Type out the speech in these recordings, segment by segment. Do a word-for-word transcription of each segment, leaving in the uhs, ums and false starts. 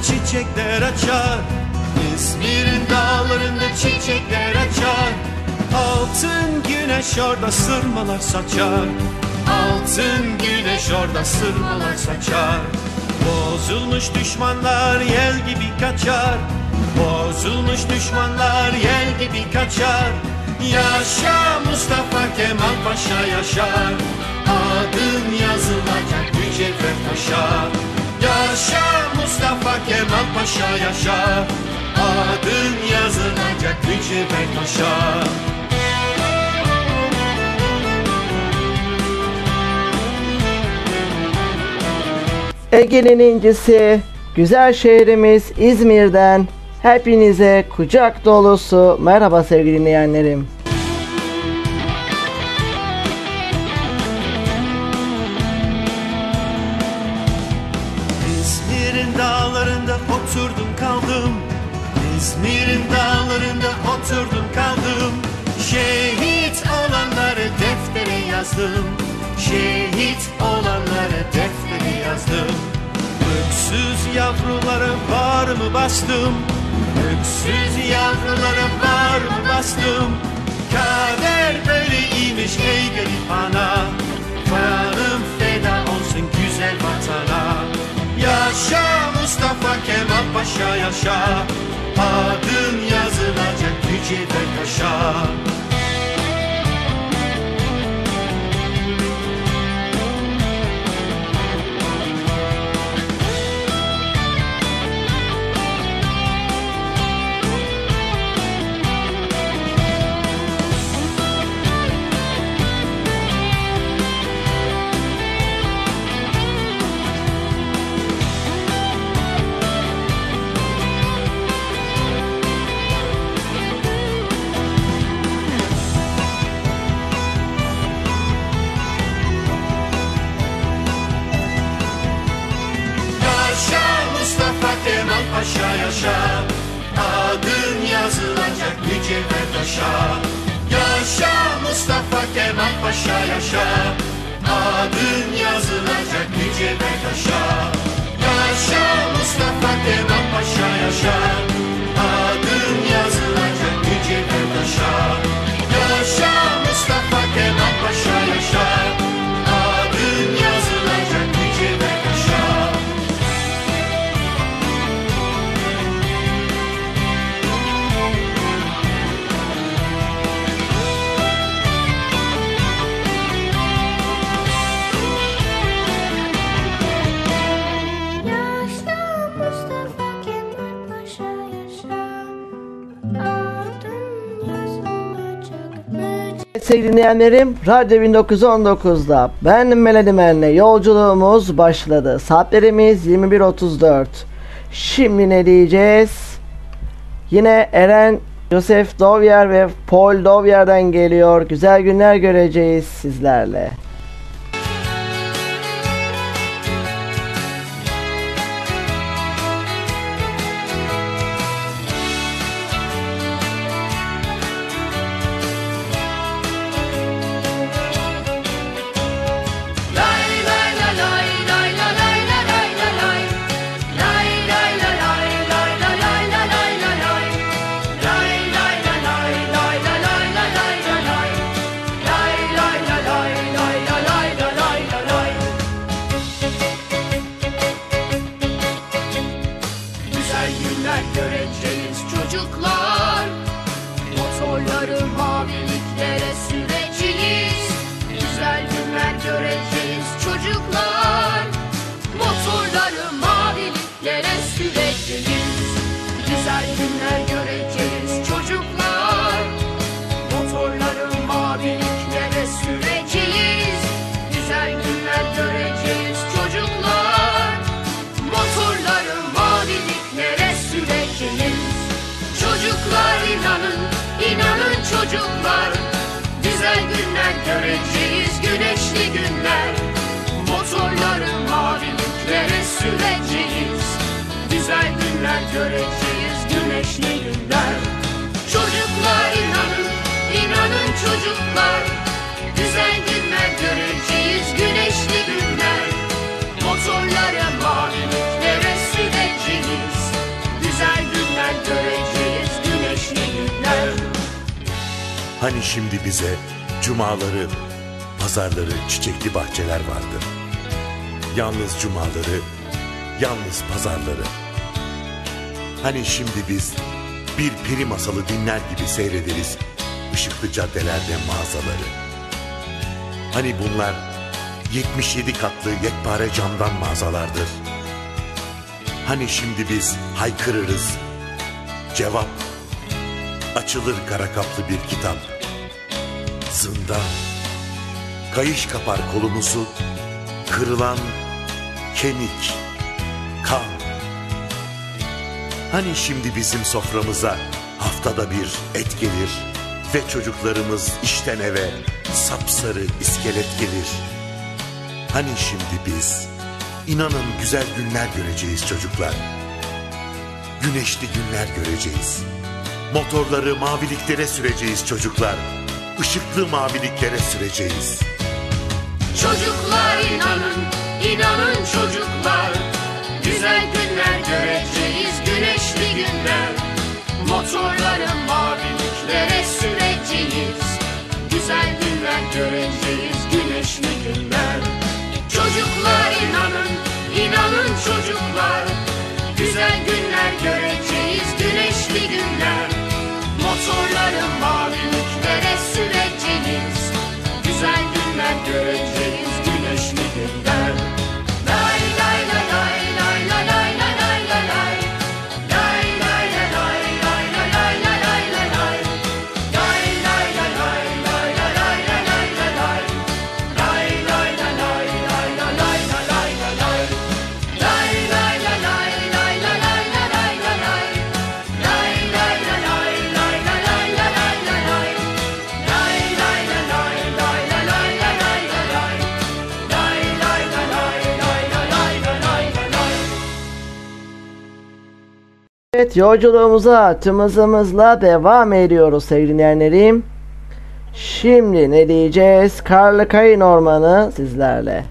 çiçekler açar, İzmir'in dağlarında çiçekler açar. Altın güneş orada sırmalar saçar, altın güneş orada sırmalar saçar. Bozulmuş düşmanlar yel gibi kaçar, bozulmuş düşmanlar yel gibi kaçar. Yaşa Mustafa Kemal Paşa yaşar, adın yazılacak mücevher taşa. Yaşa Mustafa Kemal Paşa yaşar, adın yazılacak mücevher taşa. Ege'nin incisi, güzel şehrimiz İzmir'den hepinize kucak dolusu merhaba sevgili dinleyenlerim. İzmir'in dağlarında oturdum kaldım, İzmir'in dağlarında oturdum kaldım. Şehit olanları deftere yazdım, şehit olanları deftere yazdım. Öksüz yavrulara var mı bastım, öksüz yavrulara var mı bastım. Kader böyleymiş ey garip ana, kanım feda olsun güzel vatana. Yaşa Mustafa Kemal Paşa yaşa, adın yazılacak mücevher taşa. Paşa yaşa, adın yazılacak mücevher taşa. Yaşa Mustafa Kemal Paşa yaşa, adın yazılacak mücevher taşa. Yaşa Mustafa Kemal Paşa yaşa, adın yazılacak mücevher taşa. Yaşa Mustafa Kemal Paşa yaşa, adın yazılacak mücevher taşa. Sevgili dinleyenlerim, Radyo bin dokuz yüz on dokuz'da ben Melody Man'le yolculuğumuz başladı. Saatlerimiz yirmi bir otuz dört. Şimdi ne diyeceğiz? Yine Eren Joseph Dovyer ve Paul Dovyer'den geliyor. Güzel günler göreceğiz sizlerle. Çocuklar, güzel günler göreceğiz, güneşli günler. Motorları maviliklere süreceğiz. Güzel günler göreceğiz, güneşli günler. Çocuklar inanın, inanın çocuklar. Güzel günler göreceğiz, güneşli günler. Motorları maviliklere süreceğiz. Hani şimdi bize cumaları, pazarları, çiçekli bahçeler vardı. Yalnız cumaları, yalnız pazarları. Hani şimdi biz bir peri masalı dinler gibi seyrederiz ışıklı caddelerde mağazaları. Hani bunlar yetmiş yedi katlı yekpare camdan mağazalardır. Hani şimdi biz haykırırız, cevap, açılır kara kaplı bir kitap. Zindan, kayış kapar kolumuzu, kırılan kemik, kan. Hani şimdi bizim soframıza haftada bir et gelir ve çocuklarımız işten eve sapsarı iskelet gelir. Hani şimdi biz, inanın güzel günler göreceğiz çocuklar. Güneşli günler göreceğiz. Motorları maviliklere süreceğiz çocuklar. Işıklı maviliklere süreceğiz. Çocuklar inanın, inanın çocuklar. Güzel günler göreceğiz, güneşli günler. Motorları maviliklere süreceğiz. Güzel günler göreceğiz, güneşli günler. Çocuklar inanın, inanın çocuklar. Güzel günler göreceğiz, güneşli günler. Motorları maviliklere süreceğiz. Güzel günler göreceğiz, güneşli günler. Lay lay lay lay lay lay lay lay lay lay. Lay lay lay lay lay lay lay lay lay lay. Lay lay lay lay lay lay lay lay lay lay. Lay lay lay lay lay lay lay lay lay lay. Lay lay lay lay lay lay lay lay lay lay. Lay lay lay lay lay lay lay lay lay lay. Lay lay lay lay lay lay lay lay lay lay. Lay lay lay lay lay lay lay lay lay. Evet, yolculuğumuza tüm hızımızla devam ediyoruz sevgili dinleyenlerim. Şimdi ne diyeceğiz? Karlı Kayın Ormanı sizlerle.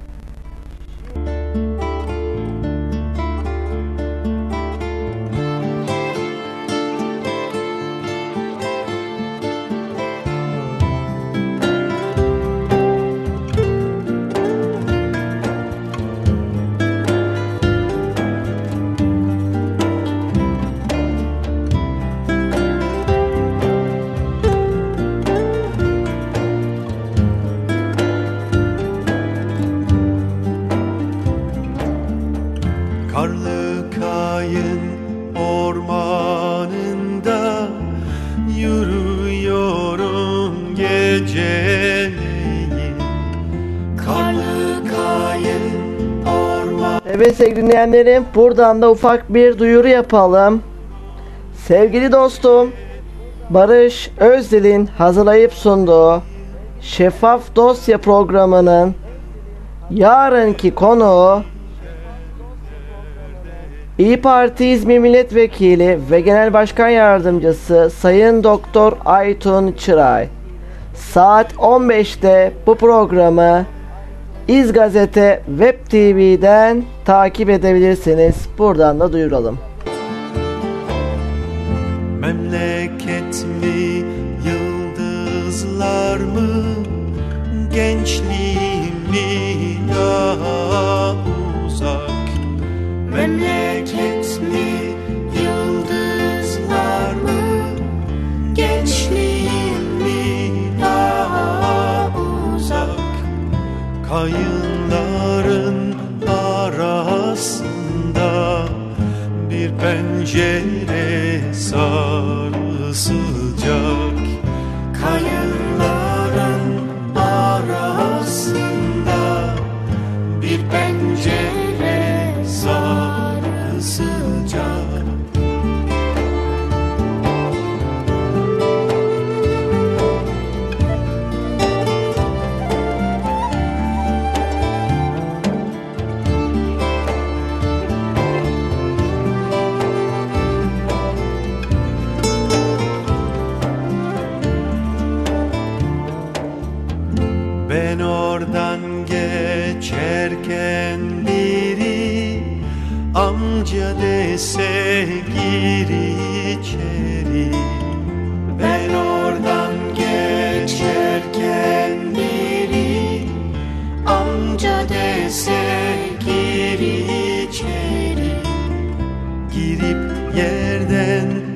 Karlı Kayın ormanında yürüyorum geceleyin. Karlı Kayın orman. Evet sevgili dinleyenlerim, buradan da ufak bir duyuru yapalım. Sevgili dostum Barış Özdil'in hazırlayıp sunduğu Şeffaf Dosya programının yarınki konuğu İYİ Parti İzmir Milletvekili ve Genel Başkan Yardımcısı Sayın Doktor Aytun Çıray. Saat on beşte bu programı İz Gazete Web T V'den takip edebilirsiniz. Buradan da duyuralım. Memleket mi, yıldızlar mı, gençliğim mi daha uzak? Memleket mi, yıldızlar mı, gençliğim mi daha uzak? Kayınların arasında bir pencere sarı sıcak. Kayınların arasında bir pencere sarı sıcak. Ben oradan geçerken biri amca dese gir içeri. Ben oradan geçerken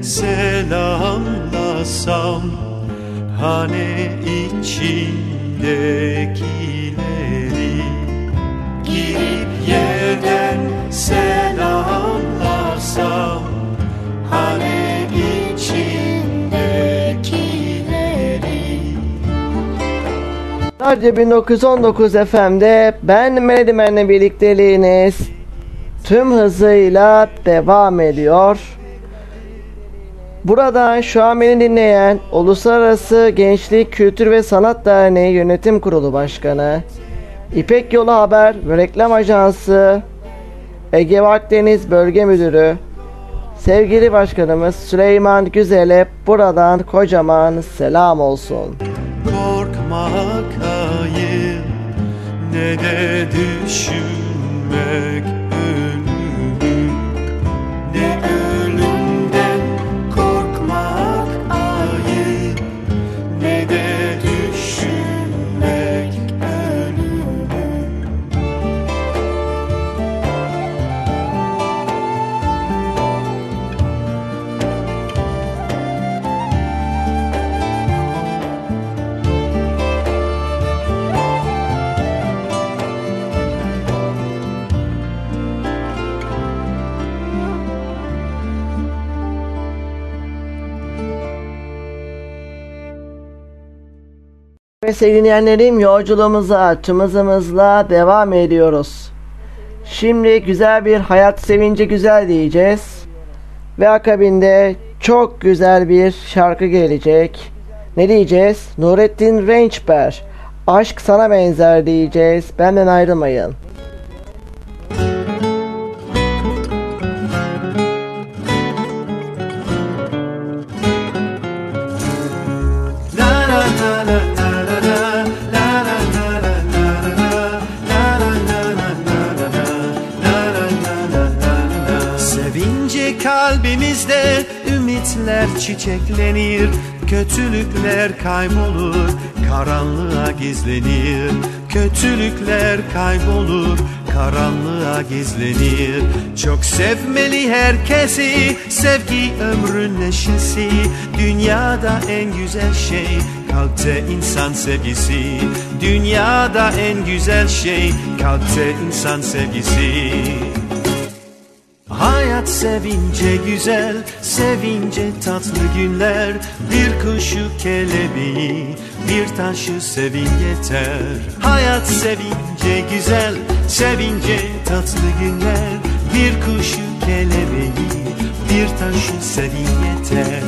selamlasam, hane içindekileri girip yerden selamlasam, hane içindekileri. Radyo bin dokuz yüz on dokuz F M'de ben Melody Man'le birlikteliğiniz tüm hızıyla devam ediyor. Buradan şu an beni dinleyen Uluslararası Gençlik Kültür ve Sanat Derneği Yönetim Kurulu Başkanı, İpek Yolu Haber ve Reklam Ajansı Ege ve Akdeniz Bölge Müdürü sevgili başkanımız Süleyman Güzel'e buradan kocaman selam olsun. Korkmak hayır, ne de düşünmek ölümü, ne ölümden korkmak hayır, ne de düşünmek ölümü. Ve sevgili dinleyenlerim, yolculuğumuza tüm hızımızla devam ediyoruz. Şimdi güzel bir hayat sevinci güzel diyeceğiz. Ve akabinde çok güzel bir şarkı gelecek. Ne diyeceğiz? Nurettin Rençber, Aşk Sana Benzer diyeceğiz. Benden ayrılmayın. Kalbimizde ümitler çiçeklenir, kötülükler kaybolur, karanlığa gizlenir. Kötülükler kaybolur, karanlığa gizlenir. Çok sevmeli herkesi, sevgi ömrün neşesi. Dünyada en güzel şey, kalpte insan sevgisi. Dünyada en güzel şey, kalpte insan sevgisi. Hayat sevince güzel, sevince tatlı günler. Bir kuşu kelebeği, bir taşı sevin yeter. Hayat sevince güzel, sevince tatlı günler. Bir kuşu kelebeği, bir taşı sevin yeter.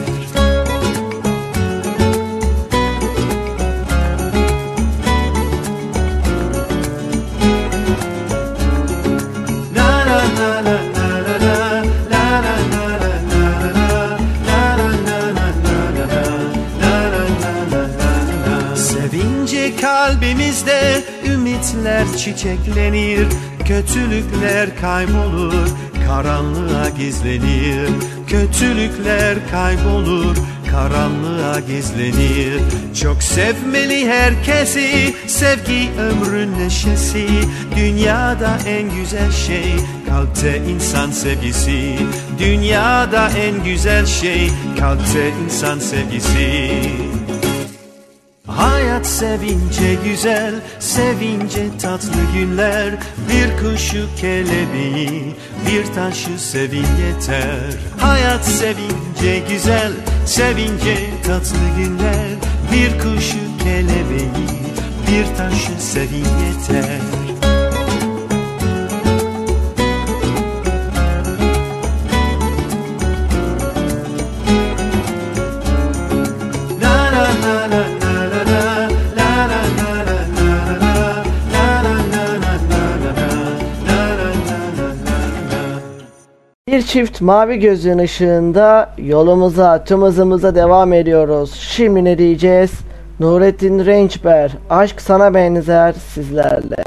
Kalbimizde ümitler çiçeklenir, kötülükler kaybolur, karanlığa gizlenir. Kötülükler kaybolur, karanlığa gizlenir. Çok sevmeli herkesi, sevgi ömrün neşesi. Dünyada en güzel şey, kalpte insan sevgisi. Dünyada en güzel şey, kalpte insan sevgisi. Hayat sevince güzel, sevince tatlı günler. Bir kuşu kelebeği, bir taşı sevin yeter. Hayat sevince güzel, sevince tatlı günler. Bir kuşu kelebeği, bir taşı sevin yeter. Bir çift mavi gözün ışığında yolumuza, tüm hızımıza devam ediyoruz. Şimdi ne diyeceğiz? Nurettin Rençber, Aşk Sana Benzer sizlerle.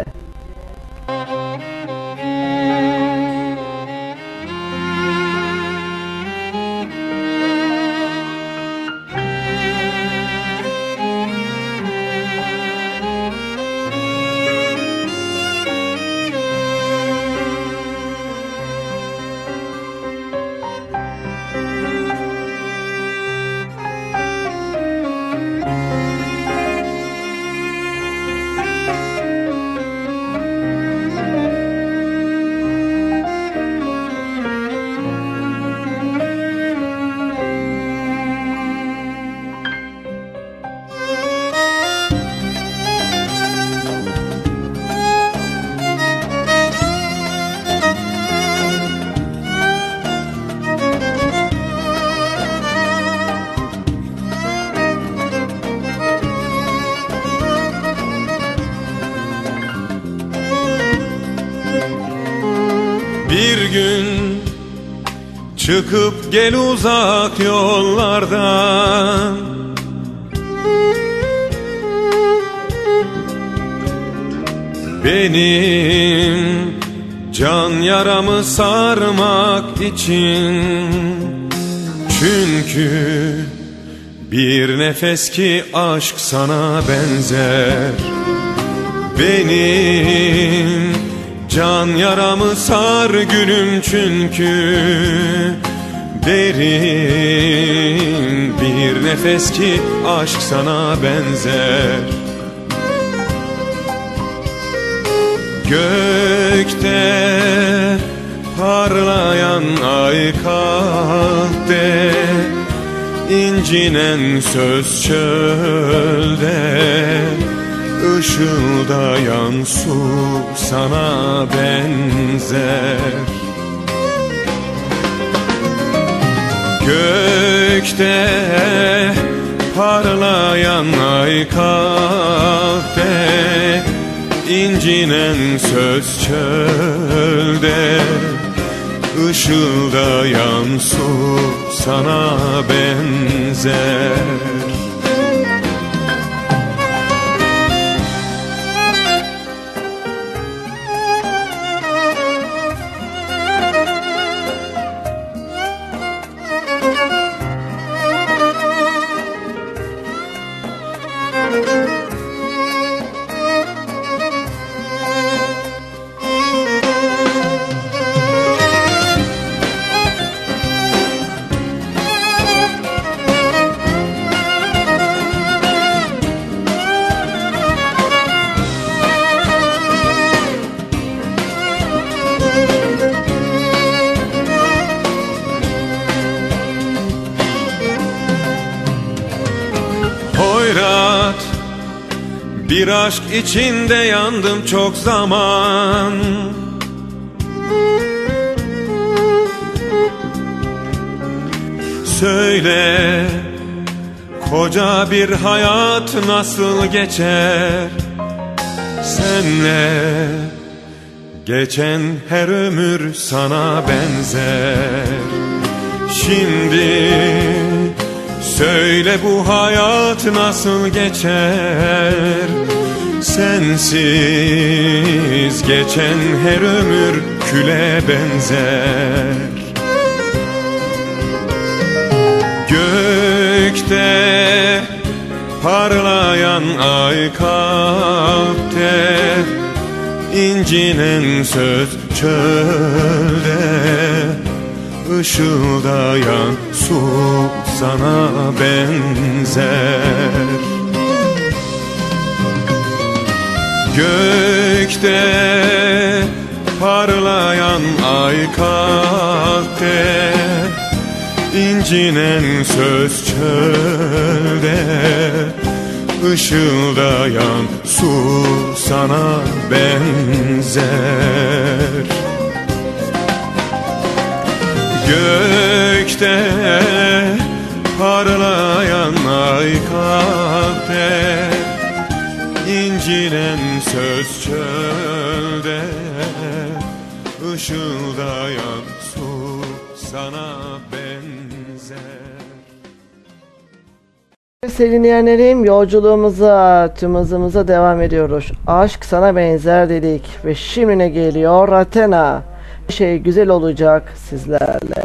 Çıkıp gel uzak yollardan, benim can yaramı sarmak için. Çünkü bir nefes ki aşk sana benzer. Benim can yaramı sar gülüm, çünkü derin bir nefes ki aşk sana benzer. Gökte parlayan ay kahde, incinen söz çölde, ışıldayan su sana benzer. Gökte parlayan ay kahde, incinen söz çölde, ışıldayan su sana benzer. Bir aşk içinde yandım çok zaman. Söyle, koca bir hayat nasıl geçer senle? Geçen her ömür sana benzer. Şimdi söyle, bu hayat nasıl geçer sensiz? Geçen her ömür küle benzer. Gökte parlayan ay kalpte, incinen söz çölde, ışıldayan su sana benzer. Gökte parlayan ay kalpte, incinen söz çölde, ışıldayan su sana benzer. Gökte parlayan ay kalpte, incinen söz çölde, ışıldayan su sana benzer. Sevgili dinleyenlerim, yolculuğumuza, tüm hızımıza devam ediyoruz. Aşk sana benzer dedik ve şimdi ne geliyor? Athena. Şey güzel olacak sizlerle.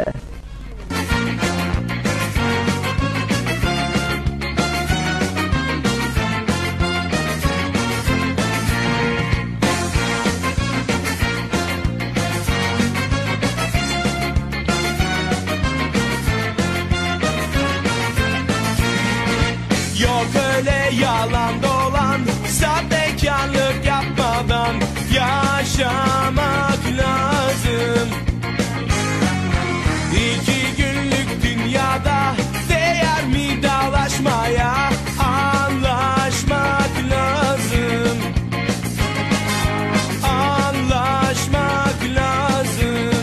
Yok öyle yalan dolan, sahtekarlık yapmadan yaşamak lazım. İki günlük dünyada değer mi dalaşmaya? Anlaşmak lazım. Anlaşmak lazım.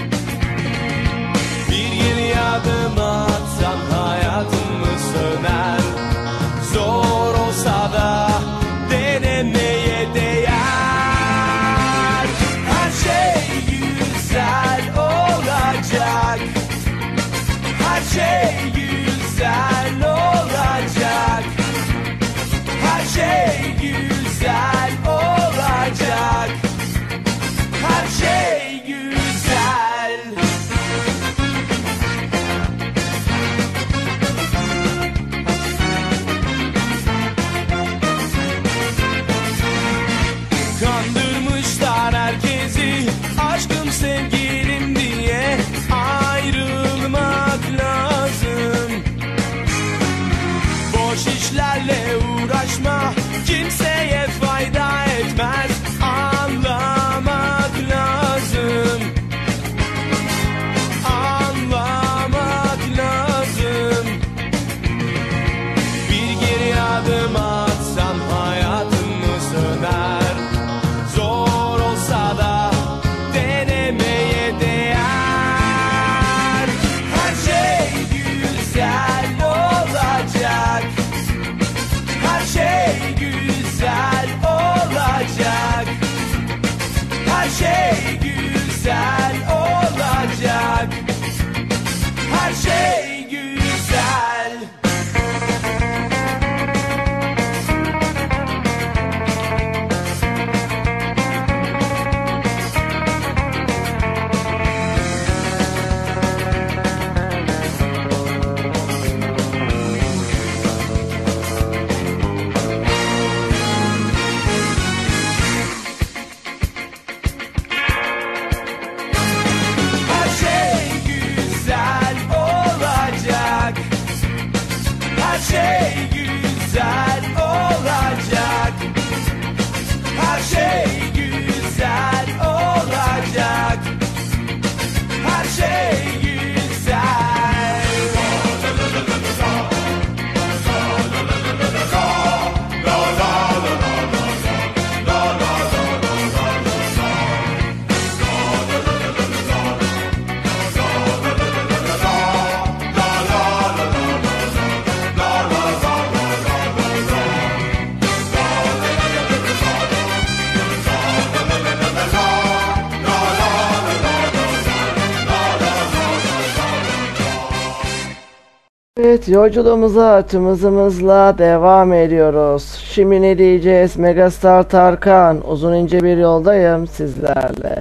Bir yeni adım atsan hayatım mı söner? Zor olsa da denemeye değer. Evet, yolculuğumuza tüm hızımızla devam ediyoruz. Şimdi ne diyeceğiz? Megastar Tarkan, uzun ince bir yoldayım sizlerle.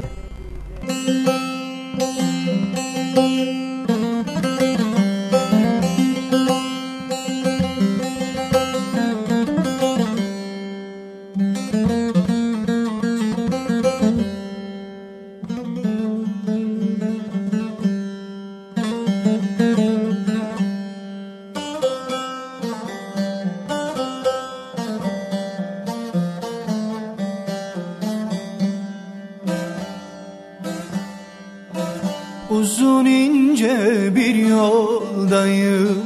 Uzun ince bir yoldayım,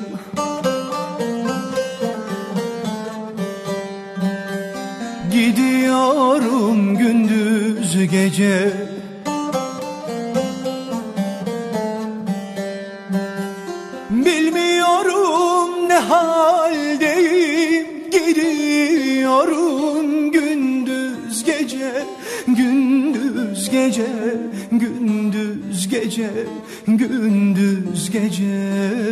gidiyorum gündüz gece. Bilmiyorum ne haldeyim, gidiyorum gündüz gece, gündüz gece, gündüz gece, gündüz gece.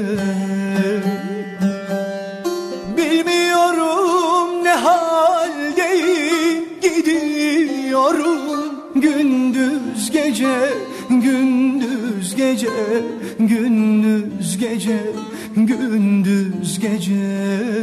Bilmiyorum ne haldeyim, gidiyorum gündüz gece, gündüz gece, gündüz gece, gündüz gece.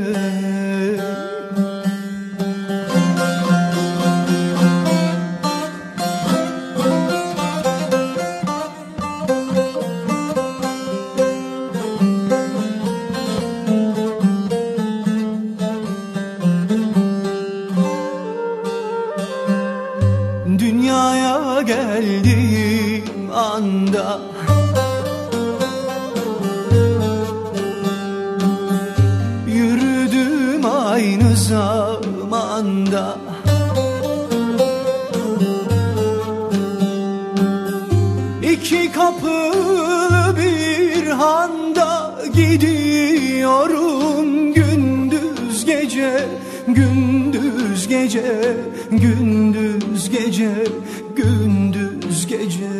Dünyaya geldiğim anda yürüdüm aynı zamanda. İki kapılı bir handa gidiyorum gündüz gece, gündüz gece, gündüz gece, gündüz gece.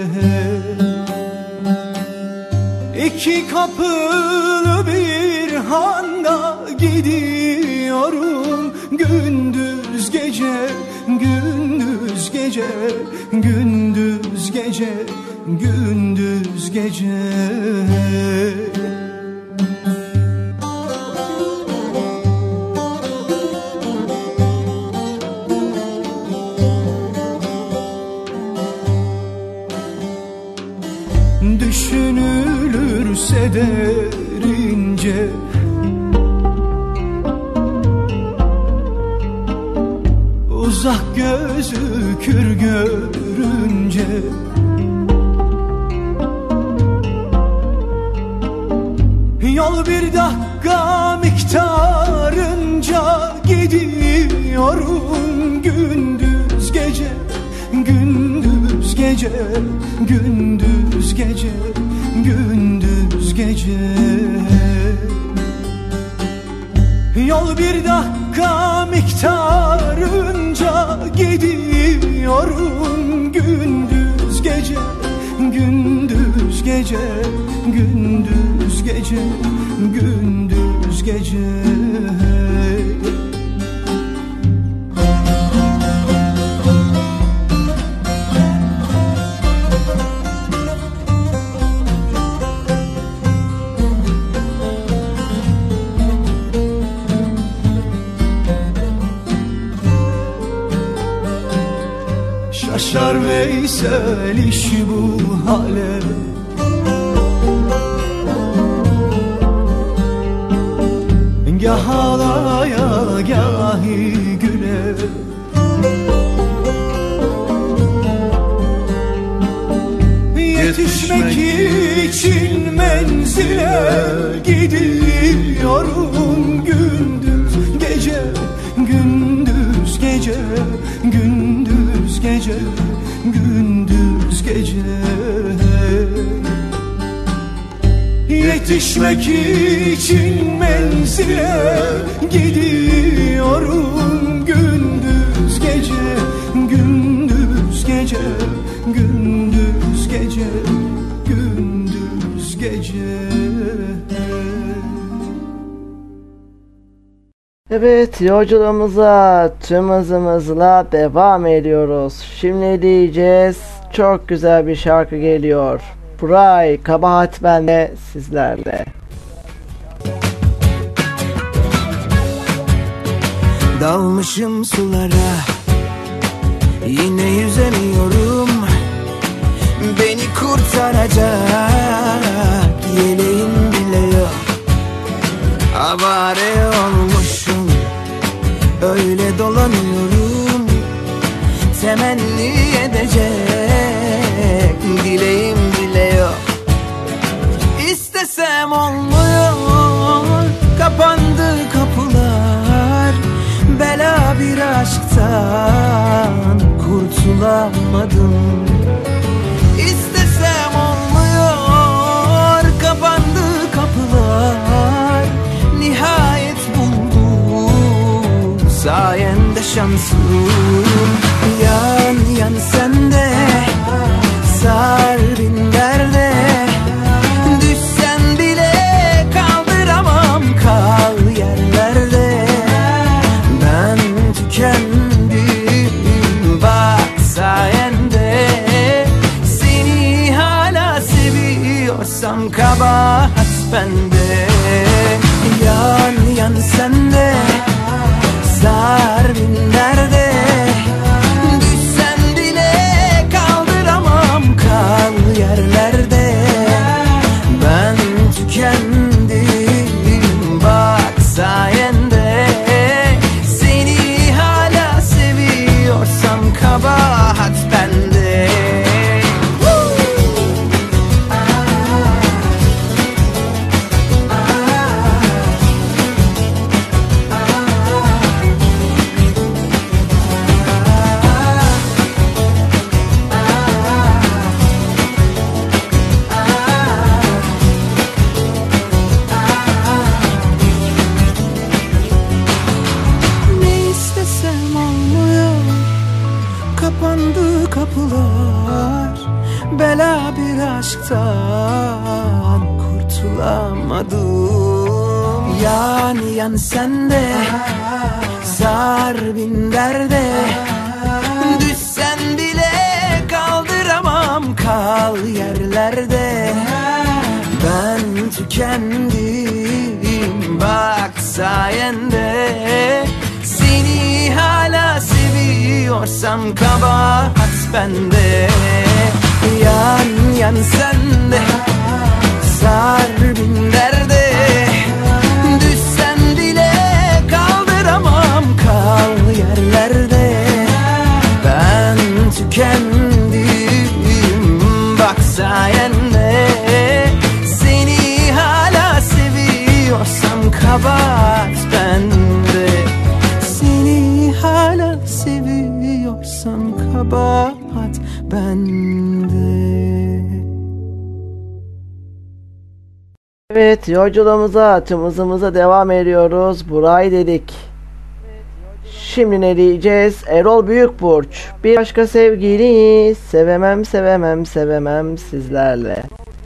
İki kapılı bir handa gidiyorum gündüz gece, gündüz gece, gündüz gece, gündüz gece. Düşünülürse derince uzak gözükür görünce, yol bir dakika miktarınca gidiyorum gündüz gece, gündüz gece, gündüz gece, gündüz gece. Yol bir dakika miktarınca gidiyorum gündüz gece, gündüz gece, gündüz gece, gündüz gece. Şaşar Veysel iş bu hale, gâh ağlaya gâhi güle. Yetişmek için menzile gidiyorum gündüz gece, gündüz gece, gündüz gece, gündüz gece. Yetişmek için menzile gidiyorum gündüz gece, gündüz gece, gündüz gece, gündüz gece. Evet, yolculuğumuza tüm hızımızla devam ediyoruz. Şimdi diyeceğiz, çok güzel bir şarkı geliyor. Buray, kabahat bende sizlerle. Dalmışım sulara, yine yüzemiyorum. Beni kurtaracak yeleğim bile yok. Avare olmuşum, öyle dolanıyorum. Temenni edecek dileğim bile yok. İstesem olmuyor, kapandı kapılar. Bela bir aşktan kurtulamadım. İstesem olmuyor, kapandı kapılar. Nihayet buldum sayende şansım. Yan yan sende, sar bin derde. Düşsen bile kaldıramam, kal yerlerde. Ben tükendim bak sayende. Seni hala seviyorsam kabahat bende. Yan yan sende, sar bin derde. Düşsen bile kaldıramam, kal yerlerde. Ben tükendim bak sayende. Seni hala seviyorsam kabahat bende. Kapılar, bela bir aşktan kurtulamadım. Yan yan sende, sar bin derde. Düşsen bile kaldıramam, kal yerlerde. Ben tükendim bak sayende. Seni hala seviyorsam kabahat bende. Yan yan sende, sar bin derde. Düşsen bile kaldıramam, kal yerlerde. Ben tükendim bak sayende. Seni hala seviyorsam kabahat bende. Seni hala seviyorsam kabahat bende. Evet, yolculuğumuza tüm hızımıza devam ediyoruz. Buray dedik. Şimdi ne diyeceğiz? Erol Büyükburç. Bir başka sevgili sevemem sevemem sevemem sizlerle.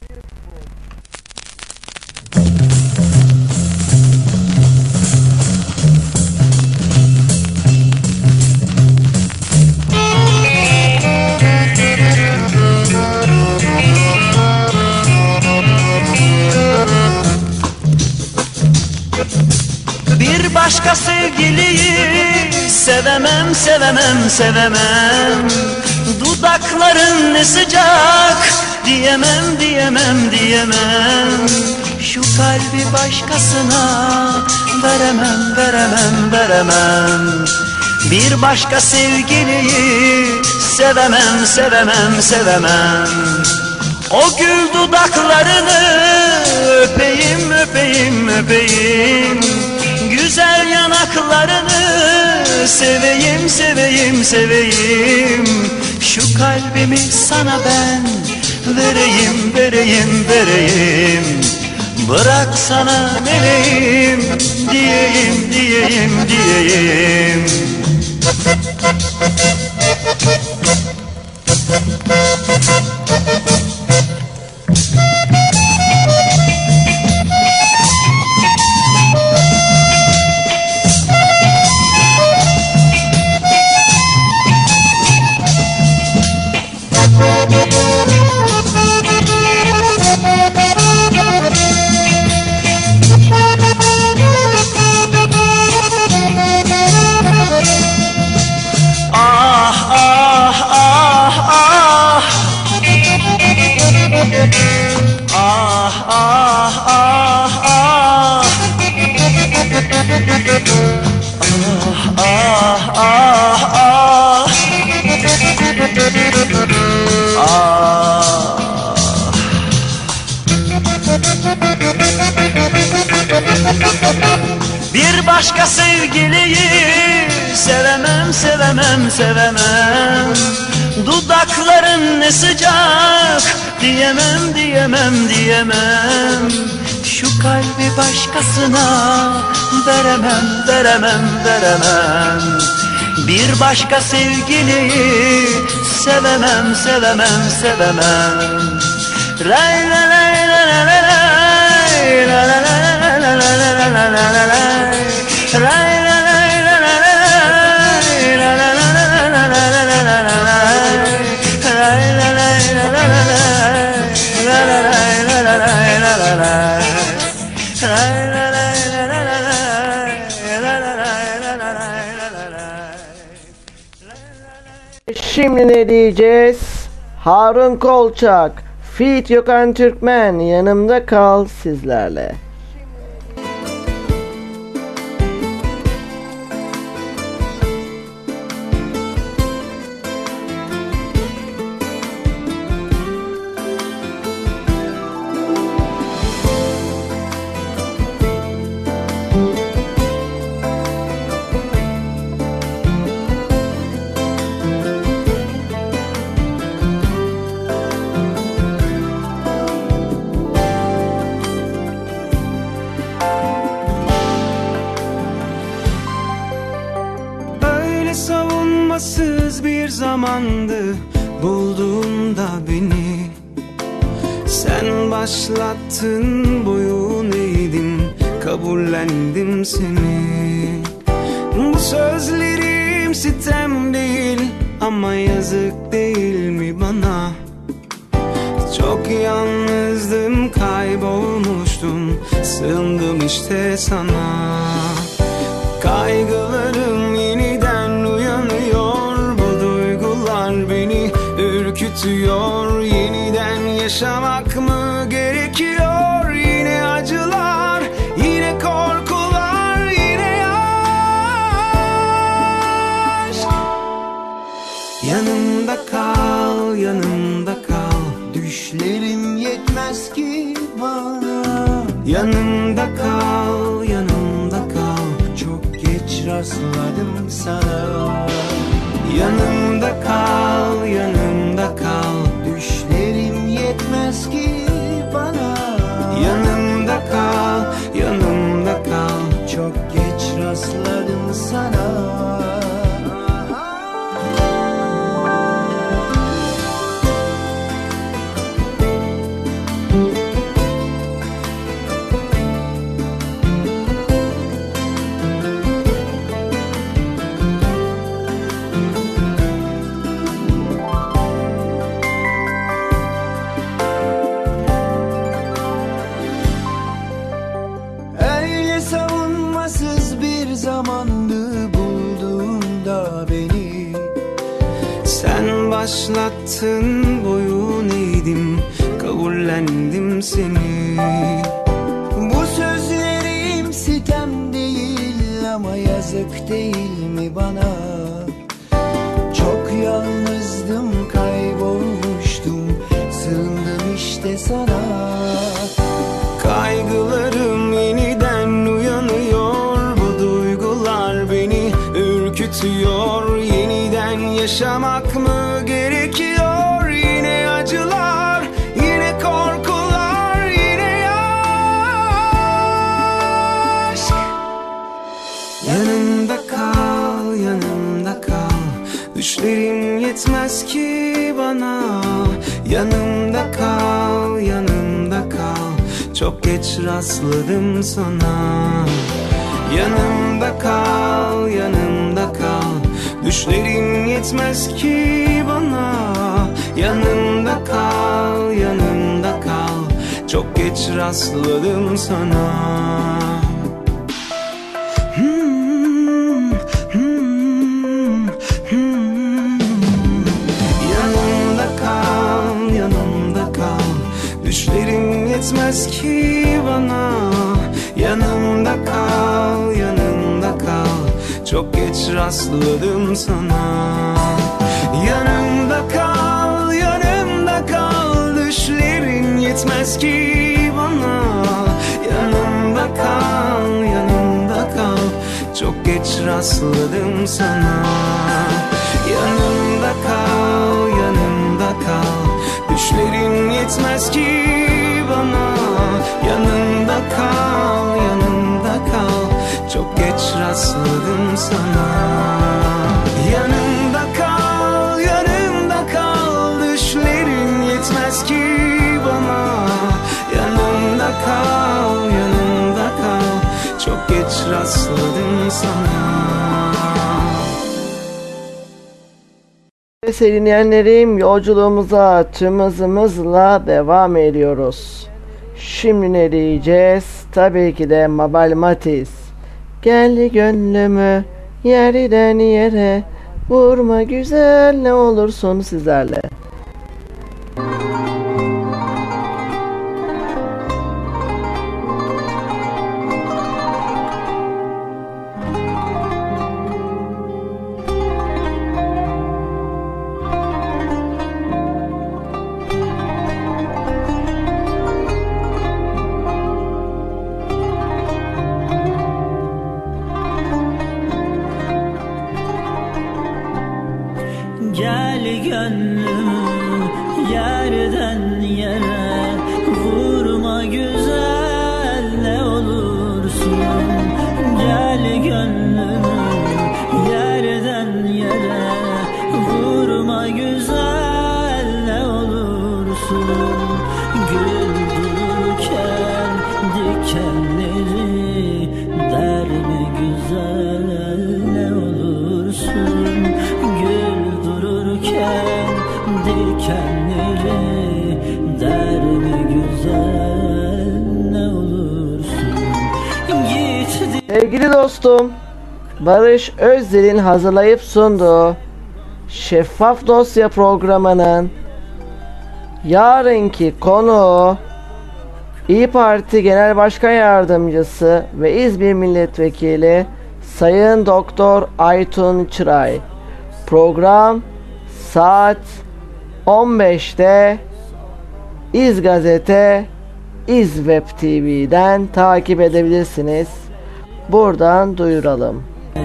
Bir başka sevgiliyi sevemem, sevemem, sevemem. Dudakların ne sıcak, diyemem, diyemem, diyemem. Şu kalbi başkasına veremem, veremem, veremem. Bir başka sevgiliyi sevemem, sevemem, sevemem. O gül dudaklarını öpeyim, öpeyim, öpeyim. Güzel yanaklarını seveyim, seveyim, seveyim. Şu kalbimi sana ben vereyim, vereyim, vereyim. Bırak sana meleğim diyeyim, diyeyim, diyeyim. Bir başka sevgiliyi sevemem, sevemem, sevemem. Dudakların ne sıcak, diyemem, diyemem, diyemem. Şu kalbi başkasına veremem, veremem, veremem. Bir başka sevgiliyi sevemem, sevemem, sevemem. Lay lay lay lay lay lay lay lay lay lay lay lay lay. Şimdi ne diyeceğiz? Harun Kolçak, feat. Gökhan Türkmen, yanımda kal sizlerle. Bir zamandı bulduğunda beni, sen başlattın, boyun eğdim, kabullendim seni. Bu sözlerim sitem değil ama yazık değil mi bana? Çok yalnızdım, kaybolmuştum, sığındım işte sana. Kaygılarım yeniden uyanıyor, beni ürkütüyor. Yeniden yaşamak mı gerekiyor? Yine acılar, yine korkular, yine aşk. Yanımda kal, yanımda kal. Düşlerim yetmez ki bana. Yanımda kal, yanımda kal. Çok geç rastladım sana. Yanımda kal, yanımda kal. Düşlerim yetmez ki bana. Yanımda kal, yanımda kal. Çok geç rastladım sana. Başlattın, boyun eğdim, kabullendim seni. Bu sözlerim sitem değil ama yazık değil mi bana? Çok yalnızdım, kaybolmuştum, sığındım işte sana. Kaygılarım yeniden uyanıyor, bu duygular beni ürkütüyor. Yeniden yaşamak mı gerekiyor? Yine acılar, yine korkular, yine aşk. Yanımda kal, yanımda kal. Düşlerim yetmez ki bana. Yanımda kal, yanımda kal. Çok geç rastladım sana. Yanımda kal, yanımda kal. Düşlerim yetmez ki bana. Yanımda kal, yanımda kal. Çok geç rastladım sana. Hmm, hmm, hmm. Yanımda kal, yanımda kal. Düşlerim yetmez ki bana. Yanımda kal, yanımda kal. Çok geç rastladım sana. Yanımda kal, yanımda kal. Düşlerin yetmez ki bana. Yanımda kal, çok geç rastladım sana. Yanımda kal, yanımda kal, düşlerin yetmez ki bana. Yanımda kal, yanımda kal, çok geç rastladım sana. Yanımda kal, yanımda kal, düşlerin yetmez ki bana. Yanımda kal, yanımda kal, çok geç rastladım sana. Sevgili dinleyenlerim, yolculuğumuza tüm hızımızla devam ediyoruz. Şimdi ne diyeceğiz? Tabii ki de Mabel Matiz. Gel gönlümü yerden yere vurma güzel, ne olursun sizlerle. Sevgili dostum, Barış Özdel'in hazırlayıp sunduğu Şeffaf Dosya programının yarınki konuğu İYİ Parti Genel Başkan Yardımcısı ve İzmir Milletvekili Sayın Doktor Aytun Çıray. Program saat on beşte İz Gazete, İz Web T V'den takip edebilirsiniz. Buradan duyuralım.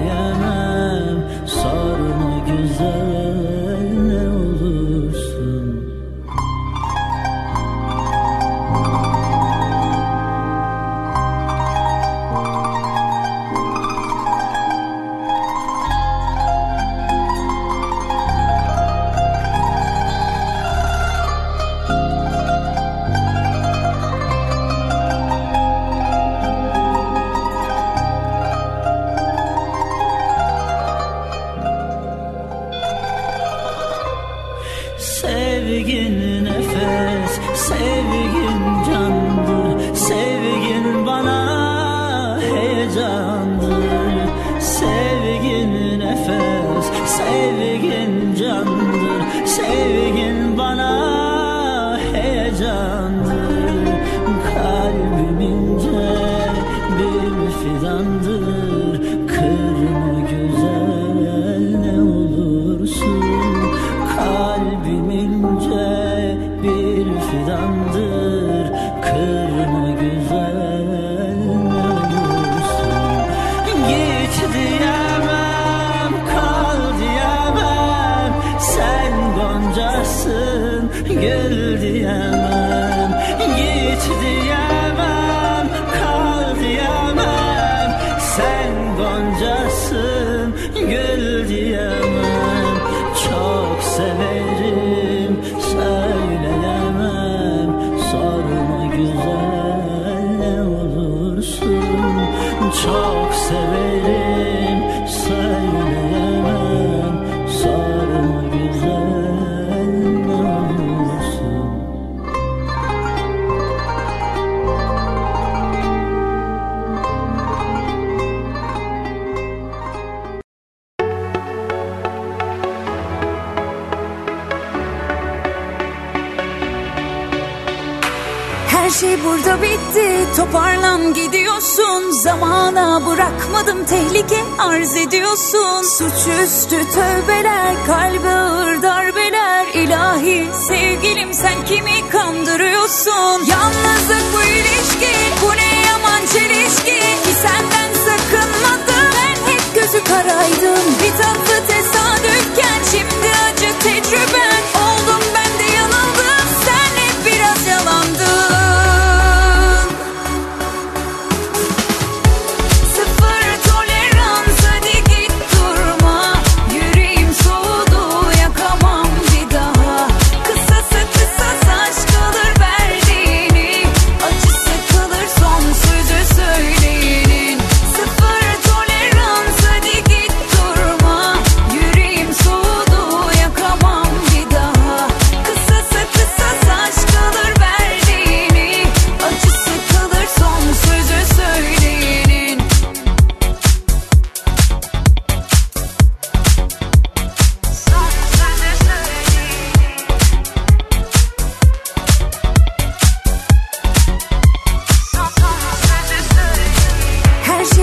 Her şey burada bitti, toparlan gidiyorsun. Zamana bırakmadım, tehlike arz ediyorsun. Suçüstü tövbeler, kalbe ağır darbeler. İlahi sevgilim, sen kimi kandırıyorsun? Yalnızlık bu ilişki, bu ne yaman çelişki. Ki senden sakınmadım, ben hep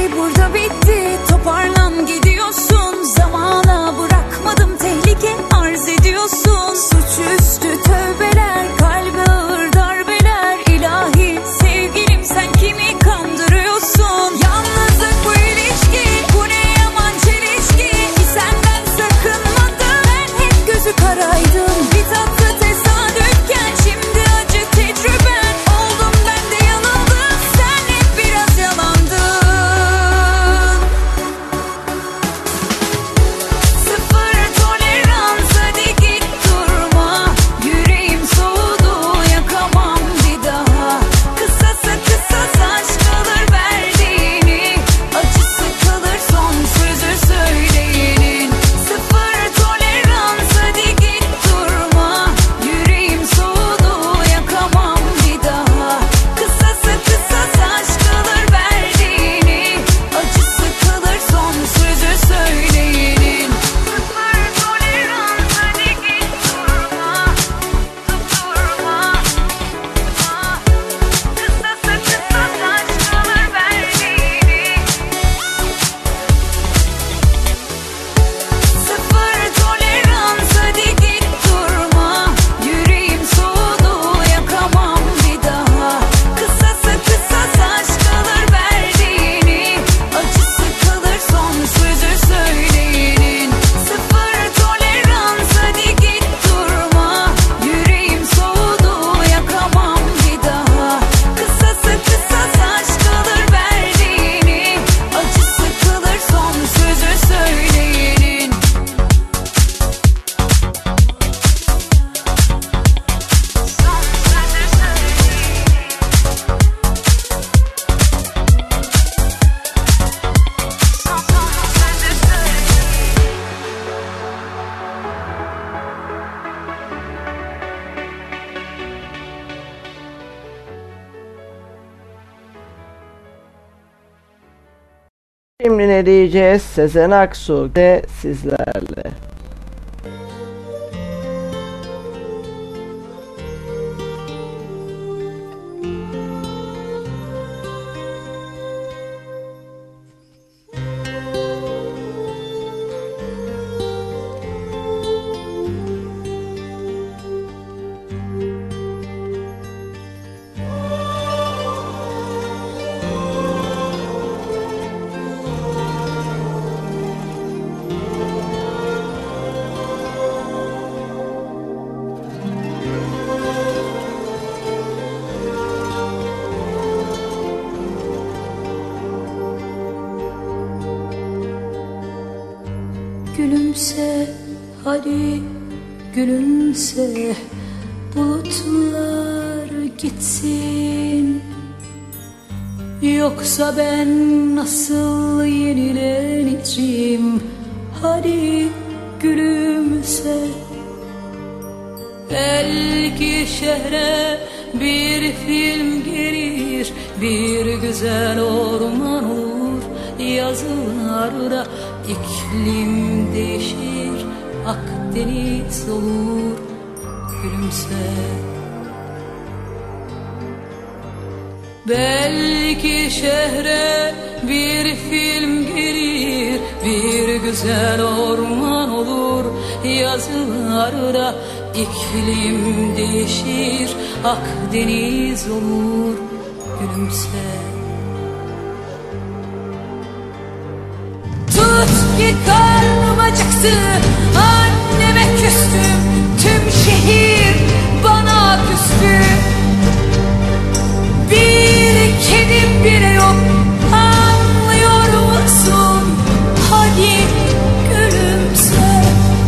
şey burada bitti, toparlan gidiyorsun. Zamana bırakmadım, tehlike arz ediyorsun. Suçüstü tövbeler, kalbe ağır darbeler. İlahi sevgilim, sen kimi kandırıyorsun? Yalnızlık bu ilişki, bu ne yaman çelişki. Ki senden sakınmadım, ben hep gözü karaydım. Bir tatlı tesadüfken şimdi acı tecrüben. Oldum ben de yanıldım, sen hep biraz yalandın. Sıfır tolerans, hadi git durma. Yüreğim soğudu, yakamam bir daha. Kısasa kısas aşk kalır verdiğini, acısı kalır son sözü söyleyenin. Sıfır tolerans, hadi git durma. Yüreğim soğudu, yakamam bir daha. Kısasa kısas aşk kalır verdiğini, acısı kalır son sözü söyleyenin. Sıfır tolerans, hadi git durma. Tutturma. Kısasa kısas aşk kalır verdiğini. Sıfır tolerans, hadi git durma. Yüreğim soğudu, yakamam bir daha. Kısasa kısas aşk kalır verdiğini, acısı kalır son sözü söyleyenin. Sıfır tolerans, hadi git durma. Yüreğim soğudu, yakamam bir daha. Kısasa kısas aşk kalır verdiğini, acısı kalır son sözü söyleyenin. Şimdi ne diyeceğiz? Sezen Aksu de sizlerle. Gülümse, hadi gülümse, bulutlar gitsin. Yoksa ben nasıl yenileneceğim? Hadi gülümse. Belki şehre bir film gelir, bir güzel orman olur. Yazılarda iklim değişir, Akdeniz olur. Gülümse. Belki şehre bir film gelir, bir güzel orman olur. Yazılarda iklim değişir, Akdeniz olur. Gülümse. Tut ki karnım acıktı, anneme küstüm, tüm şehir bana küstü. Bir kedim bile yok, anlıyor musun? Hadi gülümse.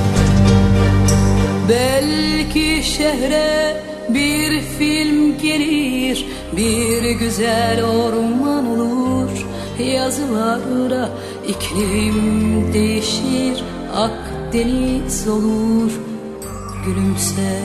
Belki şehre bir film gelir, bir güzel orman olur. Yazılarda iklim değişir, Akdeniz olur. Gülümse.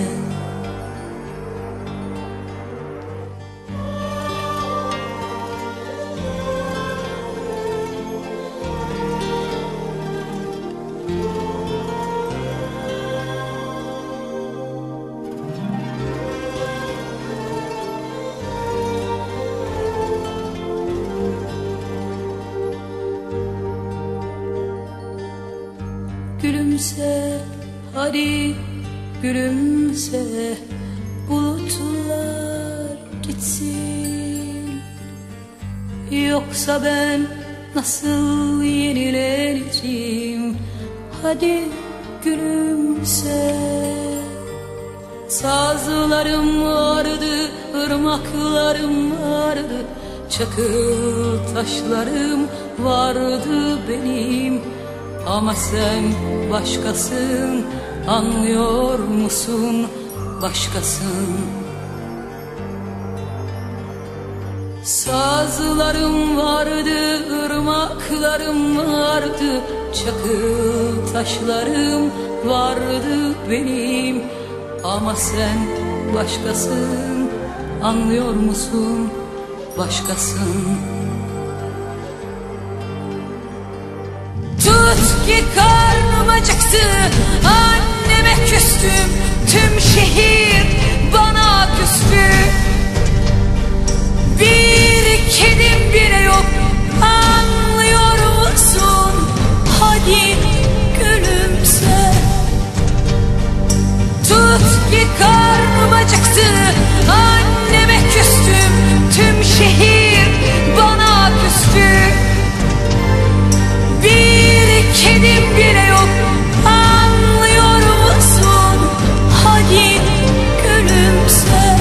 gülümse, hadi gülümse, bulutlar gitsin. Yoksa ben nasıl yenileneceğim? Hadi gülümse. Sazlarım vardı, ırmaklarım vardı, çakıl taşlarım vardı benim. Ama sen başkasın, anlıyor musun? Başkasın. Sazlarım vardı, ırmaklarım vardı, çakıl taşlarım vardı benim. Ama sen başkasın, anlıyor musun? Başkasın. Tut ki karnım acıktı, anneme küstüm, tüm şehir bana küstü. Bir kedim bile yok, anlıyor musun? Hadi gülümse. Tut ki karnım acıktı, anneme küstüm, tüm şehir bana küstü. Bir kedim bile yok, anlıyor musun? Hadi gülümse.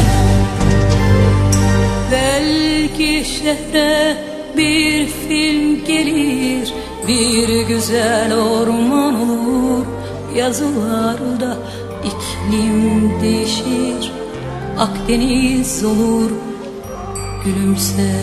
Belki şehre bir film gelir, bir güzel orman olur, yazılarda iklim değişir, Akdeniz olur, gülümse.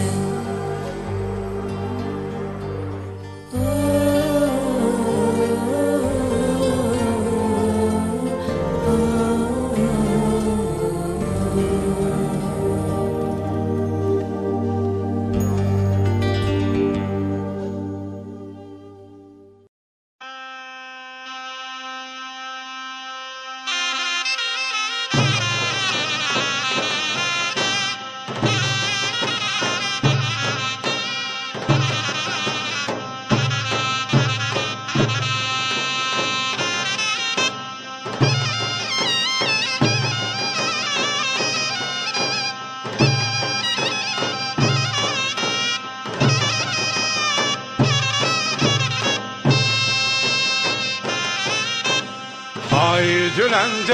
Haydülen de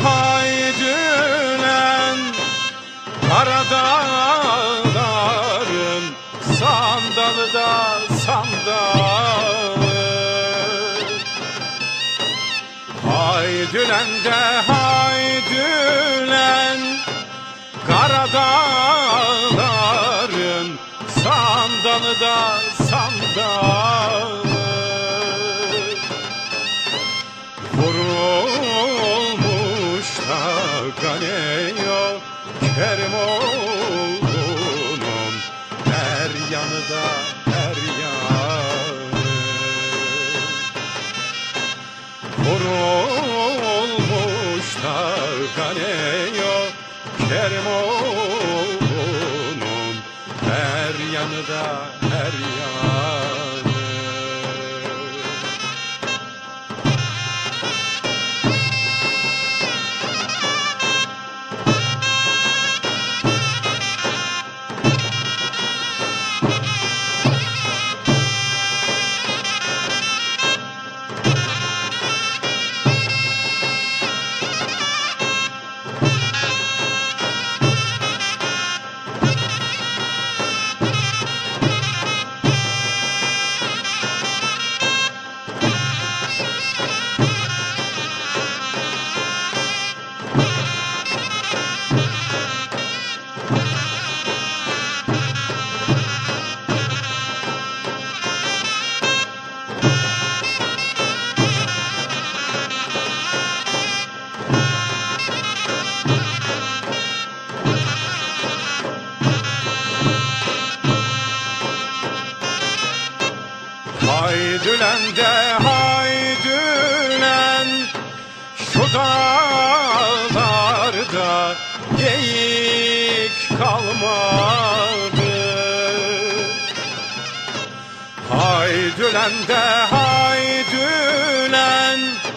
haydülen, Karadağların sandalı da sandalı. Haydülen de haydülen, Karadağların sandalı da sandalı. Vurulmuş da Ganeyo Kerimoğlu'nun her yanı da her yanı. Vurulmuş da Ganeyo Kerimoğlu'nun her yanı da her yanı. Haydülen de haydülen, şu dağlarda geyik kalmadı. Haydülen de haydülen,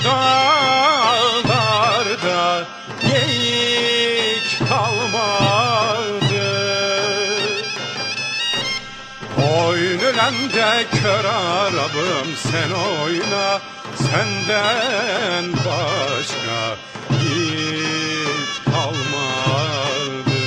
dağlarda geyik kalmadı. Oynulende kör arabım sen oyna, senden başka yiğit kalmadı.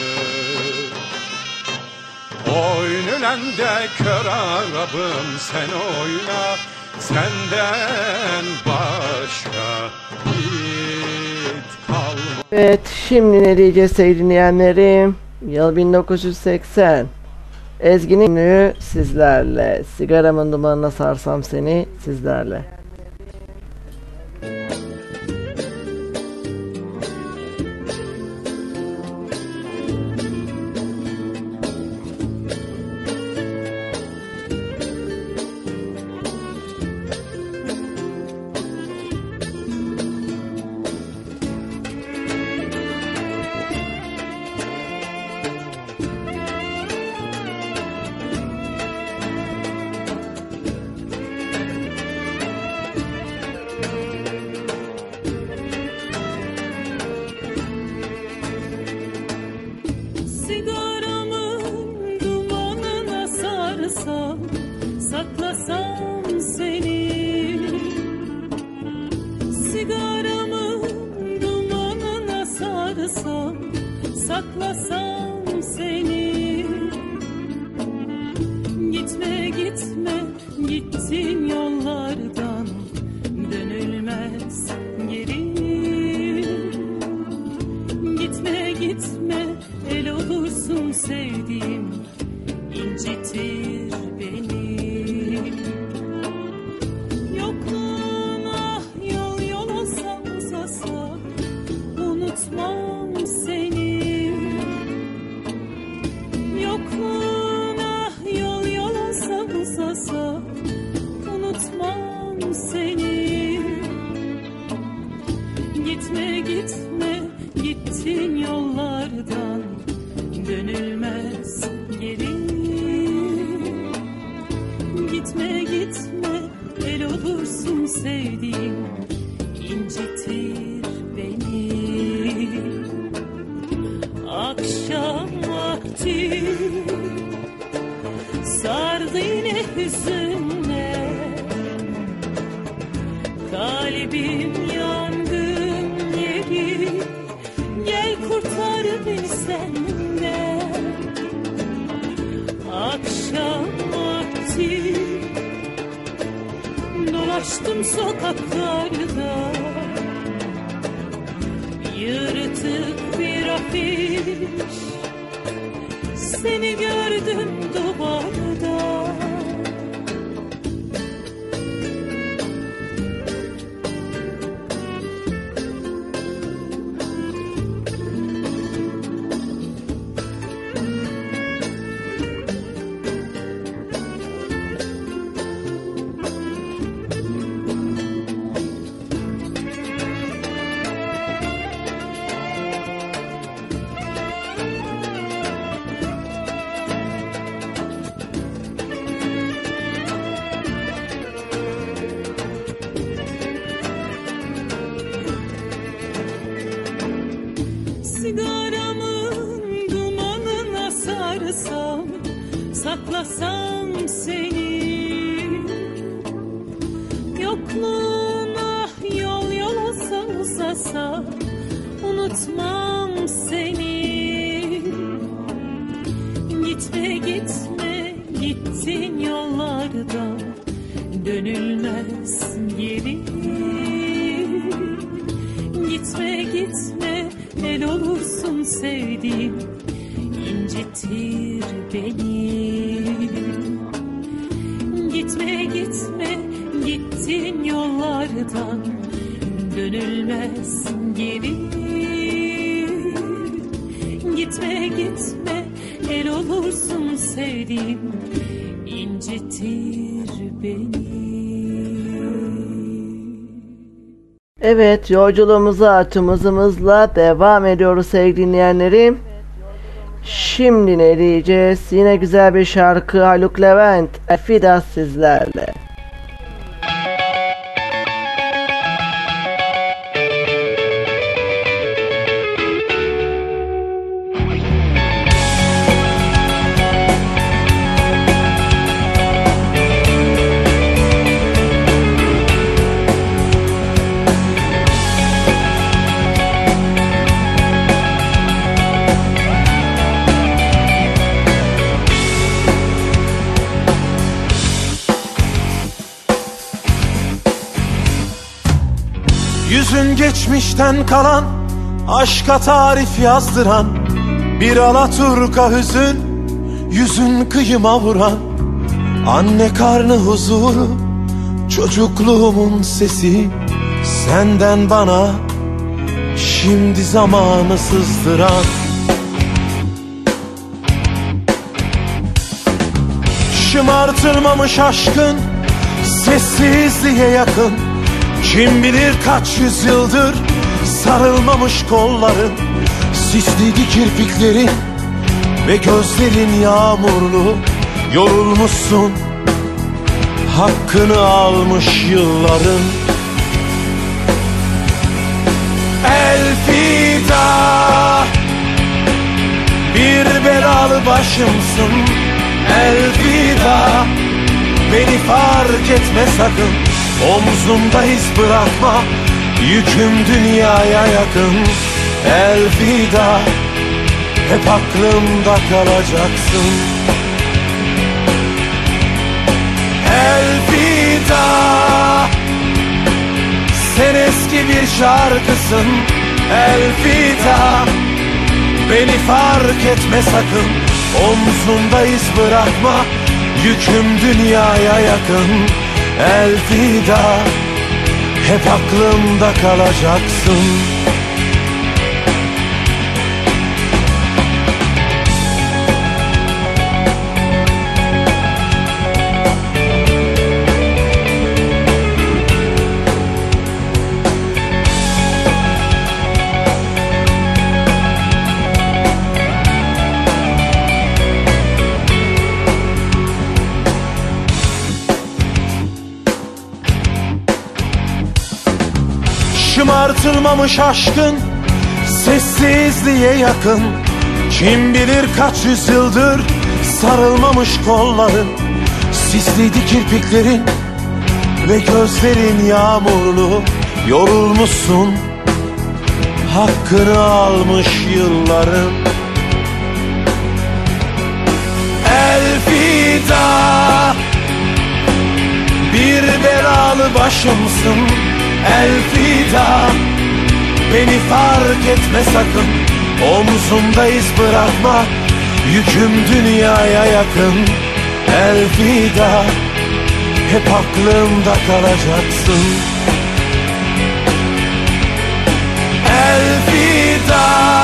Oynulende kör arabım sen oyna, senden başka yiğit kalmadı. Evet, şimdi ne diyeceğiz sevgili dinleyenlerim? Yıl bin dokuz yüz seksen. Ezgi'nin günü sizlerle. Sigaramın dumanına sarsam seni sizlerle. Evet, yolculuğumuza tüm hızımızla devam ediyoruz sevgili dinleyenlerim. Şimdi ne diyeceğiz? Yine güzel bir şarkı, Haluk Levent, Fidas sizlerle. Yüzün geçmişten kalan, aşka tarif yazdıran, bir alaturka hüzün, yüzün kıyıma vuran. Anne karnı huzuru, çocukluğumun sesi, senden bana şimdi zamanı sızdıran. Şımartılmamış aşkın, sessizliğe yakın. Kim bilir kaç yüzyıldır sarılmamış kolların. Sisliydi kirpiklerin ve gözlerin yağmurlu. Yorulmuşsun, hakkını almış yılların. Elfida, bir belalı başımsın. Elfida, beni fark etme sakın. Omzumda iz bırakma, yüküm dünyaya yakın. Elfida, hep aklımda kalacaksın. Elfida, sen eski bir şarkısın. Elfida, beni fark etme sakın. Omzumda iz bırakma, yüküm dünyaya yakın. Elfida, hep aklımda kalacaksın. Şımartılmamış aşkın, sessizliğe yakın. Kim bilir kaç yüzyıldır sarılmamış kolların. Sisliydi kirpiklerin ve gözlerin yağmurlu. Yorulmuşsun, hakkını almış yılların. Elfida, bir belalı başımsın. Elfida, beni fark etme sakın. Omzumda iz bırakma, yüküm dünyaya yakın. Elfida, hep aklımda kalacaksın. Elfida,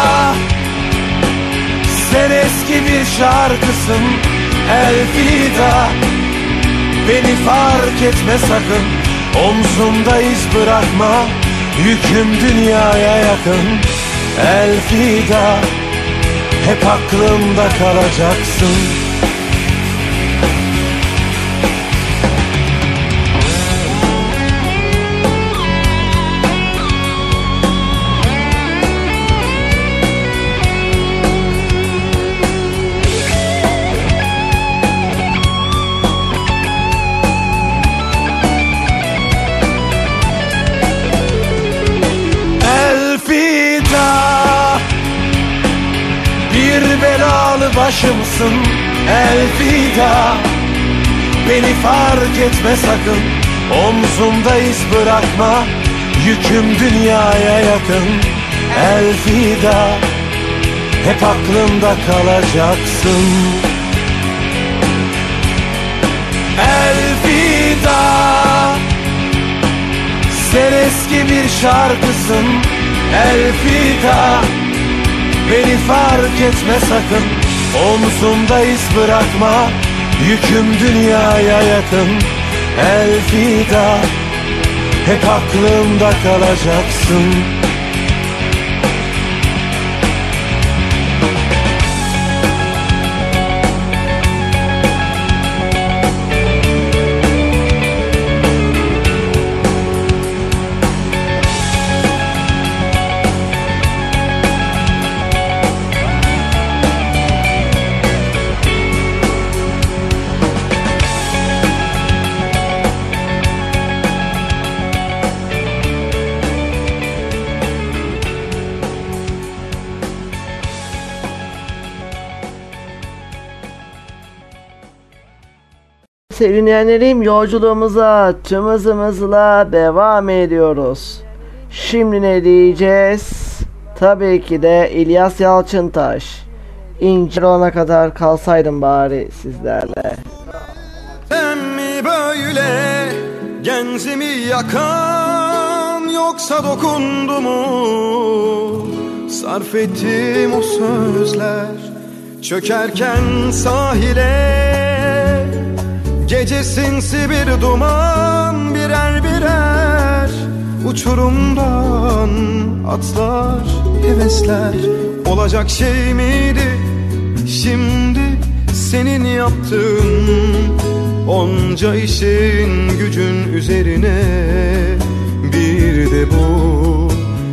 sen eski bir şarkısın. Elfida, beni fark etme sakın. Omzumda iz bırakma, yüküm dünyaya yakın. Elfida, hep aklımda kalacaksın. Bir belalı başımsın. Elfida, beni fark etme sakın. Omzumda iz bırakma, yüküm dünyaya yakın. Elfida, hep aklımda kalacaksın. Elfida, sen eski bir şarkısın. Elfida, beni fark etme sakın. Omzumda iz bırakma, yüküm dünyaya yakın. Elfida, hep aklımda kalacaksın. Sevgili dinleyenlerim, yolculuğumuza tüm hızımızla devam ediyoruz. Şimdi ne diyeceğiz? Tabii ki de İlyas Yalçıntaş. İncir olana kadar kalsaydım bari sizlerle. Sen mi böyle genzimi yakan, yoksa dokundu mu sarf ettim o sözler çökerken sahile? Gece sinsi bir duman, birer birer uçurumdan atlar hevesler. Olacak şey miydi şimdi senin yaptığın onca işin gücün üzerine? Bir de bu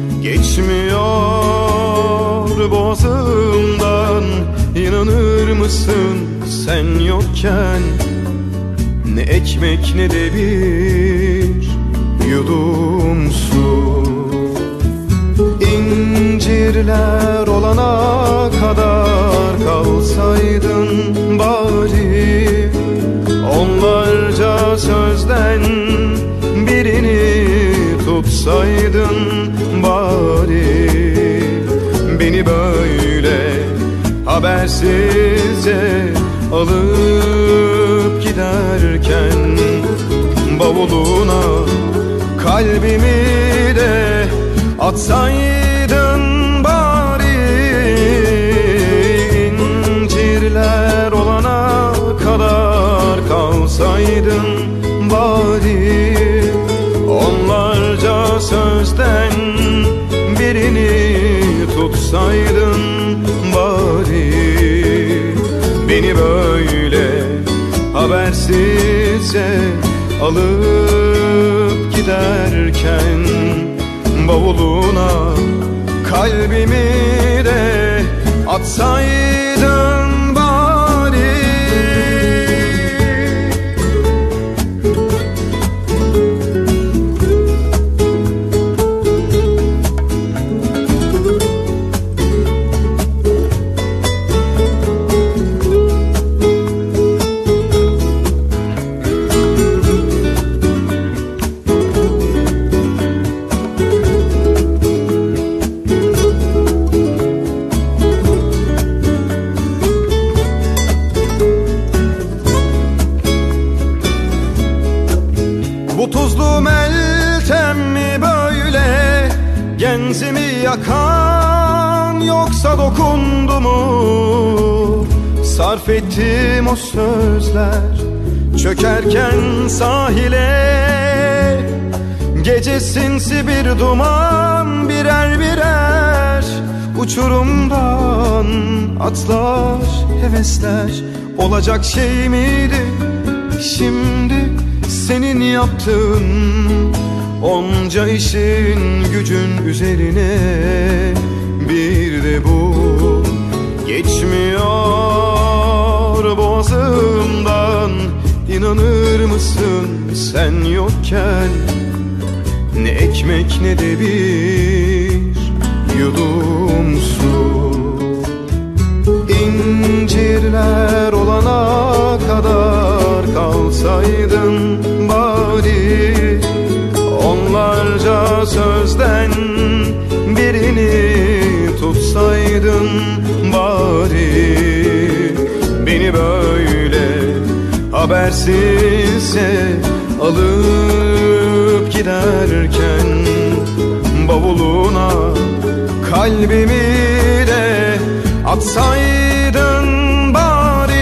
geçmiyor boğazımdan, inanır mısın sen yokken? Ne ekmek ne de bir yudum su. İncirler olana kadar kalsaydın bari, onlarca sözden birini tutsaydın bari. Beni böyle habersizce alıp giderken bavuluna kalbimi de atsaydın bari. İncirler olana kadar kalsaydın bari, onlarca sözden birini tutsaydın bari. Beni böyle habersizce alıp giderken bavuluna kalbimi de atsaydın bari. Bu tuzlu meltem mi böyle genzimi yakan, yoksa dokundu mu sarf ettim o sözler çökerken sahile? Gece sinsi bir duman, birer birer uçurumdan atlar hevesler. Olacak şey miydi şimdi senin yaptığın onca işin gücün üzerine? Bir de bu geçmiyor boğazımdan, inanır mısın sen yokken? Ne ekmek ne de bir yudum su. İncirler olana kadar kalsaydın bari, onlarca sözden birini tutsaydın bari. Beni böyle habersizce alıp giderken bavuluna kalbimi de atsaydın bari.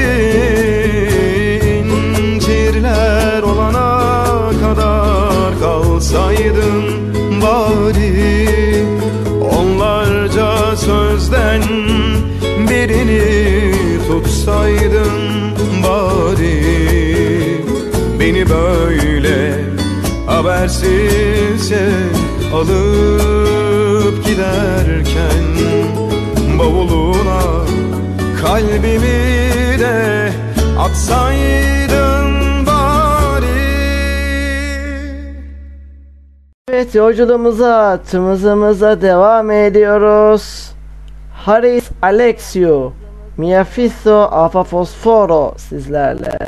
İncirler olana kadar kalsaydın bari, onlarca sözden birini tutsaydın bari. Beni böyle habersizce alıp giderken bavuluna kalbimi de atsaydın bari. Evet, yolculuğumuza, tımızımıza devam ediyoruz. Haris Alexiou, Mia Fisso Alfa Fosforo sizlerle.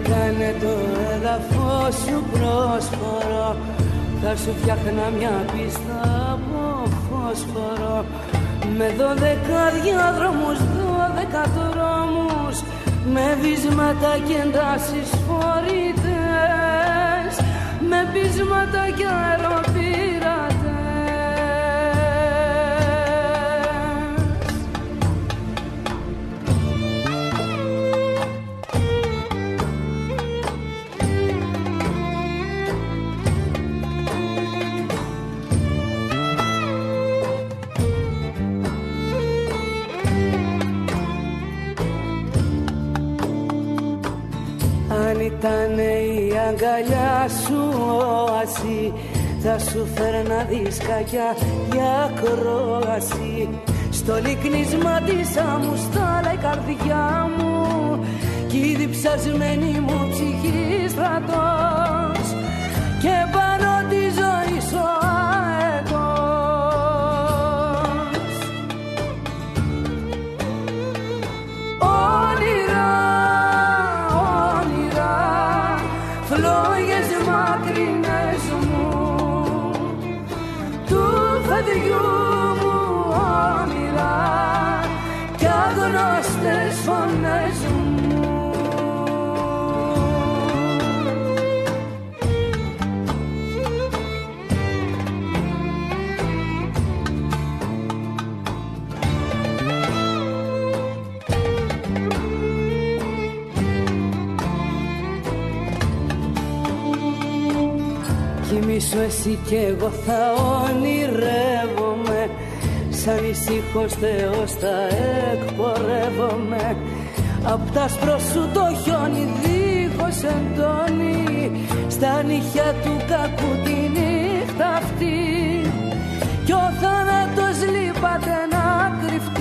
κάνε το έδαφος σου πρόσφορο, θα σου φτιάχνα μια πίστα από φόσφορο, με δώδεκα διάδρομους, δώδεκα δρόμους, με βίσματα και εντάσεις φορητές, με πείσματα και αεροπειρατές. Αν ήτανε η αγκαλιά σου όαση, θα σου φέρνα δισκάκια για ακρόαση. Στο λυκνίσμα της αμουστάλα η καρδιά μου, κι η διψασμένη μου ψυχή στρατός, και πάνω τη ζωή σου αετός. Όνειρα, φλόγες μακρινές μου, του παιδιού μου όνειρα κι αγνώστες φωνές μου. Κοιμήσου εσύ κι εγώ θα ονειρεύομαι, σαν ησύχος Θεός θα εκπορεύομαι. Απ' τ' άσπρο σου το χιόνι δίχως εντόνι, στα νύχια του κακού τη νύχτα αυτή, κι ο θάνατος λείπατε να κρυφτεί.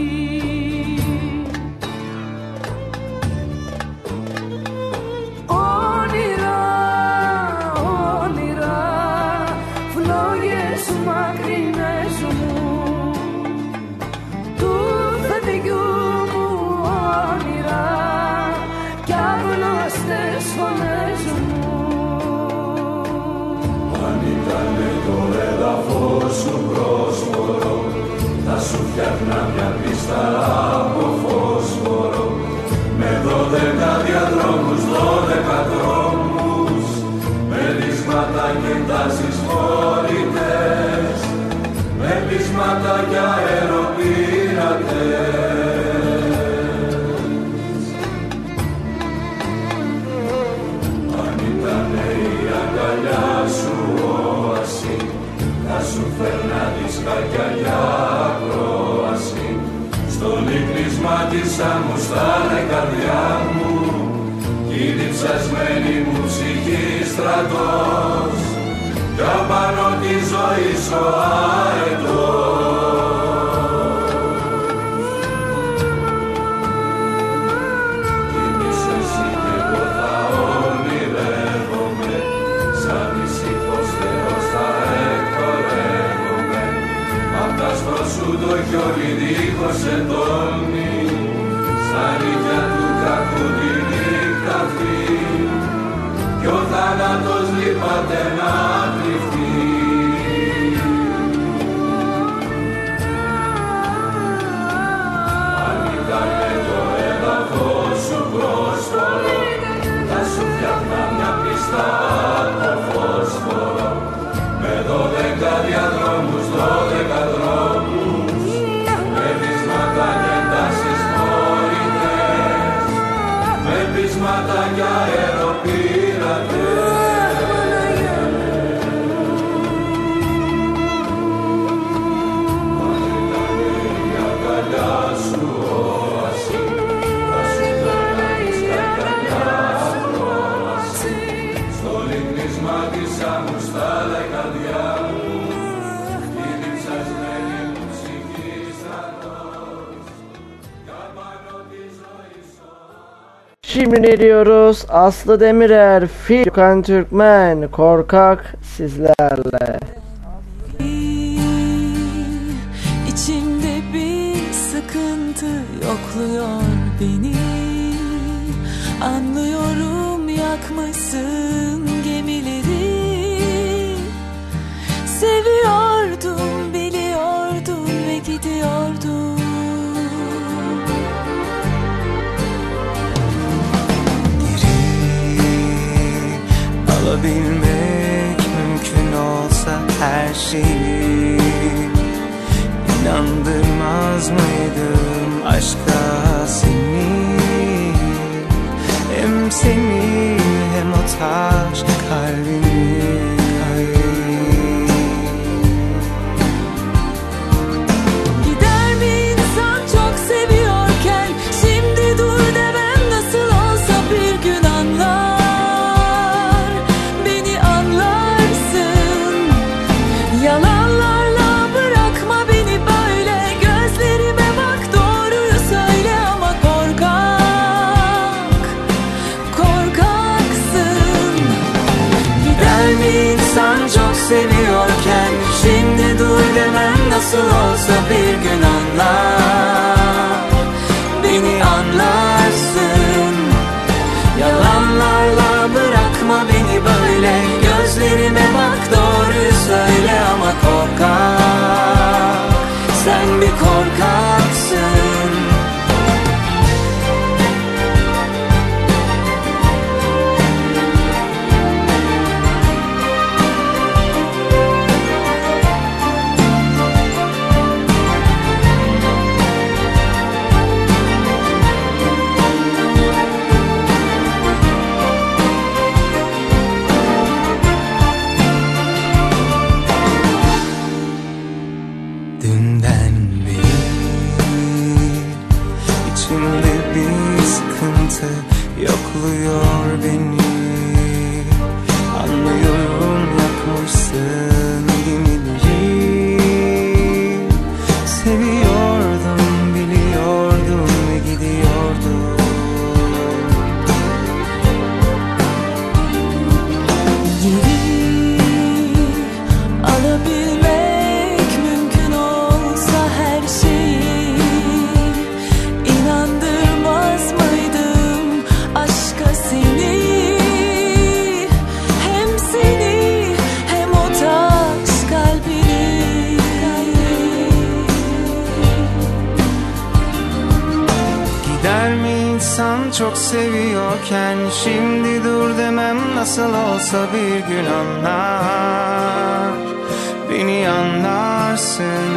Μακρινές μου, του παιδιού μου όνειρα κι αγνώστες φωνές μου. Αν ήτανε το έδαφος σου πρόσφορο, θα σου φτιάχνα μια πίστα από φόσφορο, με δώδεκα διαδρόμους, δώδεκα δρόμους, με ρίσματα και τάσεις φορητές, με πείσματα κι αεροπειρατές. Αν ήτανε η αγκαλιά σου όαση, θα σου φέρνα δισκάκια για ακρόαση. Στο λυκνίσμα της αμουστάλα η καρδιά μου, κι η διψασμένη μου ψυχή στρατός, κι απάνω τη ζωή σου αετός. Κοιμήσου εσύ κι εγώ θα ονειρεύομαι, σαν ησύχος Θεός θα εκπορεύομαι. Απ' τ' άσπρο σου το χιόνι δίχως εντόνι, σαν νύχια του κακού τη νύχτα αυτή, κι ο θάνατος λείπατε να κρυφτεί. Αν ήτανε το έδαφος σου πρόσφορο, θα σου φτιάχνα μια πίστα από φόσφορο, με δώδεκα διαδρόμους, δώδεκα δρόμους, με βίσματα και τάσεις φορητές, με πείσματα κι αεροπειρατές. Şimdi ne diyoruz? Aslı Demirer, Fil, Gökhan Türkmen, Korkak sizlerle. İçimde bir sıkıntı yokluyor beni. Anlıyorum yakmışsın gemileri. Seviyordum, biliyordum ve gidiyordum. Alabilmek mümkün olsa her şeyi, İnandırmaz mıydım aşka seni? Hem seni hem o taş kalbimi, kalbimi. Gider mi insan çok seviyorken? Şimdi dur demem nasıl olsa bir gün anlar. Beni anlarsın. Yalanlarla bırakma beni böyle. Gözlerime bak, doğruyu söyle ama korkak, korkaksın. Gider mi insan çok seviyorken? Şimdi dur demem nasıl olsa bir gün anlar. Beni anlarsın. Yalanlarla bırakma beni böyle. Gözlerime bak, doğruyu söyle ama korkak. Sen bir korkaksın. Dünden beri içimde bir sıkıntı yokluyor beni. Anlıyorum yakmışsın gemileri. Seviyordum, biliyordum ve gidiyordum. Geri alabilmek mümkün olsa her şeyi, İnandırmaz mıydım aşka seni? Hem seni hem o taş kalbini. Gider mi insan çok seviyorken? Şimdi dur demem nasıl olsa bir gün anlar. Beni anlarsın.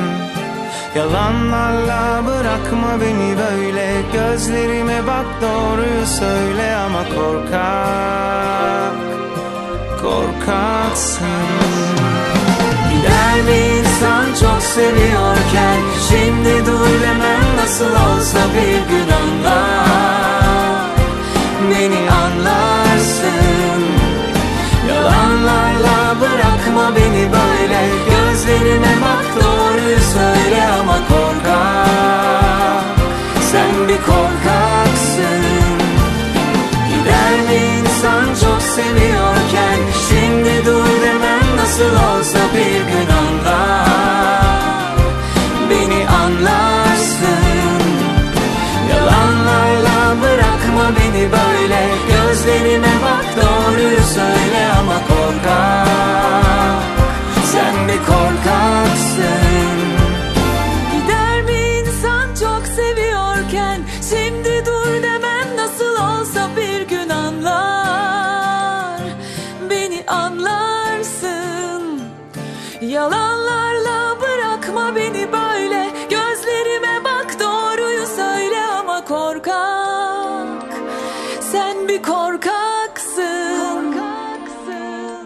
Yalanlarla bırakma beni böyle. Gözlerime bak, doğruyu söyle ama korkak, korkaksın. Gider mi insan çok seviyorken? Şimdi dur demem nasıl olsa bir gün anlar. Beni anlarsın. Yalanlarla bırakma beni böyle. Gözlerime bak, doğruyu söyle ama korkak. Sen bir korkaksın. Gider mi insan çok seviyorken? Şimdi dur demem nasıl olsa bir gün anlar. Beni anlarsın. Yalanlarla bırakma beni böyle. Gözlerime bak, doğruyu söyle ama korkak. Sen bir korkaksın. Gider mi insan çok seviyorken? Şimdi dur demem nasıl olsa bir gün anlar. Beni anlarsın. Yalanlarla bırakma beni böyle. Gözlerime bak, doğruyu söyle ama korkak. Sen bir korkaksın. Korkaksın.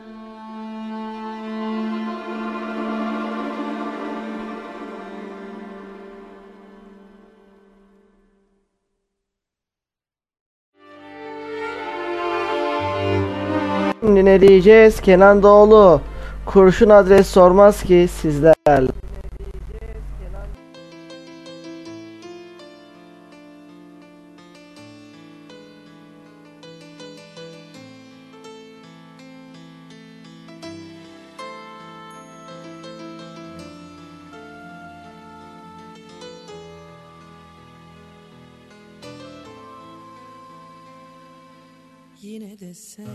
Şimdi ne diyeceğiz? Kenan Doğulu. Kurşun adres sormaz ki sizlerle. Yine de sen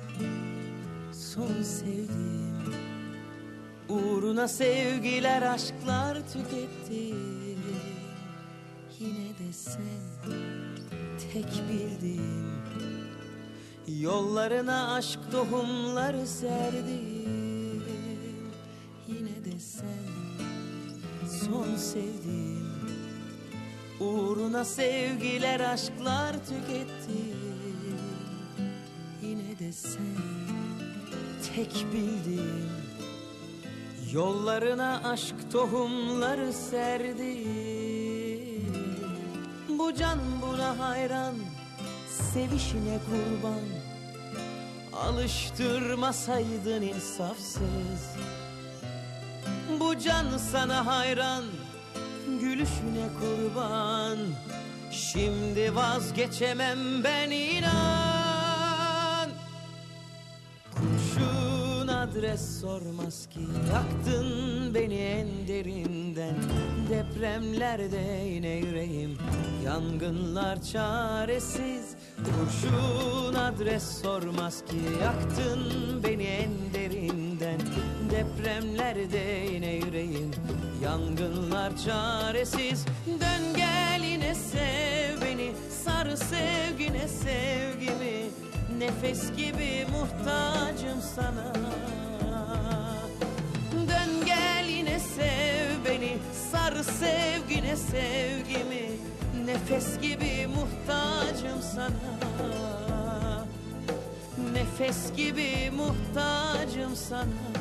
son sevdiğim, uğruna sevgiler aşklar tükettim. Yine de sen tek bildiğim, yollarına aşk tohumları serdim. Yine de sen son sevdiğim, uğruna sevgiler aşklar tükettim. Yine de sen tek bildiğim, yollarına aşk tohumları serdim. Bu can buna hayran, sevişine kurban. Alıştırmasaydın insafsız. Bu can sana hayran, gülüşüne kurban. Şimdi vazgeçemem ben inan. Kurşun adres sormaz ki, yaktın beni en derinden. Depremlerde yine yüreğim, yangınlar çaresiz. Kurşun adres sormaz ki, yaktın beni en derinden. Depremlerde yine yüreğim, yangınlar çaresiz. Dön gel yine sev beni, sar sevgine sevgimi. Nefes gibi muhtacım sana. Dön gel yine sev beni, sar sevgine sevgimi. Nefes gibi muhtacım sana. Nefes gibi muhtacım sana.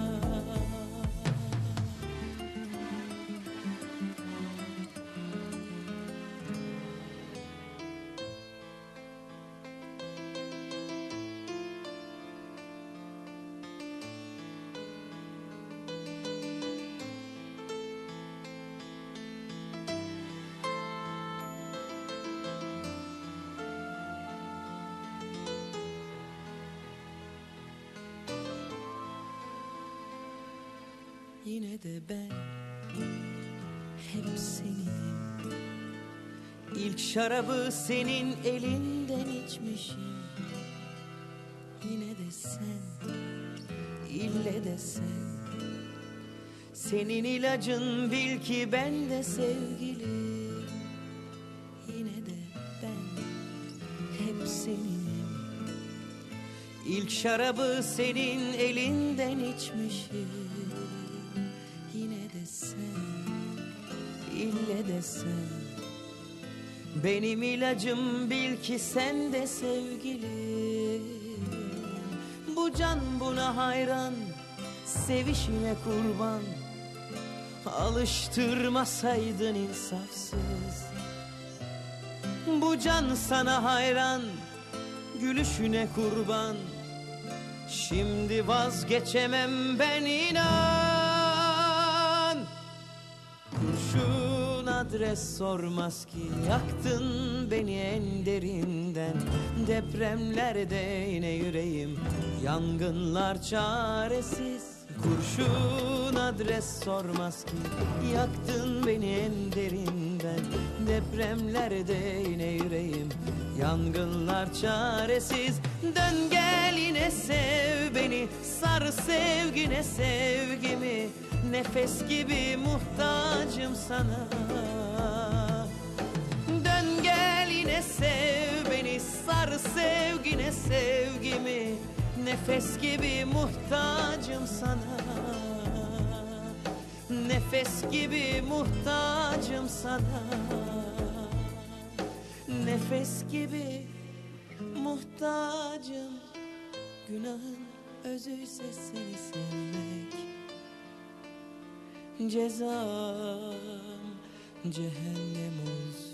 Yine de ben hep seninim. İlk şarabı senin elinden içmişim. Yine de sen, ille de sen. Senin ilacın bil ki ben de sevgilim. Yine de ben hep seninim. İlk şarabı senin elinden içmişim. İlle de sen, benim ilacım bil ki sen de sevgilim. Bu can buna hayran, sevişine kurban. Alıştırmasaydın insafsız. Bu can sana hayran, gülüşüne kurban. Şimdi vazgeçemem ben inan. Kurşun adres sormaz ki, yaktın beni en derinden. Depremlerde yine yüreğim, yangınlar çaresiz. Kurşun adres sormaz ki, yaktın beni en derinden. Depremlerde yine yüreğim, yangınlar çaresiz. Dön gel yine sev beni, sar sevgine sevgimi. Nefes gibi muhtacım sana. Dön gel yine sev beni, sar sevgine sevgimi. Nefes gibi muhtacım sana. Nefes gibi muhtacım sana. Nefes gibi muhtacım. Günahın özüyse seni sevmek, cezam cehennem olsun.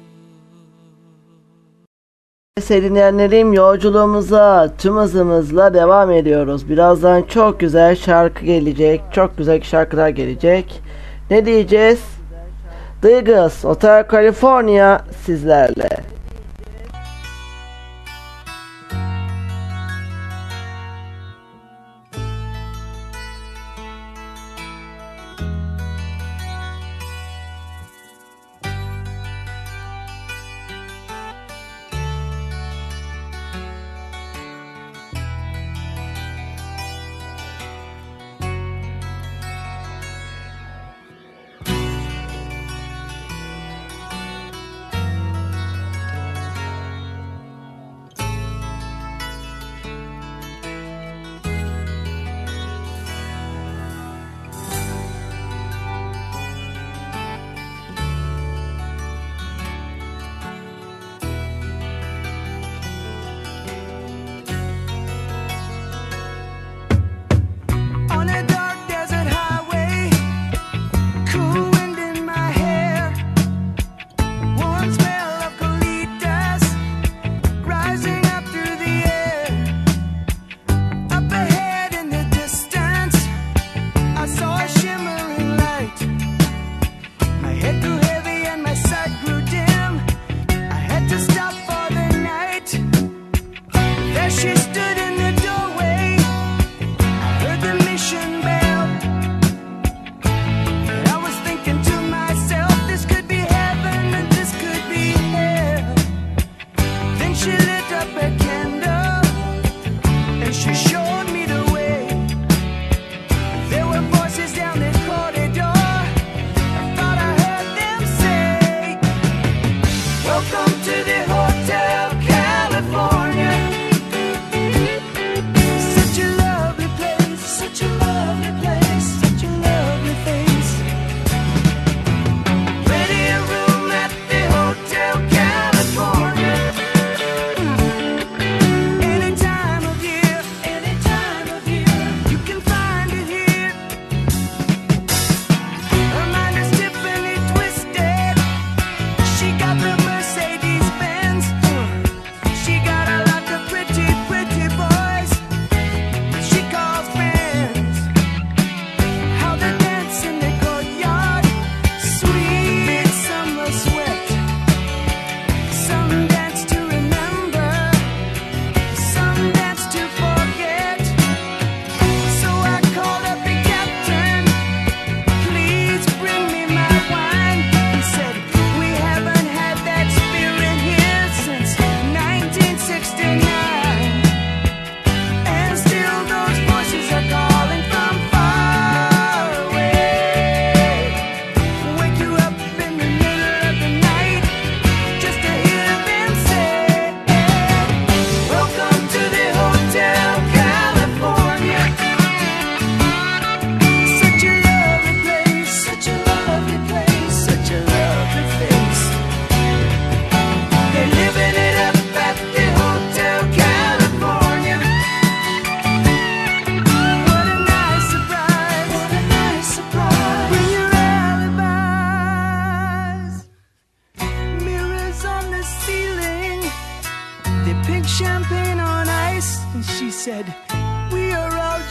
Sevgili dinleyenlerim, yolculuğumuza tüm hızımızla devam ediyoruz. Birazdan çok güzel şarkı gelecek. Çok güzel şarkılar gelecek. Ne diyeceğiz? The Eagles, Hotel California sizlerle.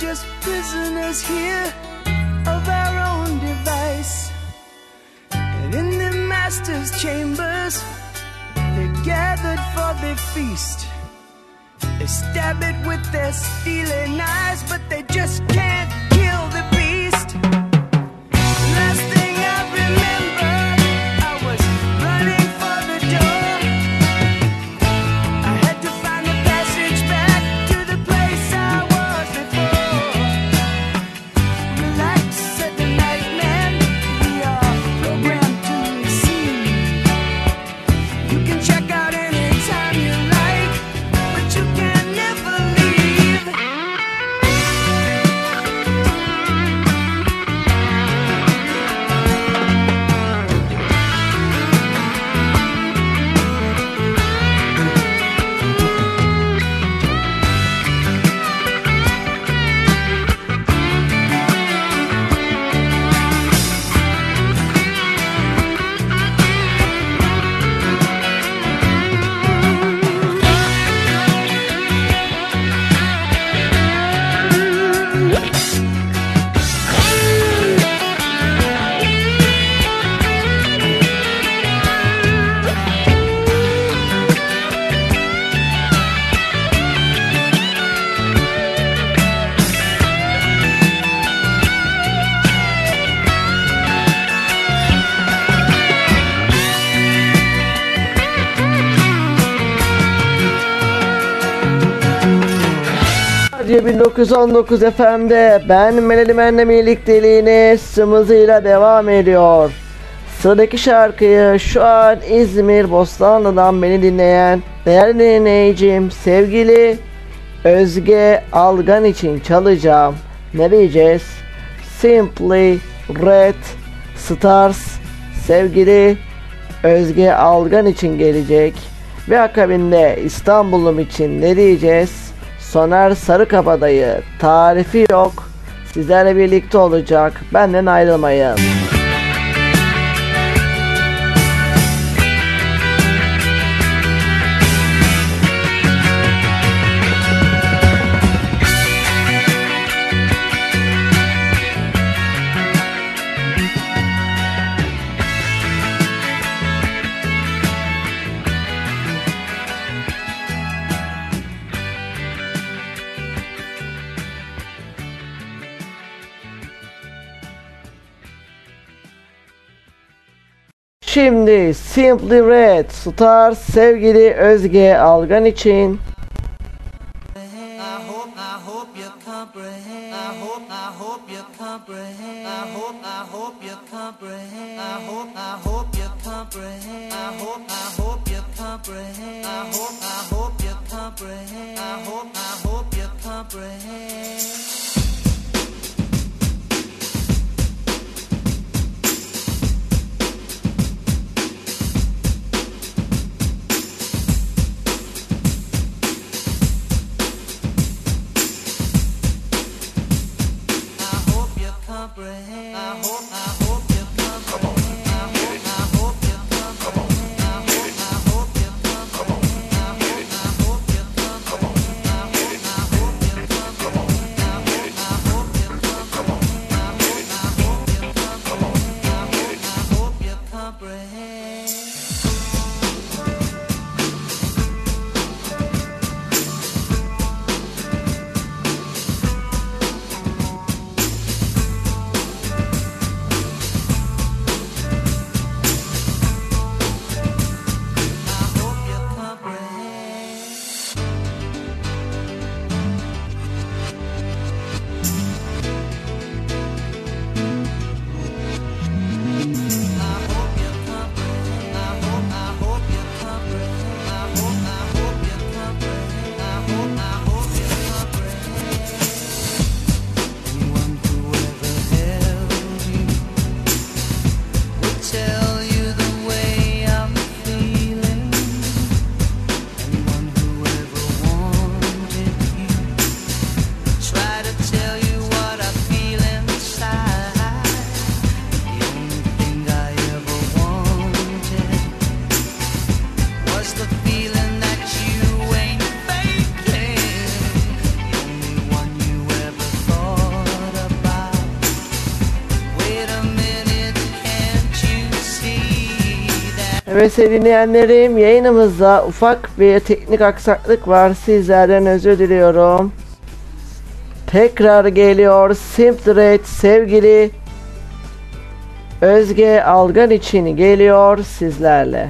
just prisoners here of our own device. And in the master's chambers, they're gathered for their feast. They stab it with their steely knives, but they just can't kill the beast. Last thing I remember, I was running for the door. I had to find the passage back to the place I was before. Relax, said the night man, we are programmed to receive. You can check out anytime you like, but you can never leave. bin dokuz yüz on dokuz F M'de ben Melody Man'le birlikteliğiniz hızıyla devam ediyor. Sıradaki şarkıyı şu an İzmir Bostanlı'dan beni dinleyen değerli dinleyicim sevgili Özge Algan için çalacağım. Ne diyeceğiz? Simply Red Stars sevgili Özge Algan için gelecek. Ve akabinde İstanbul'um için ne diyeceğiz? Soner Sarıkabadayı tarifi yok. Sizlerle birlikte olacak. Benden ayrılmayın. Şimdi Simply Red Stars sevgili Özge Algan için. Evet sevgili dinleyenlerim, yayınımızda ufak bir teknik aksaklık var. Sizlerden özür diliyorum. Tekrar geliyor Simply sevgili Özge Algan için geliyor sizlerle.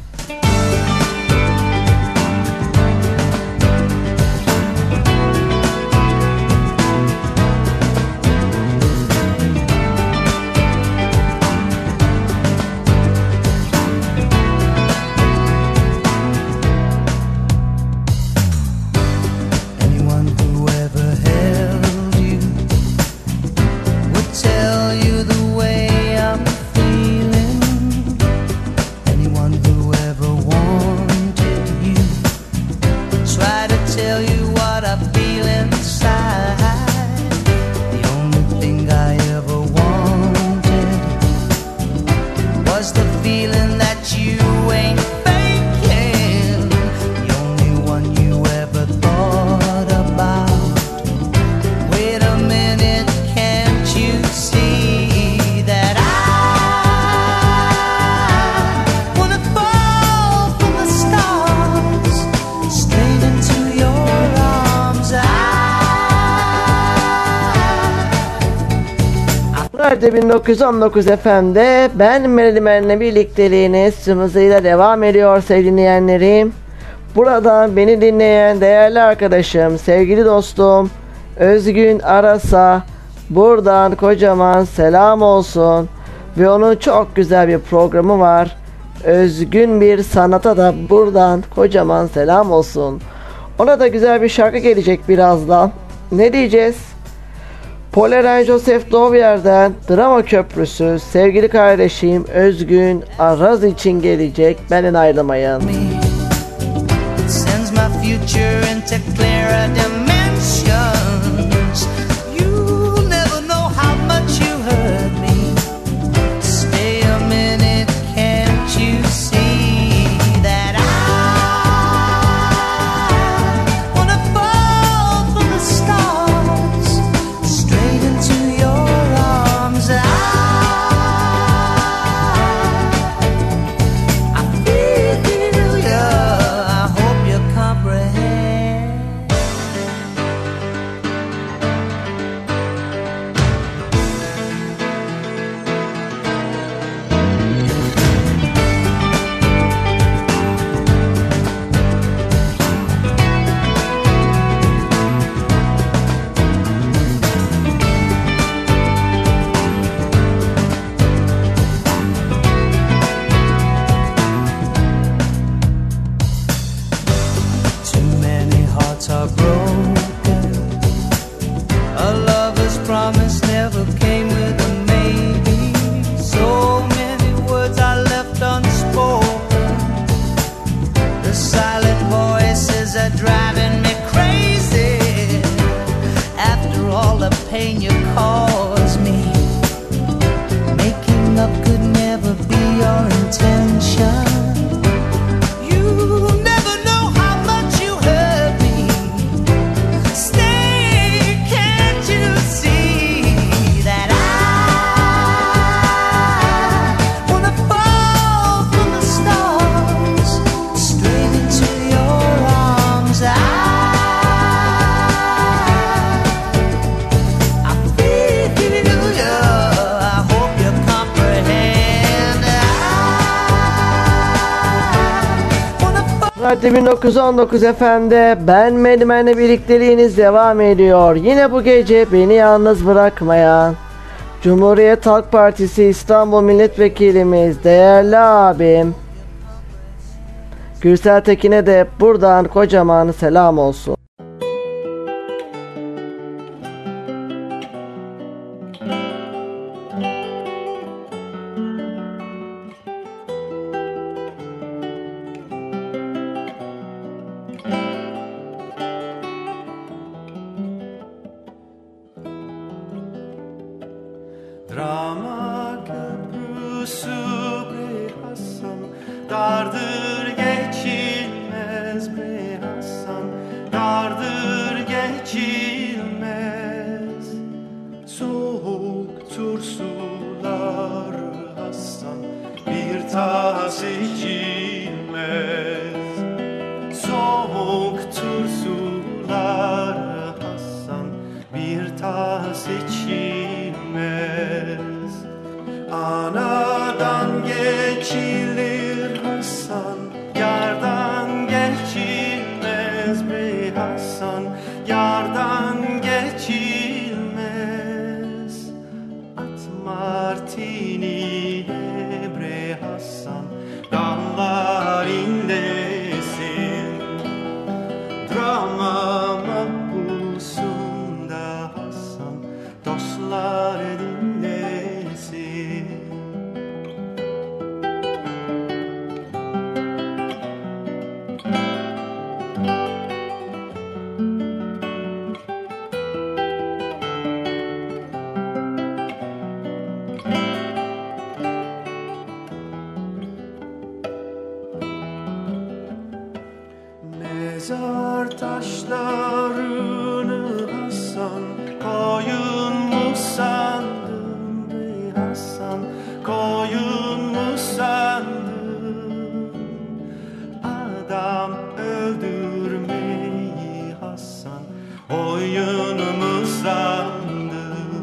bin dokuz yüz on dokuz F M'de ben Melodi'menle birlikteliğiniz tüm hızıyla devam ediyor sevgili dinleyenlerim. Buradan beni dinleyen değerli arkadaşım, sevgili dostum Özgün Aras'a buradan kocaman selam olsun. Ve onun çok güzel bir programı var. Özgün bir sanata da buradan kocaman selam olsun. Ona da güzel bir şarkı gelecek birazdan. Ne diyeceğiz? Poleren Joseph Dovier'den Drama Köprüsü sevgili kardeşim Özgün Araz için gelecek. Benden ayrılmayın. bin dokuz yüz on dokuz F M'de ben Melodi'menle birlikteliğiniz devam ediyor. Yine bu gece beni yalnız bırakmayan Cumhuriyet Halk Partisi İstanbul Milletvekilimiz değerli abim Gürsel Tekin'e de buradan kocaman selam olsun. Drama köprüsü bre Hasan, dardır geçilmez bre Hasan, dardır geçilmez. Soğuktur sular Hasan, bir tazecik seçilmez. Anadan geçilir Hasan, yardan geçilmez bre Hasan, yardan geçilmez. At martini de bre Hasan, dallar inlesin. Drama mahpusunda Hasan, dostlar dinlesin. Mezar taşlarını Hasan, koyun mu sandın bre Hasan, koyun mu sandın? Adam öldürmeyi Hasan, oyun mu sandın?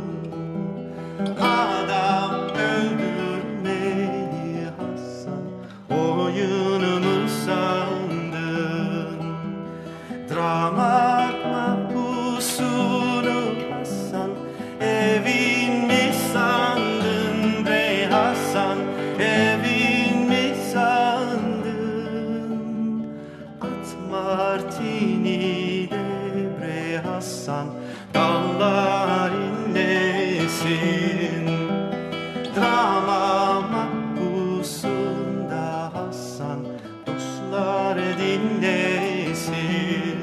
Adam öldürmeyi Hasan, oyun mu sandın? Dramat mahpusunu Hasan, evin mi sandın bre Hasan, evin mi sandın? At martini de bre Hasan, dallar inlesin. Drama mahpusunda Hasan, dostlar dinlesin.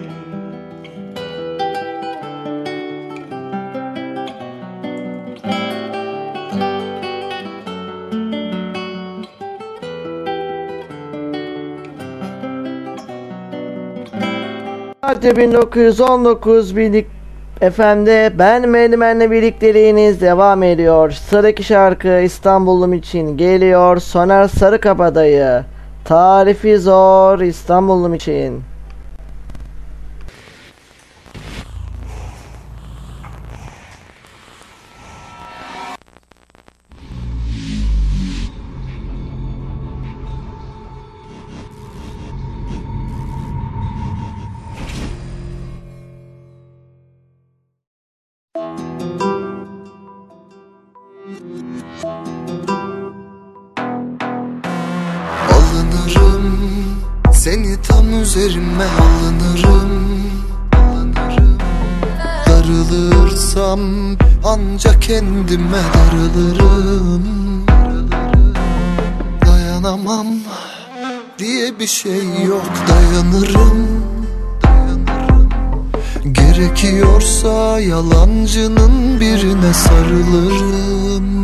Radyo bin dokuz yüz on dokuz birlik efendi, ben Menimen'le birlikteliğiniz devam ediyor. Sıradaki şarkı İstanbul'um için geliyor. Soner Sarıkabadayı, tarifi zor İstanbul'um için. Seni tam üzerime alınırım, darılırsam ancak kendime darılırım. Dayanamam diye bir şey yok, dayanırım. Gerekiyorsa yalancının birine sarılırım.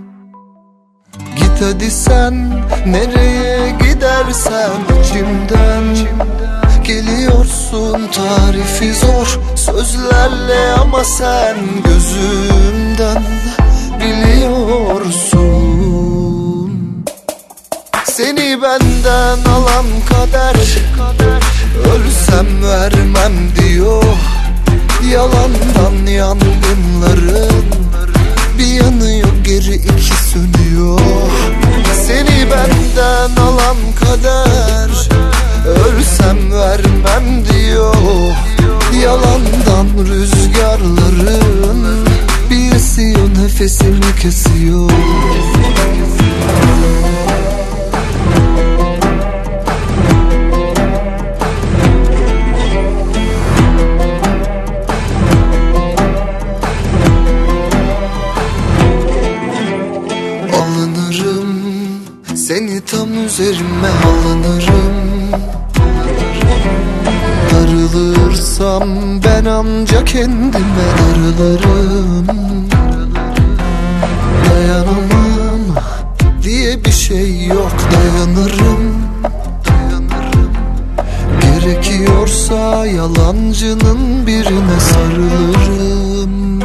Git hadi sen nereye gidersen içimden geliyorsun, tarifi zor sözlerle ama sen gözümden biliyorsun. Seni benden alan kader, ölsem vermem diyor. Yalandan yangınların bir yanıyor, geri iki sönüyor. Seni benden alan kader, ölsem vermem diyor. Yalandan rüzgarların bir esiyor, nefesimi kesiyor. Seni tam üzerime alınırım. Darılırsam ben ancak kendime darılırım. Dayanamam diye bir şey yok, dayanırım. Gerekiyorsa yalancının birine sarılırım.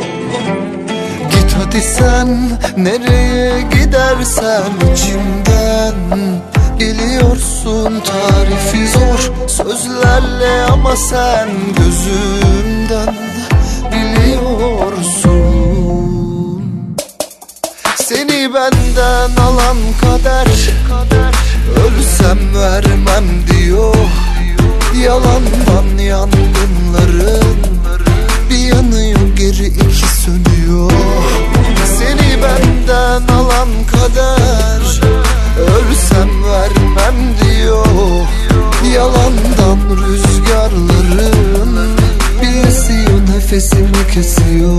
Hadi sen nereye gidersen içimden geliyorsun, tarifi zor sözlerle ama sen gözümden biliyorsun. Seni benden alan kader, ölsem vermem diyor. Yalandan yangınların bir yanıyor, geri iki sönüyor. Seni benden alan kader, ölsem vermem diyor. Yalandan rüzgarların bir esiyor, nefesimi kesiyor.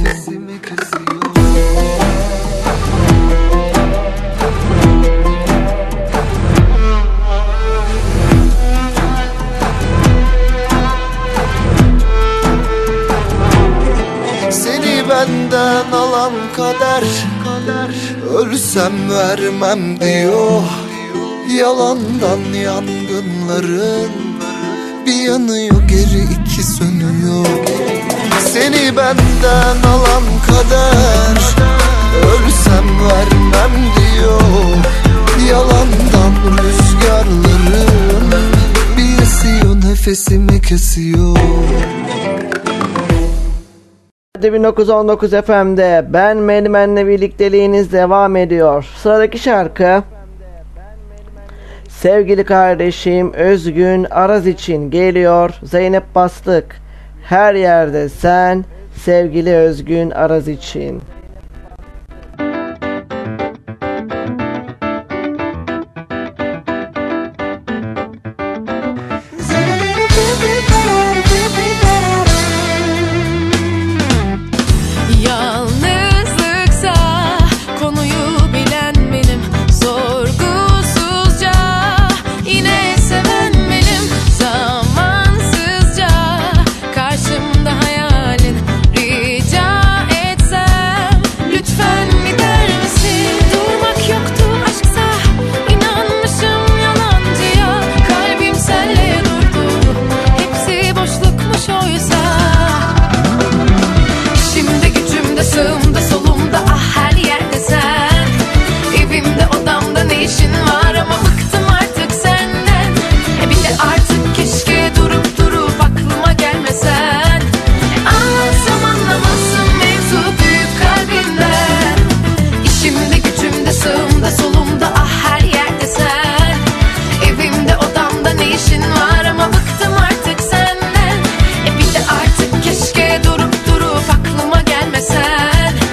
Seni benden alan kader, ölsem vermem diyor. Yalandan yangınların bir yanıyor, geri iki sönüyor. Seni benden alan kader, ölsem vermem diyor. Yalandan rüzgarların bir esiyor, nefesimi kesiyor. bin dokuz yüz on dokuz F M'de Ben Melimen'le birlikteliğiniz devam ediyor. Sıradaki şarkı sevgili kardeşim Özgün Araz için geliyor. Zeynep Bastık, Her Yerde Sen, sevgili Özgün Araz için. Keşke durup durup aklıma gelmesen.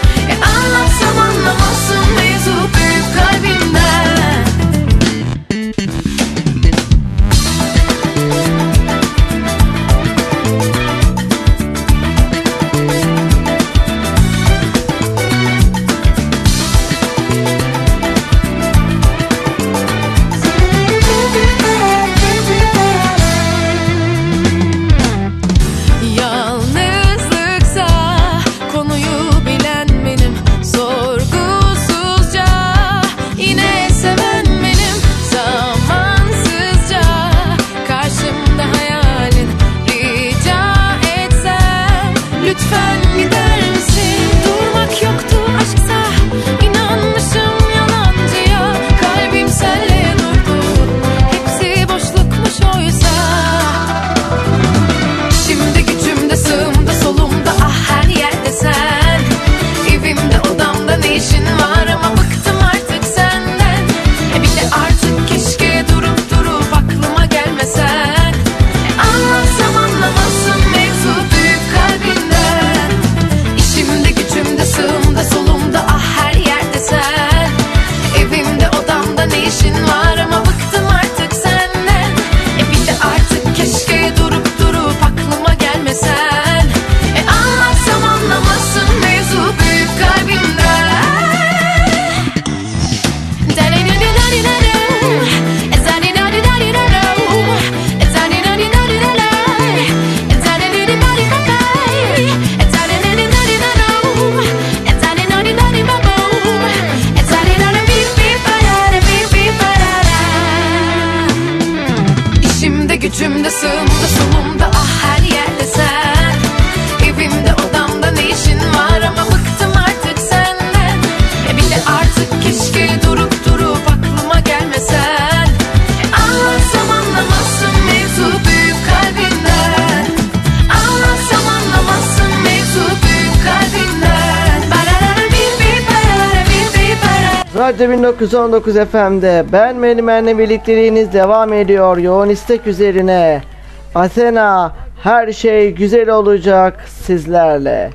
Radyo bin dokuz yüz on dokuz F M'de ben Menimen'le birlikteliğiniz devam ediyor. Yoğun istek üzerine Athena, her şey güzel olacak sizlerle.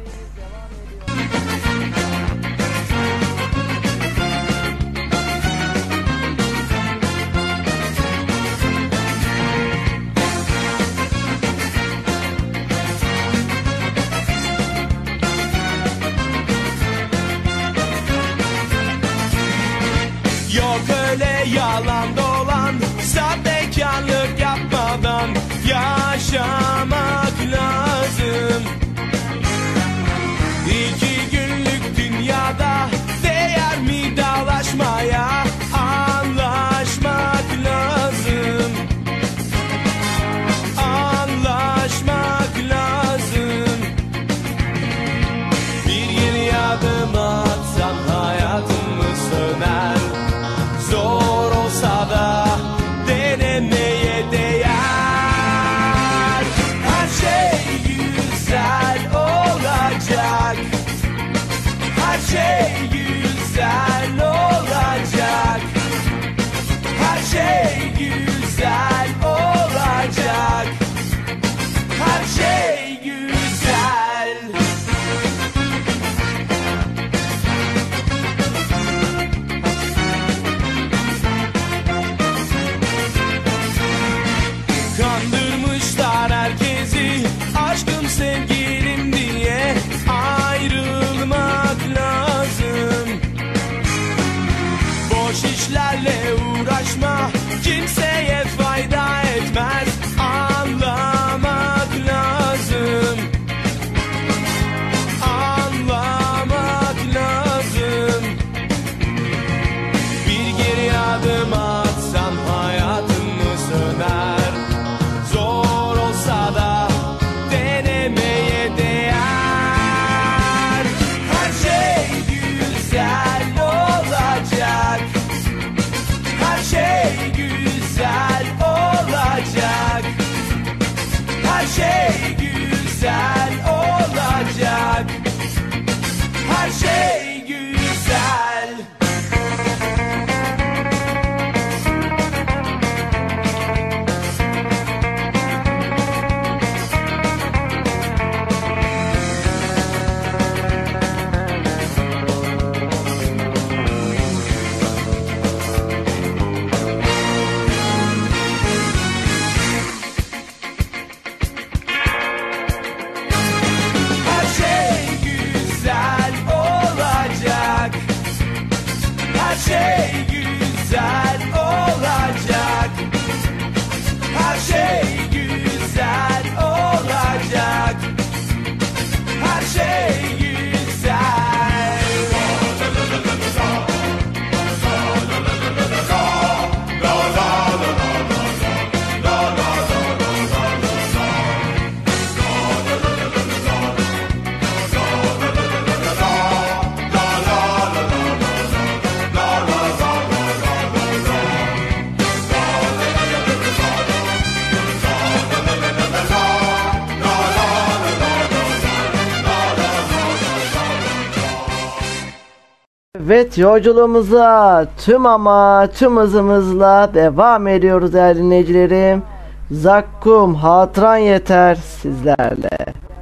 Yok öyle yalan dolan, sahtekarlık yapmadan yaşamak lazım. İki günlük dünyada değer mi dalaşmaya, anlaşmak lazım. Anlaşmak lazım. Bir yeni adım atsan hayatımız söner. Zor olsa da denemeye değer. Her şey güzel olacak. Her şey güzel olacak. Her şey güzel olacak. Her şey güzel. Kandırmışlar herkesi, aşkım sevgilim diye ayrılmak lazım. Boş işlerle uğraşma, kimseye fayda etmez, anlamak lazım. Anlamak lazım. Bir geri adım atsan hayatımız döner. Zor olsa da denemeye değer. Her şey güzel olacak. Her şey güzel olacak. Her şey güzel olacak. Her şey güzel. Her şey güzel olacak. Her şey güzel olacak. Her şey güzel olacak. Her şey güzel. Evet, yolculuğumuza tüm ama tüm hızımızla devam ediyoruz değerli dinleyicilerim. Zakkum, hatıran yeter sizlerle.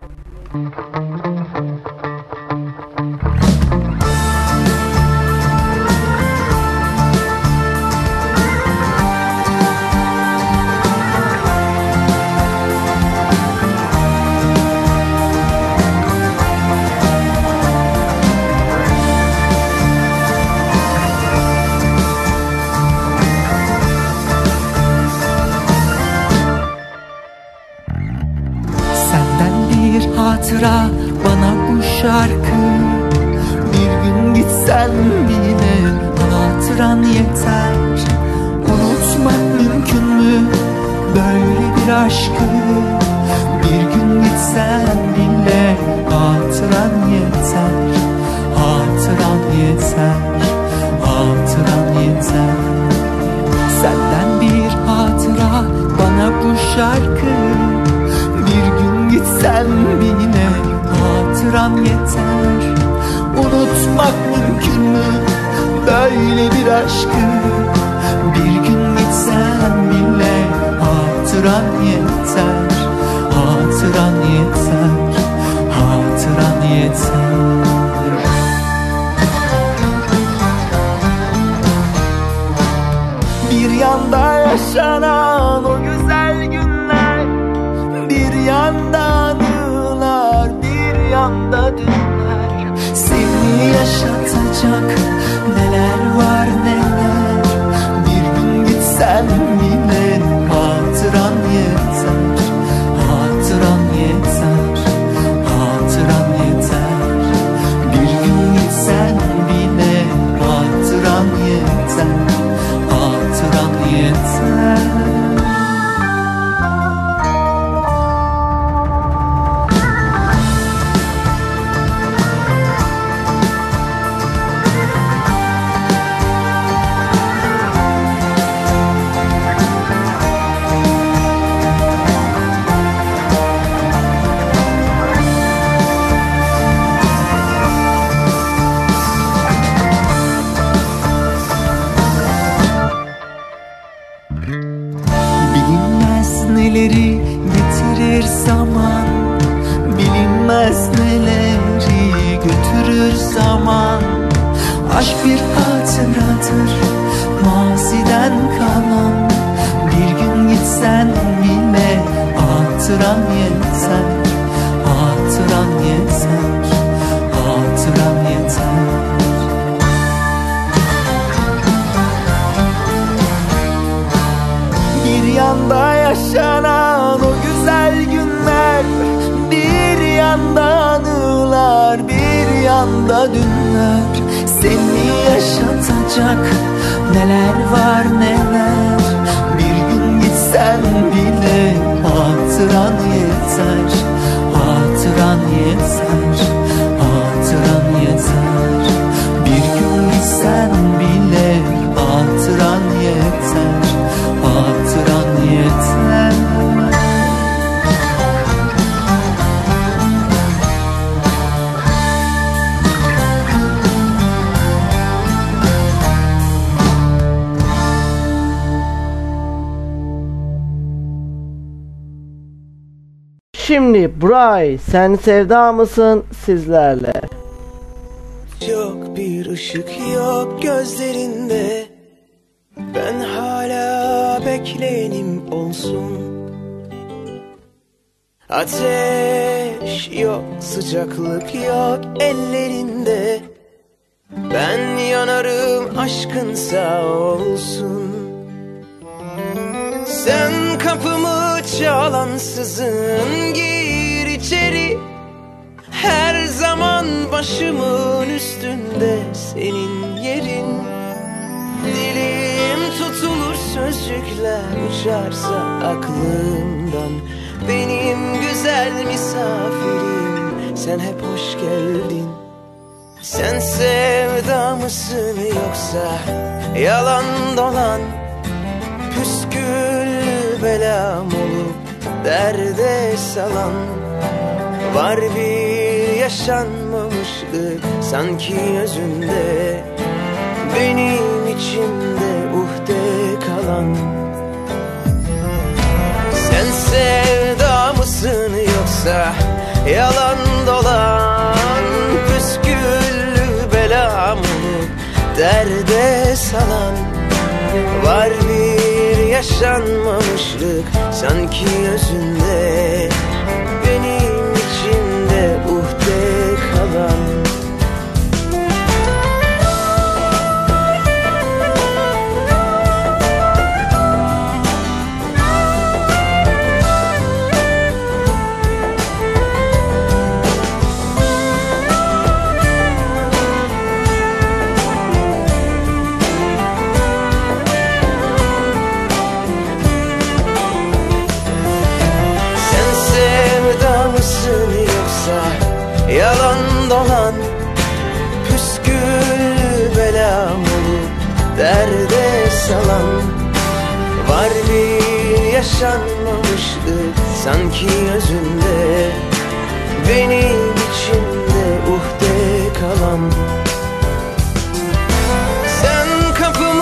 Hatıra bana bu şarkı. Bir gün gitsen bile hatıran yeter. Unutmak mümkün mü böyle bir aşkı? Bir gün gitsen bile hatıran yeter. Hatıran yeter. Hatıran yeter. Senden bir hatıra bana bu şarkı. Bir gün gitsen bile hatıran yeter. Unutmak mümkün mü böyle aşkı. Bir gün gitsen bile hatıran yeter, hatıran yeter, hatıran yeter. Bir yanda yaşanan o güzel günler, bir yanda anılar, bir yanda dünler. Seni yaşatacak neler var neler. Bir gün gitsen bile hatıran yeter, hatıran yeter, hatıran yeter. Bir gün gitsen bile hatıran yeter, hatıran yeter. Neleri getirir zaman, bilinmez neleri götürür zaman. Aşk bir hatıradır maziden kalan. Bir gün gitsen bile hatıran yeter, hatıran yeter, hatıran yeter. Bir yanda yaşanan o güzel günler, bir yanda anılar, bir yanda dünler. Seni yaşatacak neler var neler. Bir gün gitsen bile hatıran yeter, hatıran yeter, hatıran yeter. Bir gün gitsen bile hatıran yeter, hatıran yeter. Şimdi Bray, sen sevda mısın sizlerle? Yok bir ışık yok gözlerinde, ben hala bekleyenim olsun. Ateş yok, sıcaklık yok ellerinde, ben yanarım aşkın sağ olsun. Sen kapımı çalansızın gir içeri, her zaman başımın üstünde senin yerin. Dilim tutulur sözcükler uçarsa aklımdan, benim güzel misafirim sen hep hoş geldin. Sen sevda mısın yoksa yalan dolan, püsküllü belam olup derde salan. Var bir yaşanmamışlık sanki özünde, benim içimde uhde kalan. Sen sevda mısın yoksa yalan dolan, püsküllü belam olup derde salan. Var bir yaşanmamışlık sanki özünde, benim içimde uhde kalan. Yalan dolan, püsküllü belam olup derde salan. Var bir yaşanmamışlık sanki özünde, benim içimde uhde kalan. Sen kapımı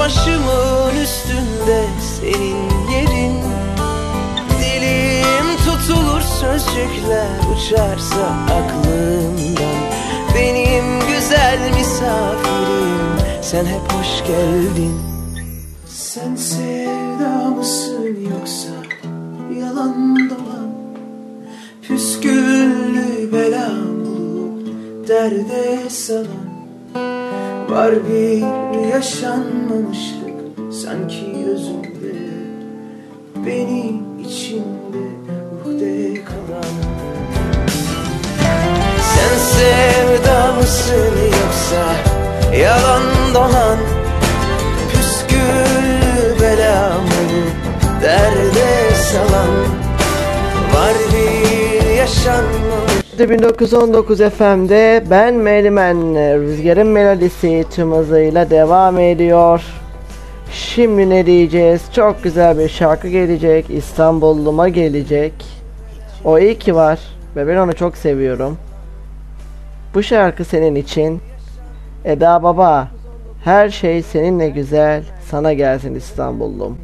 başımın üstünde senin yerin. Dilim tutulur sözcükler uçarsa aklımdan. Benim güzel misafirim, sen hep hoş geldin. Sen sevda mısın yoksa yalan dolan, püsküllü belam bulup derde salan. Var bir yaşanmamışlık sanki özünde, beni içinde uhde kalan. Sen sevda mısın yoksa yalan dolan, püskül belam olup derde salan. Var bir yaşanmamış. bin dokuz yüz on dokuz F M'de ben Melimen, Rüzgar'ın melodisi tüm hızıyla devam ediyor. Şimdi ne diyeceğiz? Çok güzel bir şarkı gelecek. İstanbulluma gelecek. O iyi ki var ve ben onu çok seviyorum. Bu şarkı senin için. Eda Baba, her şey seninle güzel, sana gelsin İstanbullum.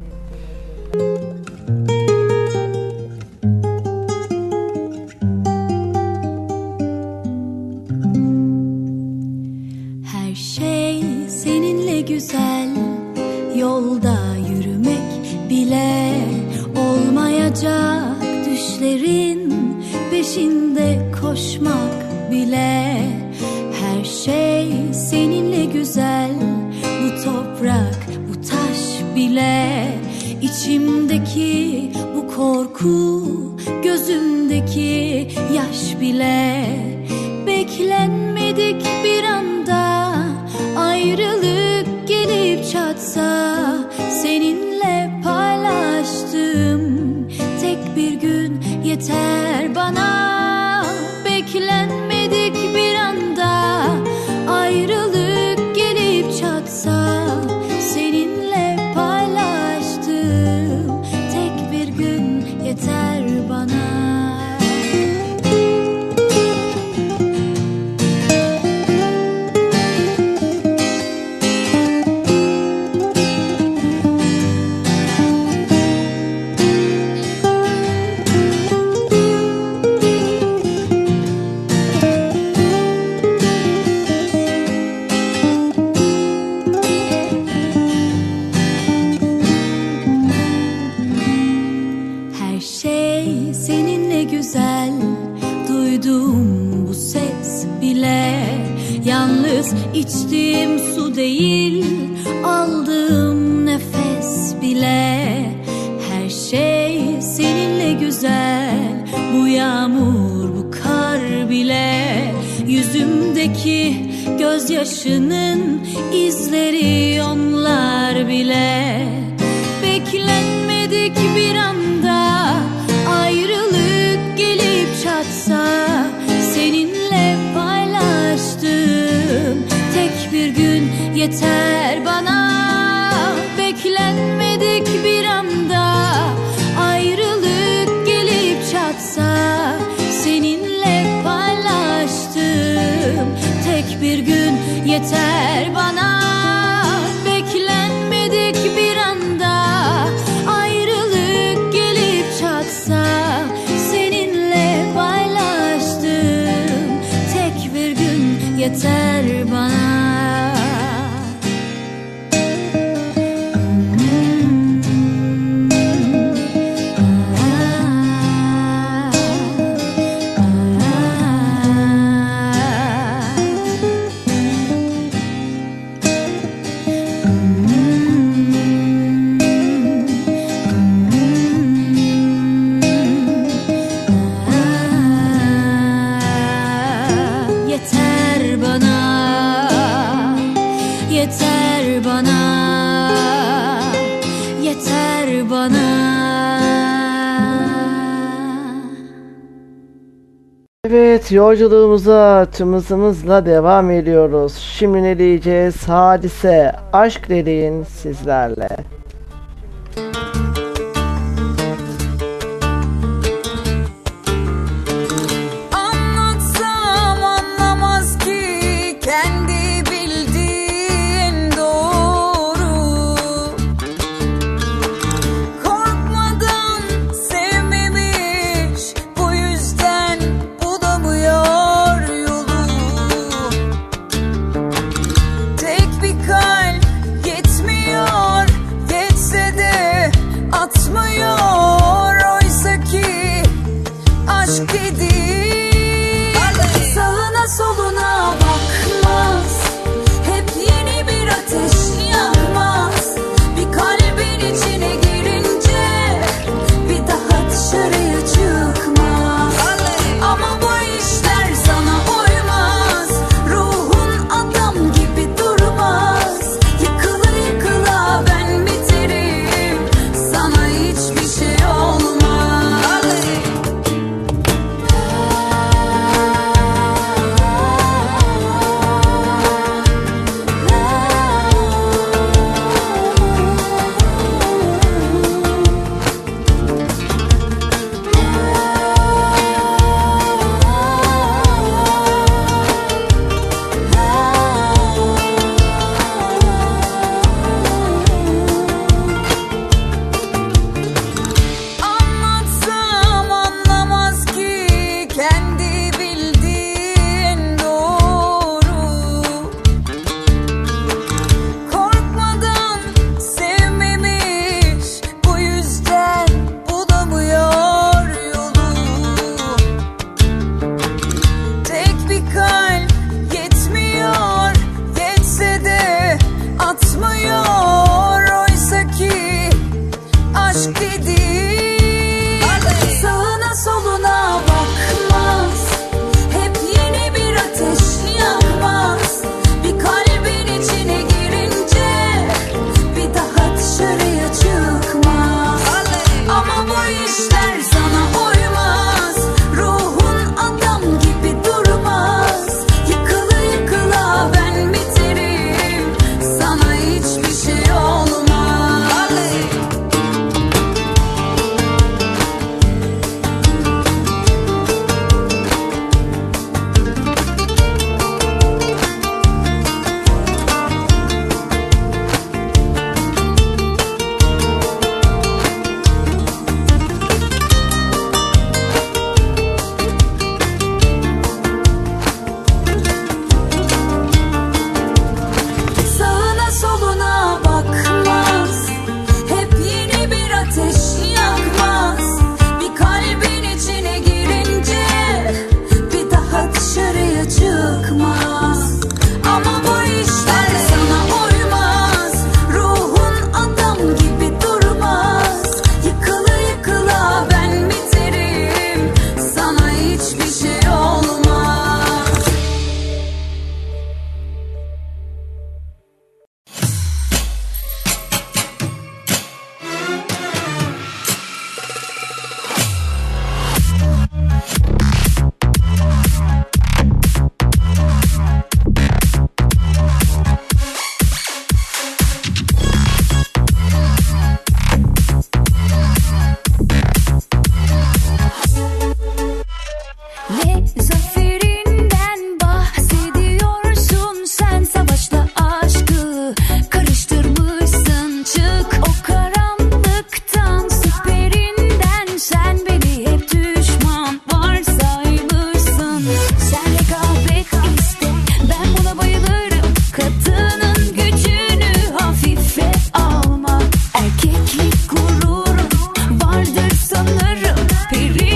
Her şey seninle güzel, yolda yürümek bile olmayacak, düşlerin peşinde koşmak bile. Her şey seninle güzel, bu toprak, bu taş bile. İçimdeki bu korku, gözümdeki yaş bile. Beklenmedik bir anda ayrılık gelip çatsa, seninle paylaştığım tek bir gün yeter bana. Beklenmedik bir anda ayrılık gelip çatsa, seninle paylaştığım tek bir gün yeter bana. İçtiğim su değil, aldığım nefes bile. Her şey seninle güzel, bu yağmur, bu kar bile. Yüzümdeki gözyaşının izleri onlar bile. Beklenmedik bir anda ayrılık gelip çatsa, seninle paylaştığım tek bir gün yeter bana. Beklenmedik bir anda ayrılık gelip çatsa, seninle paylaştığım tek bir gün yeter bana. Beklenmedik bir anda ayrılık gelip çatsa, seninle paylaştığım tek bir gün yeter bana. Evet, yolculuğumuza tüm hızımızla devam ediyoruz. Şimdi ne diyeceğiz? Hadise, aşk dediğin sizlerle. Anlatsam anlamaz ki kendi bildiğin doğru.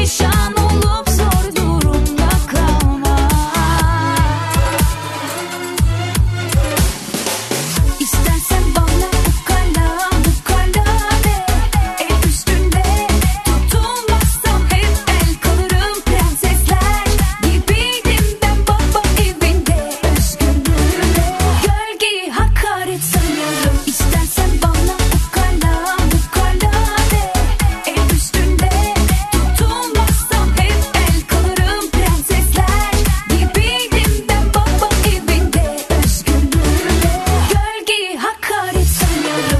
perişan olup zor durumda kalma. İstersen bana ukala ukala de, el üstünde tutulmazsam hep el kalırım. Prensesler gibiydim ben baba evinde, özgürlüğüne gölgeyi hakaret sanıyorum. İstersen bana ukala ukala de, el üstünde tutulmazsam hep el kalırım. Prensesler gibiydim ben baba evinde, özgürlüğüne gölgeyi hakaret sanıyorum.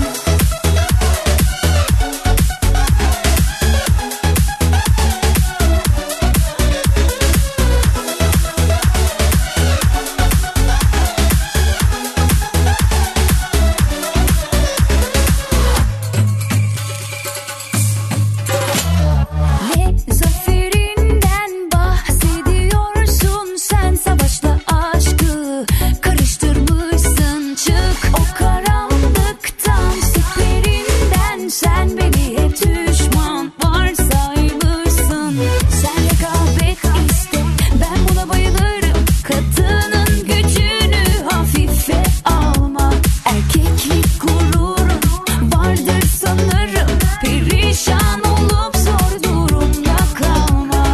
Ne zaferinden bahsediyorsun sen, savaşla aşkı karıştırmışsın. Çık o karanlıktan, siperinden sen beni hep düşman varsaymışsın. Sen rekabet iste, ben buna bayılırım. Kadının gücünü hafife alma, erkeklik gururun vardır sanırım. Perişan olup zor durumda kalma.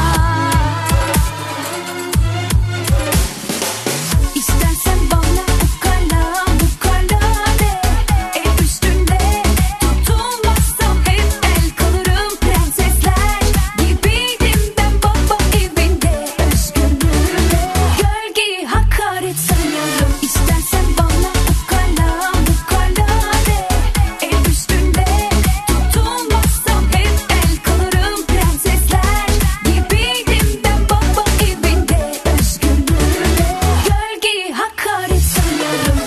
İstersen bana ukala ukala de, el üstünde tutulmazsam hep el kalırım. Prensesler gibiydim ben baba evinde, özgürlüğüne gölgeyi hakaret sanıyorum. İstersen bana ukala ukala de, el üstünde tutulmazsam hep el kalırım. Prensesler gibiydim ben baba evinde, özgürlüğüne gölgeyi hakaret sanıyorum.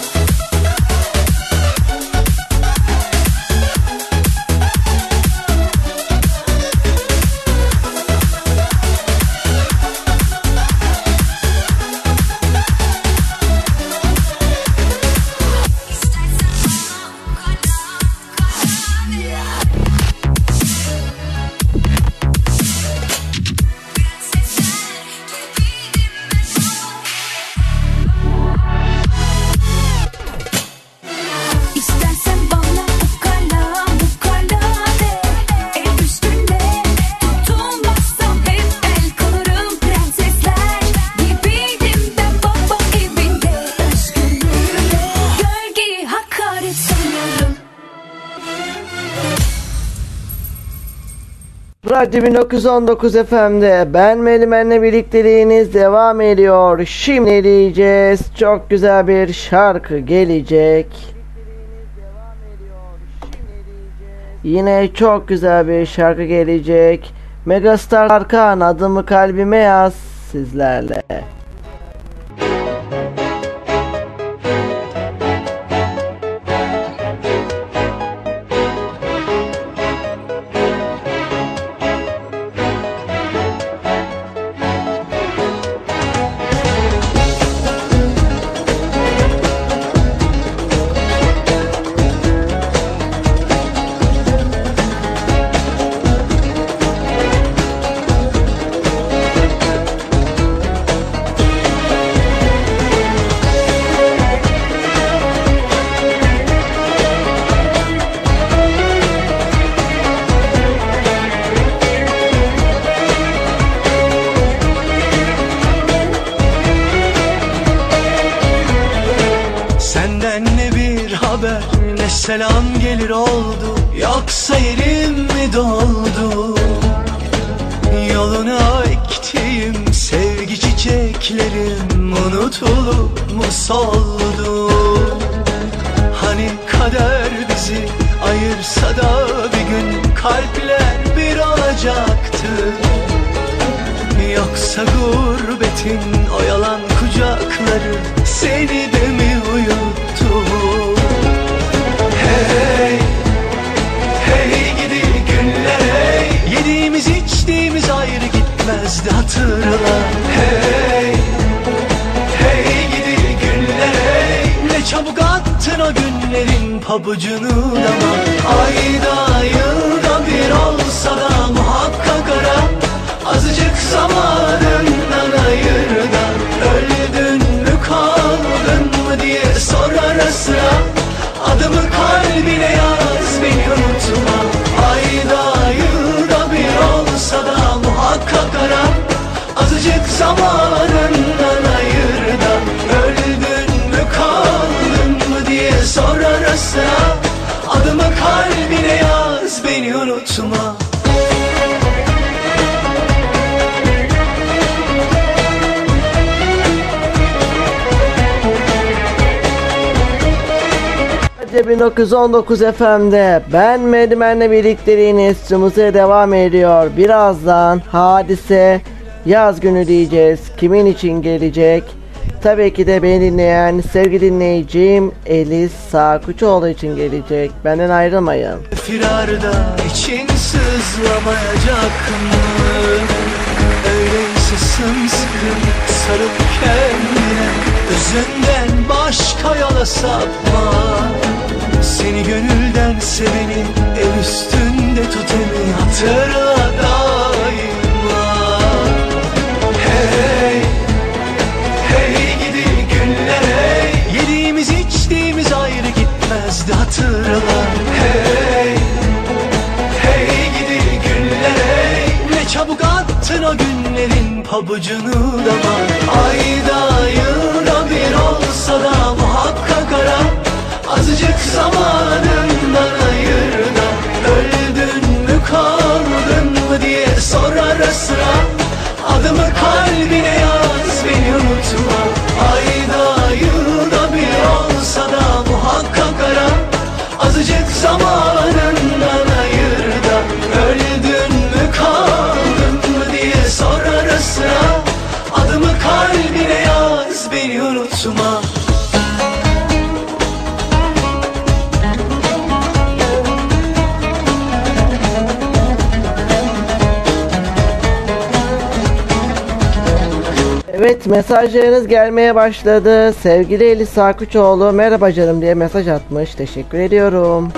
İstersen bana ukala ukala de, el üstünde tutulmazsam hep el kalırım. Prensesler gibiydim ben baba evinde, özgürlüğüne gölgeyi hakaret sanıyorum. Radyo bin dokuz yüz on dokuz F M'de ben Melimen'le birlikteliğiniz devam ediyor. Şimdi ne diyeceğiz? Çok güzel bir şarkı gelecek. Yine çok güzel bir şarkı gelecek. Megastar Tarkan, adımı kalbime yaz sizlerle. Selam gelir oldu, yoksa yerim mi doldu? Yoluna ektiğim sevgi çiçeklerim unutulup mu soldu? Hani kader bizi ayırsa da bir gün kalpler bir olacaktı. Yoksa gurbetin o yalan kucakları seni de mi uyuttu? Hey, hey gidi günler hey, yediğimiz içtiğimiz ayrı gitmezdi hatırla. Hey, hey gidi günler hey, ne çabuk attın o günlerin pabucunu dama. Ayda yılda bir olsa da muhakkak ara, Radyo bin dokuz yüz on dokuz F M'de ben Medimen'le birlikteliğiniz tümüze devam ediyor. Birazdan Hadise Yaz Günü diyeceğiz. Kimin için gelecek? Tabii ki de beni dinleyen sevgili dinleyicim Elis Sakuçoğlu için gelecek. Benden ayrılmayın. Firarda için sızlamayacak mı? Öyleyse sımsıkı sarıp kendine, özünden başka yola sapma. Seni gönülden sevenin el üstünde tut emin, hatırla daima. Hey, hey gidi günler hey, yediğimiz içtiğimiz ayrı gitmezdi hatırla. Hey, hey gidi günler hey, ne çabuk attın o günlerin pabucunu dama. Ayda yılda bir olsa da muhakkak ara, azıcık zamanından ayır da. Öldün mü kaldın mı diye sor ara sıra, adımı kalbine yaz beni unutma. Ayda yılda bir olsa da muhakkak ara, azıcık zamanından ayır da. Öldün mü kaldın mı diye sor ara sıra, adımı kalbine yaz beni unutma. Evet, mesajlarınız gelmeye başladı. Sevgili Elis Sakuçoğlu merhaba canım diye mesaj atmış. Teşekkür ediyorum.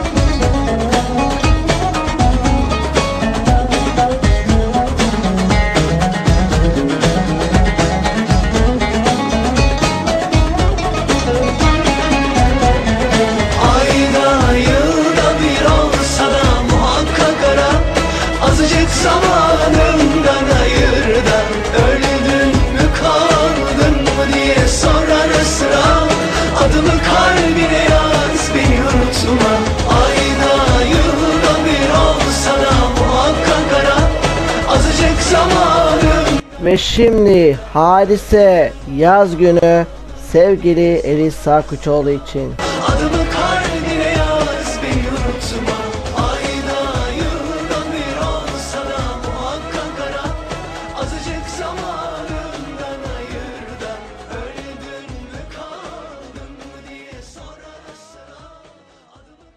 Ayda yılda bir olsa da muhakkak ara, azıcık zamanından ayır da. Öldün mü kaldın mı diye sor ara sıra, adımı kalbine yaz beni unutma. Ayda yılda bir olsa da muhakkak ara, azıcık zamanım. Ve şimdi Hadise Yaz Günü sevgili Elis Sakuçoğlu için. Adımı kalbine yaz beni unutma. Ayda yılda bir olsa da muhakkak ara, azıcık zamanından ayır da. Öldün mü kaldın mı diye sor ara sıra, adımı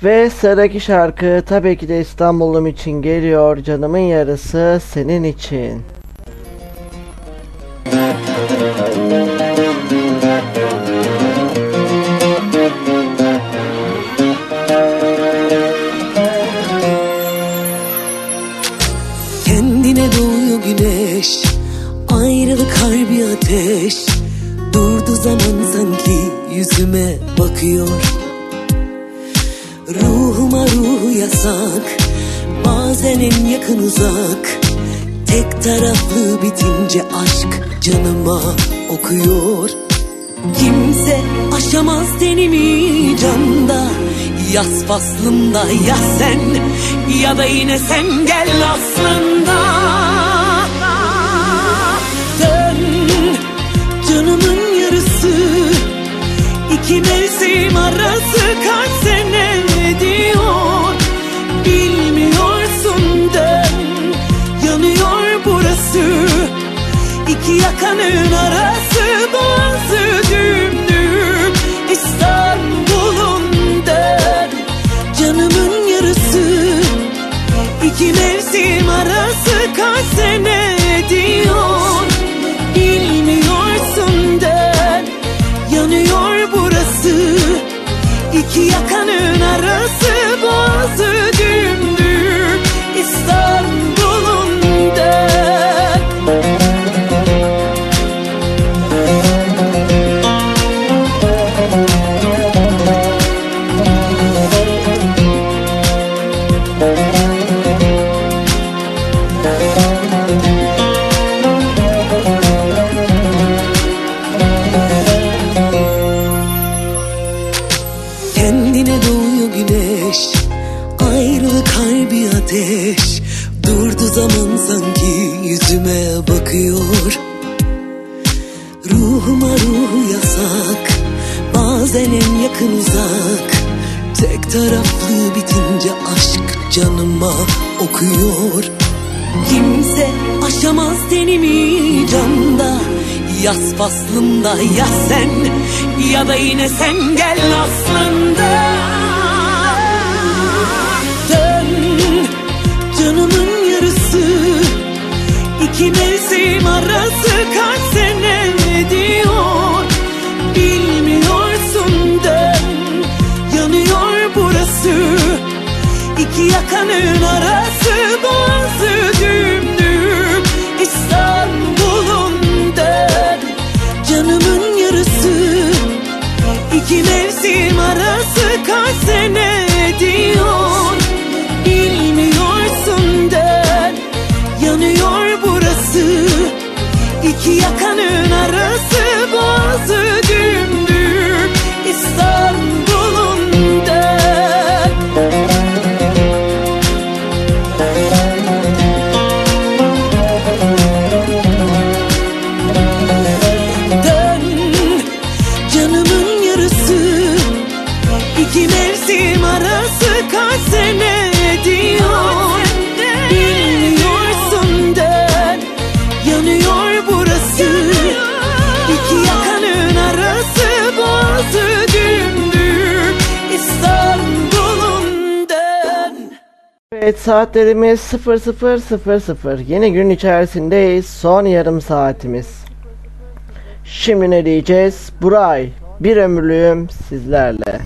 Ve sıradaki şarkı tabii ki de İstanbul'um için geliyor. Canımın yarısı senin için. Kendine doğuyor güneş, ayrılık harbi ateş. Durdu zaman sanki yüzüme bakıyor. Ruhuma ruhu yasak, bazen en yakın uzak. Tek taraflı bitince aşk canıma okuyor. Kimse aşamaz tenimi canda, yaz faslında ya sen ya da yine sen gel aslında. Dön canımın yarısı, iki mevsim arası kaç sene diyor. Bilmiyorsun dön, yanıyor burası. İki yakanın arası boğazı dümdüm. İstanbul'un dön, canımın yarısı. İki mevsim arası kaç sene diyor. Bilmiyorsun dön, yanıyor burası. İki yakanın arası boğazı dümdüm. İstanbul'un dön. Ateş, durdu zaman sanki yüzüme bakıyor. Ruhuma ruhu yasak, bazen en yakın uzak. Tek taraflı bitince aşk canıma okuyor. Kimse aşamaz tenimi canda, yaz faslında ya sen ya da yine sen gel aslında. Canımın yarısı, iki mevsim arası kaç sene diyor. Bilmiyorsun dön, yanıyor burası. İki yakanın arası boğazı dümdüm. İstanbul'un dön, canımın yarısı. İki mevsim arası kaç sene diyor. Bilmiyorsun dön, yanıyor burası. İki yakanın arası boğazı dümdüm. İstanbul'un dön. Dön, canımın yarısı. İki mevsim arası kaç sene diyor. Bilmiyorsun dön, yanıyor burası. İki yakanın arası boğazı dümdüm. İstanbul'un dön. Evet, saatlerimiz sıfır sıfır sıfır sıfır. Yeni gün içerisindeyiz. Son yarım saatimiz. Şimdi ne diyeceğiz? Buray, bir ömürlüğüm sizlerle.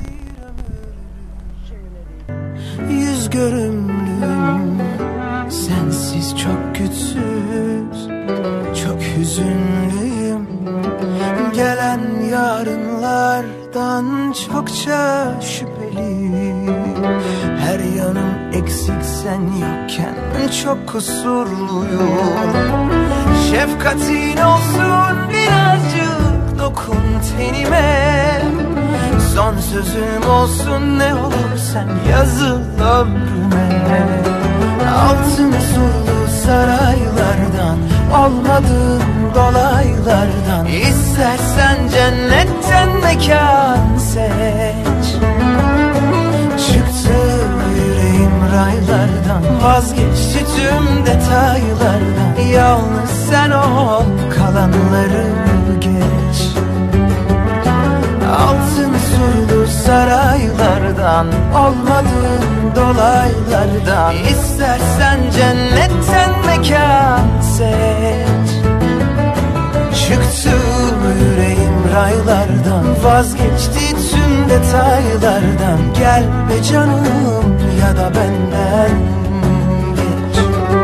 Yüz görümlüm, sensiz çok güçsüz, çok hüzünlüyüm. Gelen yarınlardan çokça şüpheli. Her yanım eksik sen yokken çok kusurluyum. Şefkatin olsun birazcık, dokun tenime. Son sözüm olsun ne olur sen yazıl ömrüme. Altın surlu saraylardan, olmadığım dolaylardan. İstersen cennetten mekan seç. Çıktı yüreğim raylardan, vazgeçti tüm detaylardan. Yalnız sen ol, kalanları geç. Altın surlu saraylardan, olmadığın dolaylardan. İstersen cennetten mekan seç. Çıktı yüreğim raylardan, vazgeçti tüm detaylardan. Gel be canım ya da benden geç.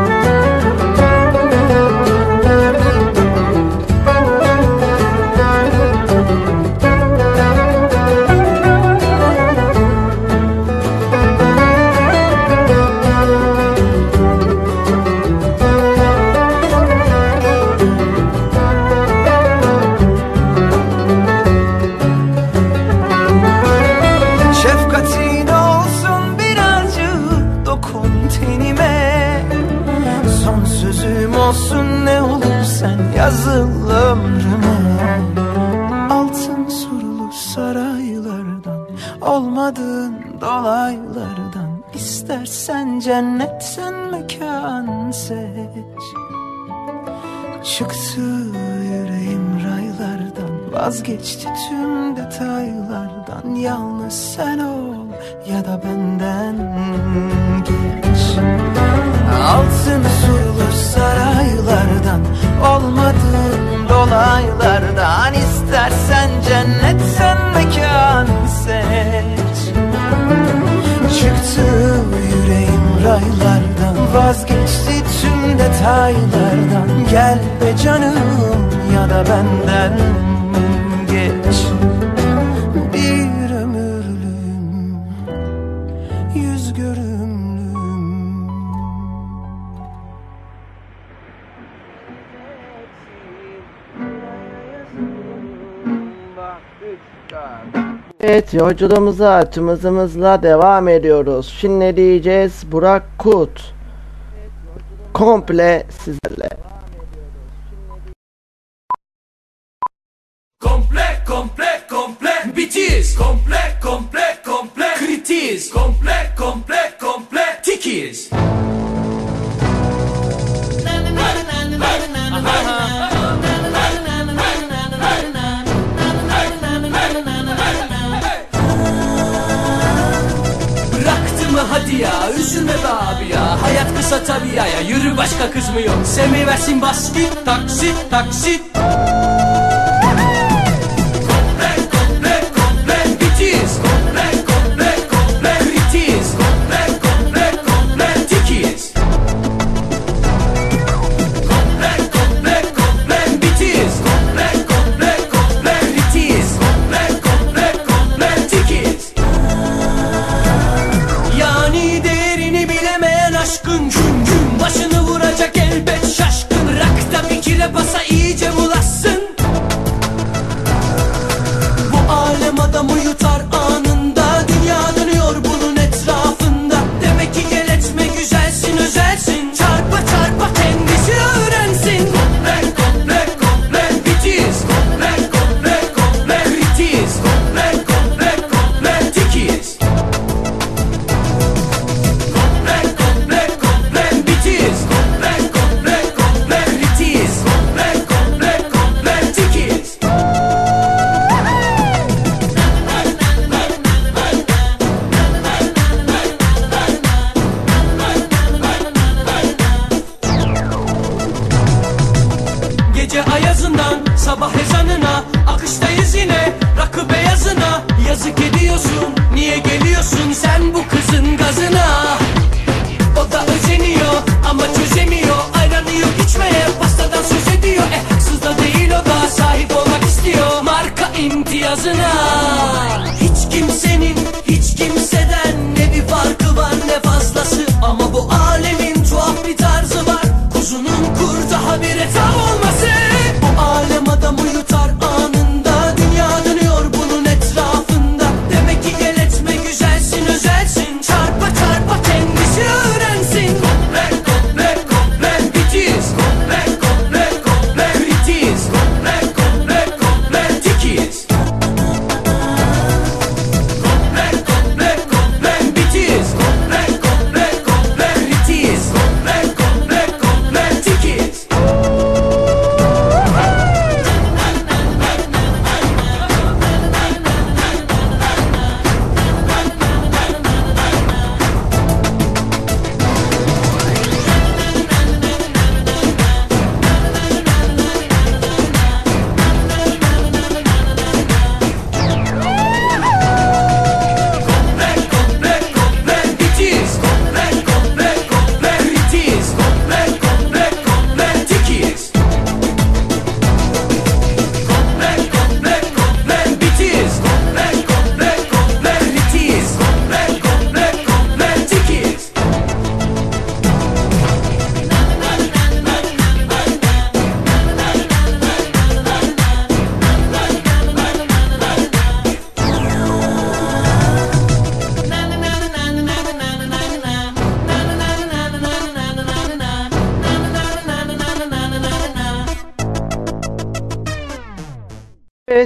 Olsun ne olur sen yazıl ömrüme. Altın surlu saraylardan, olmadığın dolaylardan. İstersen cennetten mekan seç. Çıktı yüreğim raylardan, vazgeçti tüm detaylardan. Yalnız sen ol ya da benden geç. Altın surlu saraylardan, olmadığın dolaylardan. İstersen cennetten mekan seç. Çıktı yüreğim raylardan, vazgeçti tüm detaylardan. Gel be canım ya da benden geç. Bir ömürlüğüm, yüz görümlüğüm. Evet, yolculuğumuza tüm hızımızla devam ediyoruz. Şimdi ne diyeceğiz? Burak Kut komple sizlerle. Komple komple komple bitiz. Komple komple komple kritiz. Komple komple komple tikiz. Hadi ya üzülme be abi ya, hayat kısa tabi ya, ya yürü başka kız mı yok, sevmeyiversin bas git taksit taksit. Komple komple komple bitiz. Komple komple komple kritiz. Komple komple komple tikiz. Komple komple komple bitiz. Komple komple komple kritiz. Komple komple komple tikiz. Yani değerini bilemeyen aşkın gün gün başını vuracak elbet şaşkın. Rakta bir kire basa iyice bulaşsın. Bu alem adamı yutar anında. Dünya dönüyor bunun etrafında. Demek ki gel etme güzelsin özelsin. Çarpa çarpa kendisi öğrensin. Komple komple komple bitiz. Komple komple komple kritiz. Komple komple komple tikiz. Komple komple komple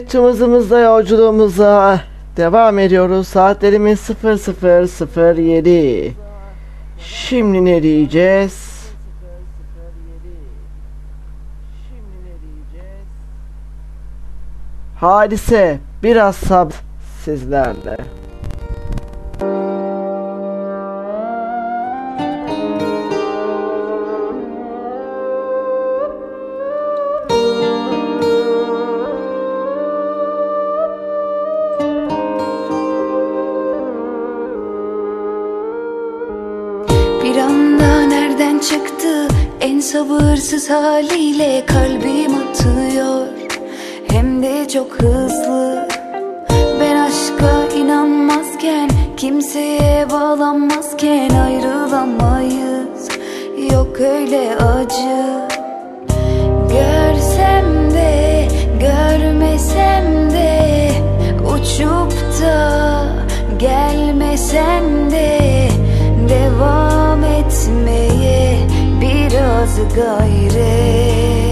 Evet, tüm hızımızda yolculuğumuza devam ediyoruz. Saatlerimiz sıfır sıfır sıfır yedi. Şimdi ne diyeceğiz? Hadise, biraz sabır sizlerle. Bir anda nereden çıktı en sabırsız haliyle kalbim atıyor, hem de çok hızlı. Ben aşka inanmazken, kimseye bağlanmazken ayrılamayız, yok öyle acı. Görsem de görmesem de, uçup da gelmesen de, devam etmeye biraz gayret.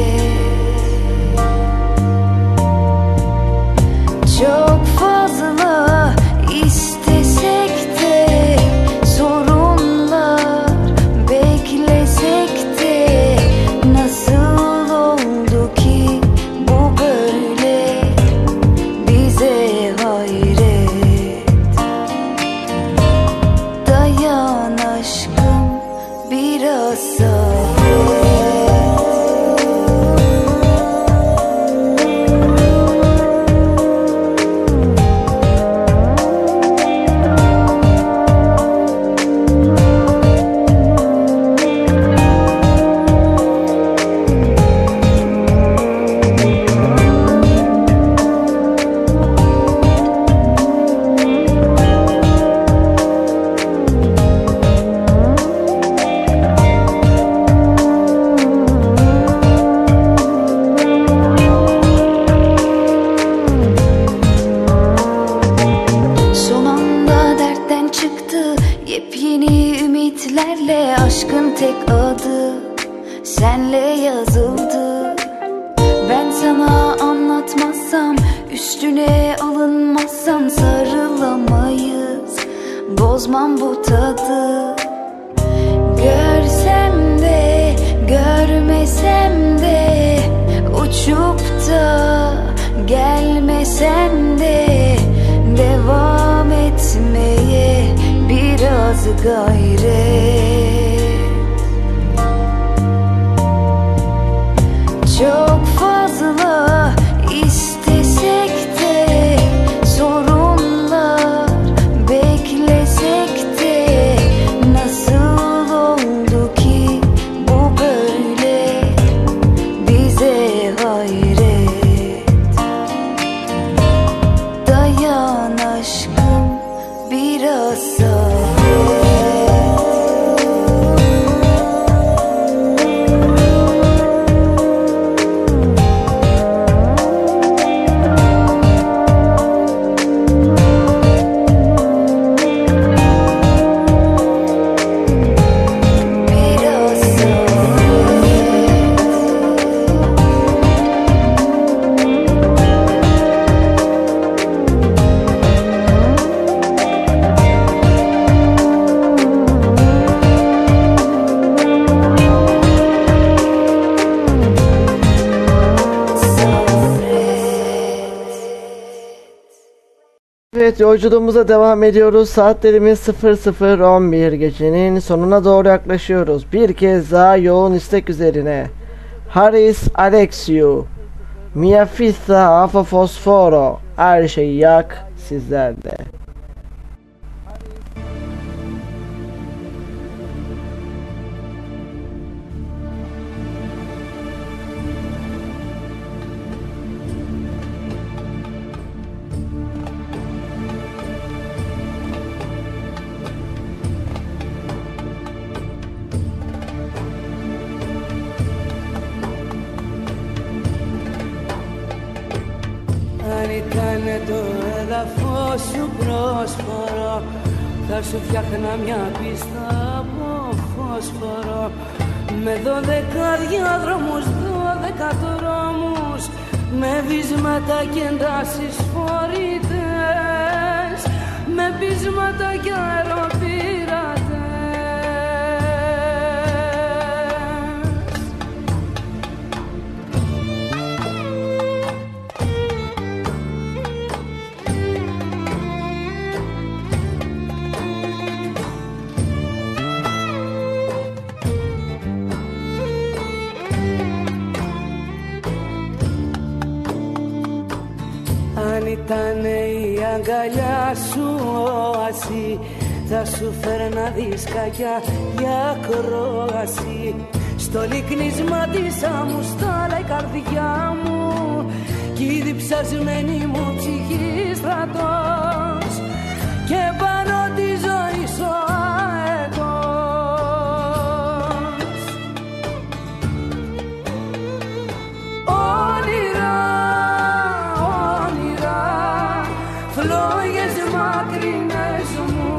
Çok fazla istesek de, sorunlar beklesek de, nasıl oldu ki bu böyle, bize hayret. Dayan aşkım, biraz sabret. Son anda dertten çıktı yepyeni ümitlerle, aşkın tek adı senle yazıldı. Ben sana anlatmazsam, üstüne alınmazsam sarılamayız, bozmam bu tadı. Görsem de görmesem de, uçup da gelmesen de, devam etmeye biraz gayret. Çok fazla istesek de, sorunlar beklesek de, nasıl oldu ki bu böyle, bize hayret. Dayan aşkım, biraz sabret. Evet, yolculuğumuza devam ediyoruz. Saatlerimiz sıfır sıfır on bir, gecenin sonuna doğru yaklaşıyoruz. Bir kez daha yoğun istek üzerine. Haris Alexiou, Mia Fissa Afa Fosforo, her şeyi yak sizlerde. Αν ήταν το έδαφος σου πρόσφορο, θα σου φτιάχνα μια πίστα από φωσφορό, με δώδεκα διάδρομους, δώδεκα δρόμους, με βίσματα και εντάσεις φορητές, με πείσματα και αεροπειρατές. Αν ήτανε η αγκαλιά σου όαση, θα σου φέρνα δισκάκια για κρόαση. Στο λυκνίσμα της αμουστάλα η καρδιά μου κι η διψασμένη μου ψυχή στρατός και πάνω τη ζωή σου αετός. Όνειρα, φλόγες μακρινές μου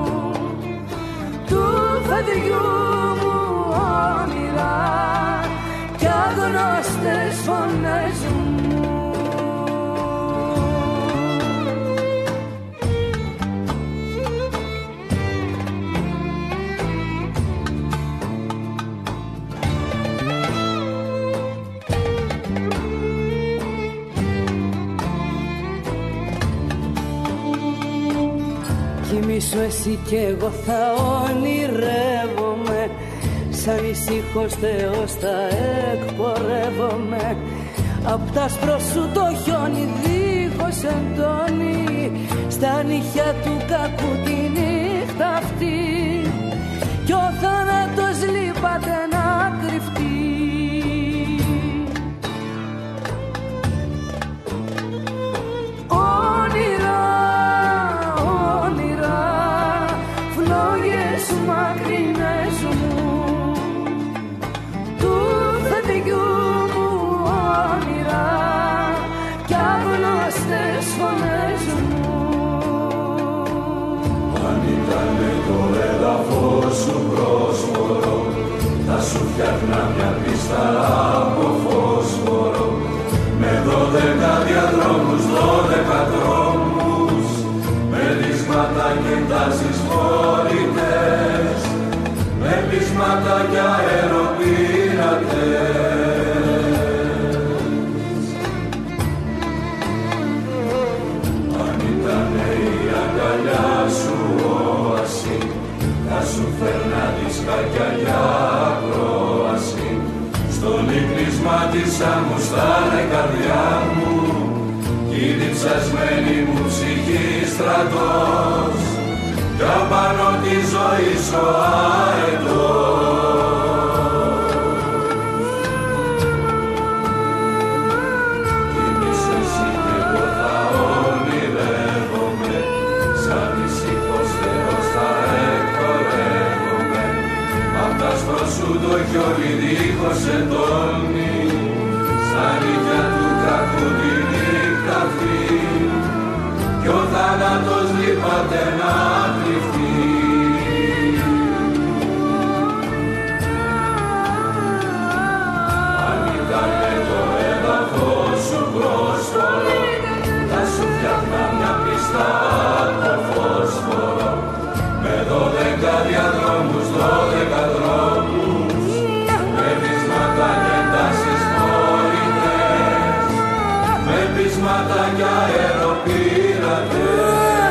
του φεδιού μου όνειρα κι αγνώστες φωνές μου. Κοιμήσου εσύ κι εγώ θα ονειρεύομαι, σαν ησύχος Θεός θα εκπορεύομαι. Απ' τ' άσπρο σου το χιόνι δίχως εντόνι, στα νύχια του κακού τη νύχτα αυτή κι ο θάνατος λείπατε να κρυφτεί. Μακρινές μου του φεδιού μου όνειρα κι αγνώστες φωνές μου. Αν ήτανε το έδαφος σου πρόσφορο, θα σου φτιάχνα μια πίστα από φόσφορο, με δώδεκα διαδρόμους, δώδεκα δρόμους, με ρίσματα και τάσεις φορητές, με πείσματα κι αεροπειρατές. Αν ήτανε η αγκαλιά σου όαση, θα σου φέρνα δισκάκια για ακρόαση. Στο λυκνίσμα της αμουστάλα η καρδιά μου κι η διψασμένη μου ψυχή στρατός κι απάνω τη ζωή σου αετός. Κοιμήσου εσύ κι εγώ θα ονειρεύομαι, σαν ησύχος Θεός θα εκπορεύομαι. Απ' τ' άσπρο σου το χιόνι δίχως εντόνι, σαν νύχια του κακού τη νύχτα αυτή κι ο θάνατος λείπατε να κρυφτεί. Αν ήτανε το έδαφος σου πρόσφορο, θα σου φτιάχνα μια πίστα από φόσφορο, με δώδεκα διαδρόμους, δώδεκα δρόμους, με πείσματα και τάσεις φορητές, με πείσματα κι αεροπειρατές.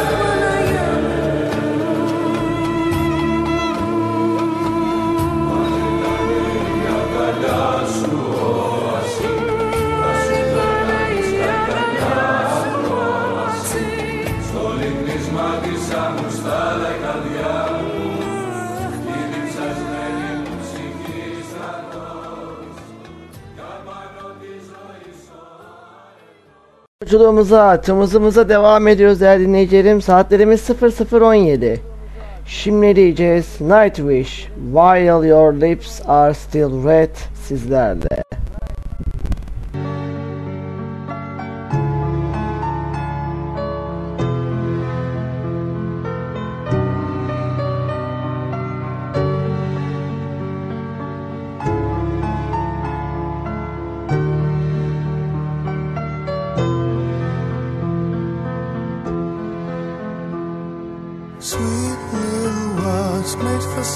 Yolculuğumuza, tımızımıza devam ediyoruz değerli dinleyicilerim. Saatlerimiz sıfır sıfır on yedi. Şimdi diyeceğiz Nightwish, While Your Lips Are Still Red sizlerle.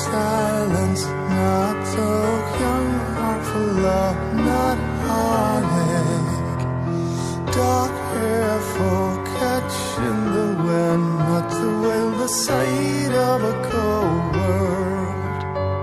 silence, not talk, young heart for love, not heartache. Dark hair for catching the wind, not to wail the sight of a cold world.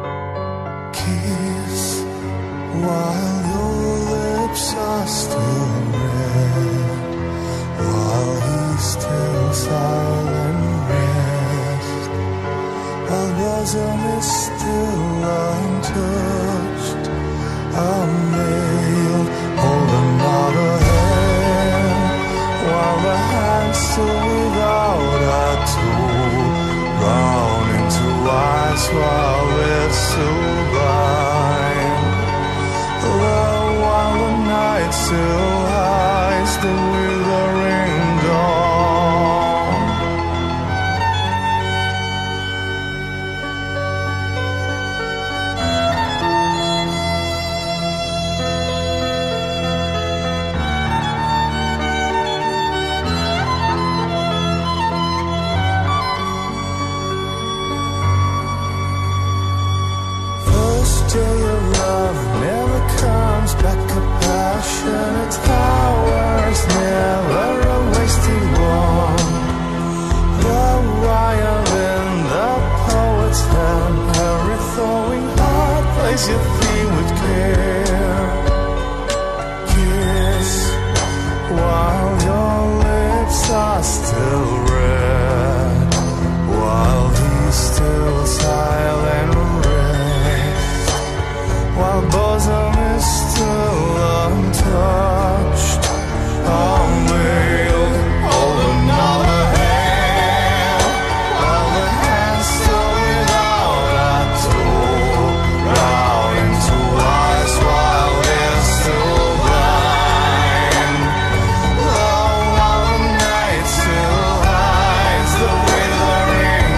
Kiss while your lips are still red, while he's still silent. Rest while bosom is still untouched. I'll nail hold another hand while the hand's still without a tool. Round into eyes while we're still blind. Well, while the night still hides the withering dawn. First day of love never comes back a passionate hours, never a wasted one. The violin, the poet's hand, every thawing heart plays your theme with care. Kiss while your lips are still red, while he's still silent. While bosom is still untouched, I'll nail hold another hand while the hand's still without a tool. Round into eyes while they're still blind. Oh, while the night still hides the withering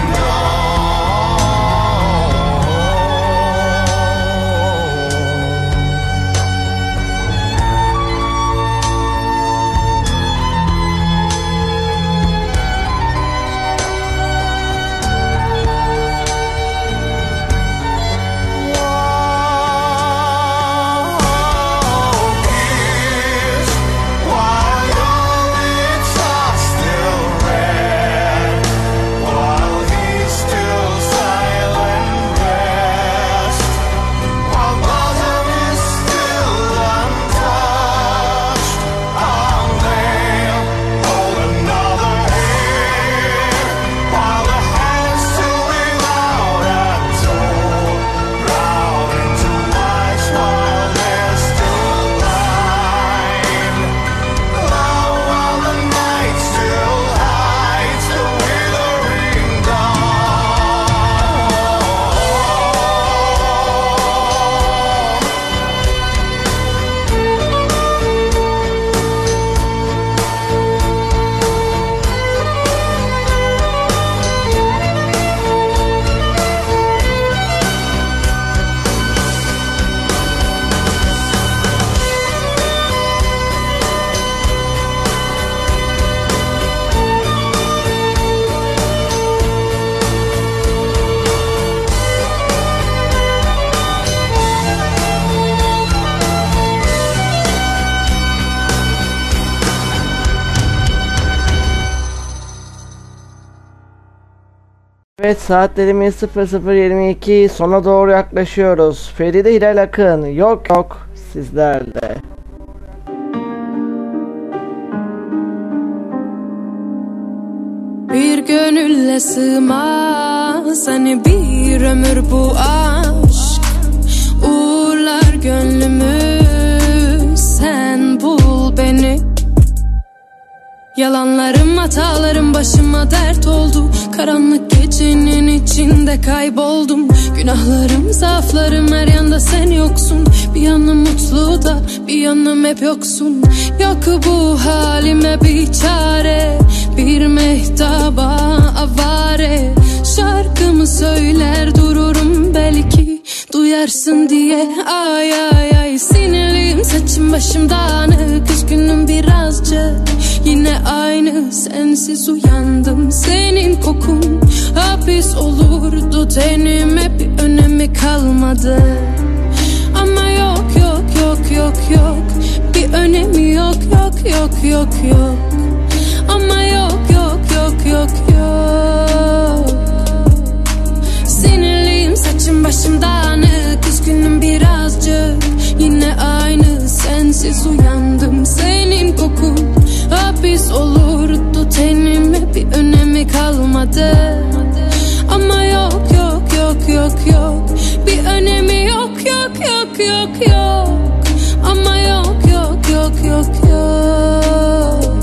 Evet, saatlerimiz sıfır sıfır yirmi iki, sona doğru yaklaşıyoruz. Feride Hilal Akın, yok yok sizlerle. Bir gönülle sığmaz hani bir ömür bu aşk. Uğurlar gönlümü, sen bul beni. Yalanlarım, hatalarım başıma dert oldu. Karanlık gecenin içinde kayboldum. Günahlarım, zaaflarım, her yanda sen yoksun. Bir yanım mutlu da bir yanım hep yoksun. Yok bu halime bir çare, bir mehtaba avare. Şarkımı söyler dururum belki, duyarsın diye. Ay ay ay, sinirliyim, saçım başım dağınık, üzgünüm birazcık. Yine aynı sensiz uyandım. Senin kokun hapis olurdu tenime, bir önemi kalmadı. Ama yok yok yok yok yok, bir önemi yok yok yok yok yok. Ama yok yok yok yok yok. Sinirliyim, saçım başım dağınık, üzgünüm birazcık. Yine aynı sensiz uyandım. Senin kokun hapis olurdu tenime, bir önemi kalmadı. Ama yok yok yok yok yok, bir önemi yok yok yok yok yok. Ama yok yok yok yok yok.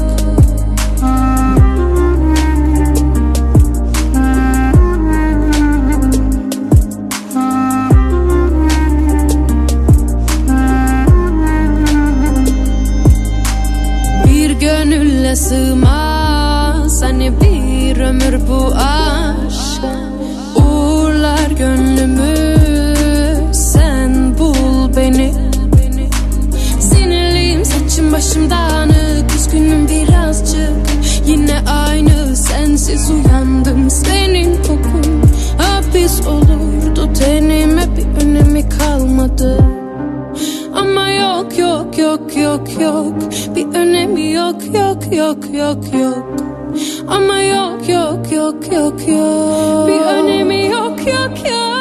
Bir gönülle sığmaz hani bir ömür bu aşk. Uğurlar gönlümü, sen bul beni. Sinirliyim, saçım başım dağınık, üzgünüm birazcık. Yine aynı sensiz uyandım. Senin kokun hapis olurdu tenime, bir önemi kalmadı. Ama yok yok yok yok yok, bir önemi yok yok yok yok yok. Ama yok yok yok yok yok, bir önemi yok yok yok.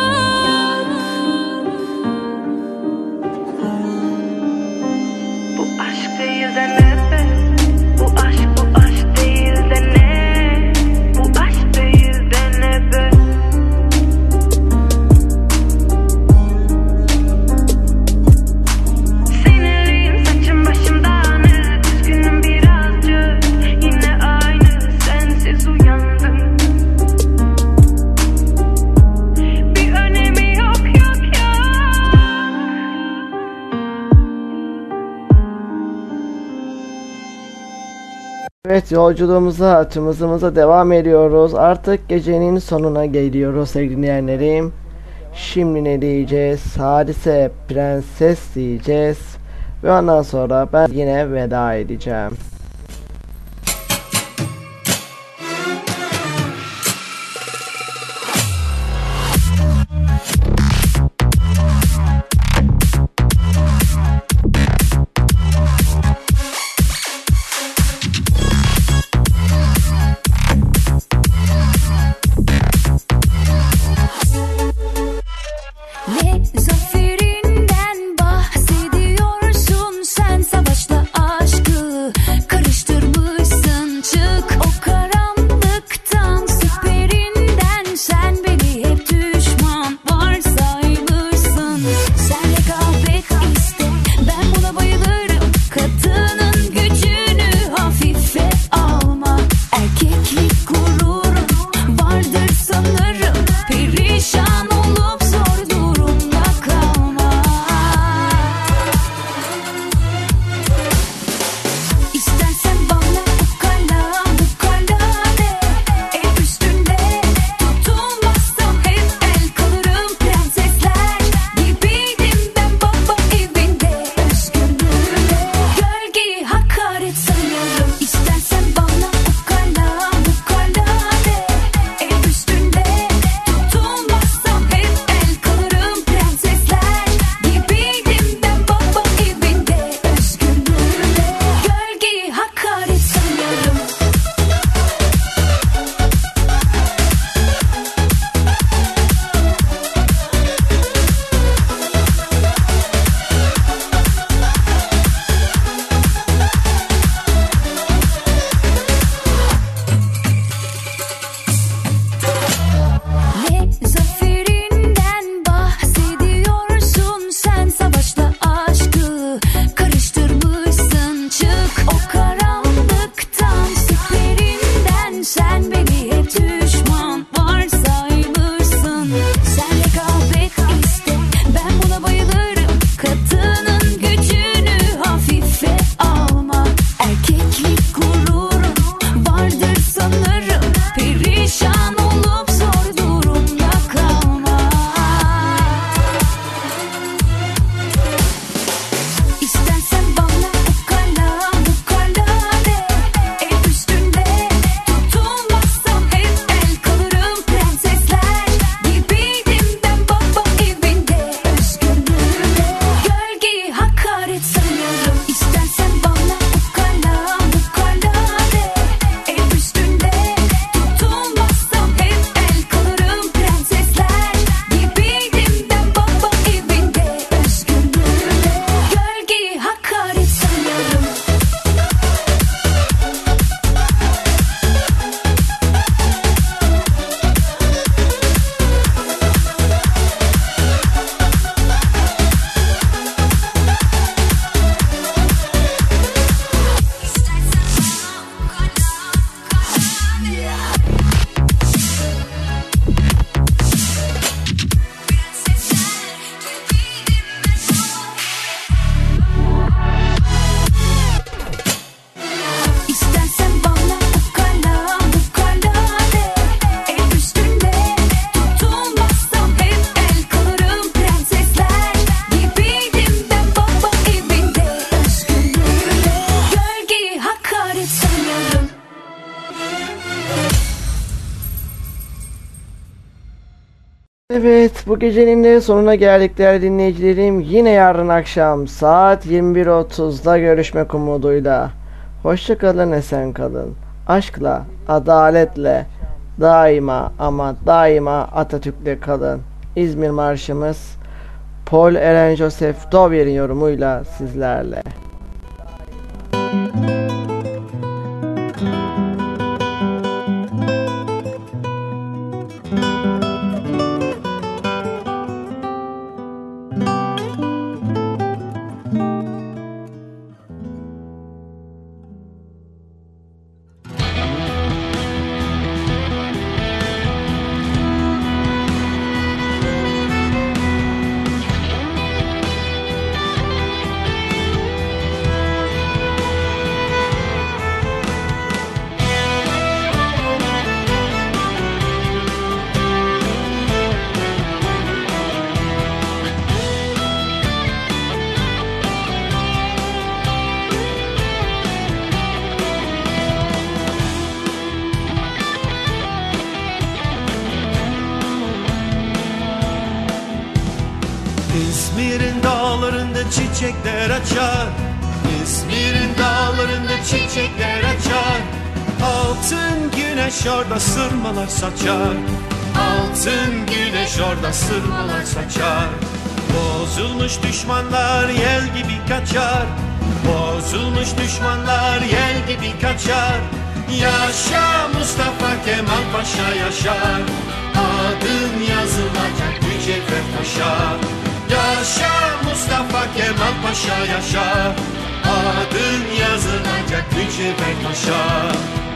Bu aşk değil de ne be? Bu aşk bu aşk değil de ne? Bu aşk değil de ne be? Sinirliyim, saçım başım dağınık, üzgünüm birazcık. Yine aynı sensiz uyandım. Bir önemi yok yok yok. Evet, yolculuğumuza, tımızımıza devam ediyoruz. Artık gecenin sonuna geliyoruz sevgili dinleyenlerim. Şimdi ne diyeceğiz? Hadise Prenses diyeceğiz. Ve ondan sonra ben yine veda edeceğim. Ne zaferinden bahsediyorsun sen, savaşla aşkı Evet, bu gecenin de sonuna geldik değerli dinleyicilerim. Yine yarın akşam saat yirmi bir otuzda görüşmek umuduyla. Hoşça kalın, esen kalın. Aşkla, adaletle, daima ama daima Atatürk'le kalın. İzmir Marşımız Paul Eren Joseph Dovier'in yorumuyla sizlerle. İzmir'in dağlarında çiçekler açar, İzmir'in dağlarında çiçekler açar. Altın güneş orada sırmalar saçar, altın güneş orada sırmalar saçar. Bozulmuş düşmanlar yel gibi kaçar, bozulmuş düşmanlar yel gibi kaçar. Yaşa Mustafa Kemal Paşa yaşar, adın yazılacak mücevher taşa. Yaşa Mustafa Kemal Paşa yaşa, adın yazılacak mücevher taşa.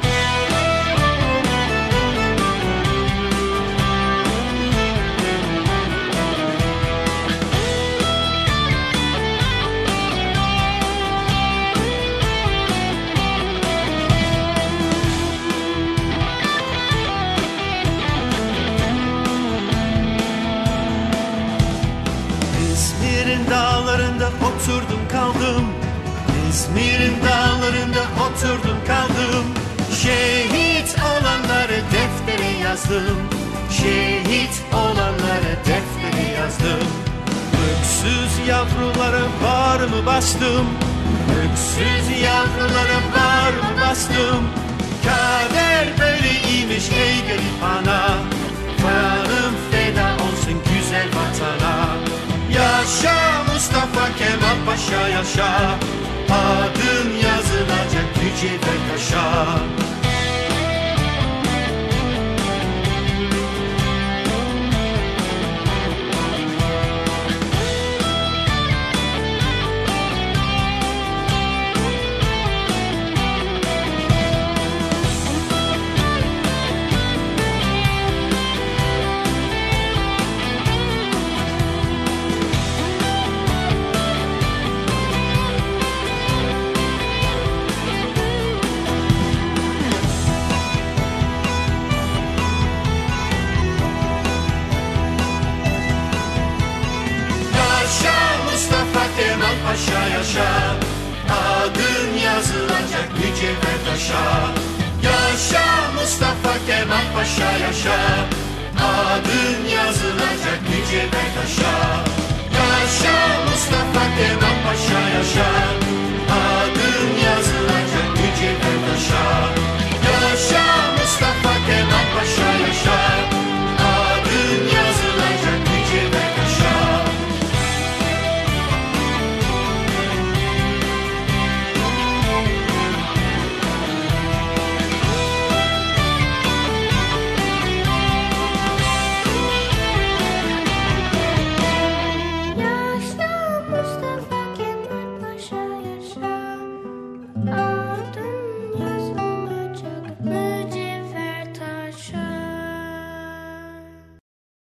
İzmir'in dağlarında oturdum kaldım, İzmir'in dağlarında oturdum kaldım. Şehit olanları deftere yazdım, şehit olanları deftere yazdım. Öksüz yavrulara bağrımı bastım, öksüz yavrulara bağrımı bastım. Kader böyleymiş ey garip ana, kanım feda olsun güzel vatana. Yaşa Mustafa Kemal Paşa yaşa, adın yazılacak mücevher taşa. Paşa yaşa, adın yazılacak mücevher taşa. Yaşa Mustafa Kemal Paşa yaşa, adın yazılacak mücevher taşa. Yaşa Mustafa Kemal Paşa yaşa, adın yazılacak mücevher taşa. Yaşa Mustafa Kemal Paşa yaşa, adın yazılacak mücevher taşa. Yaşa Mustafa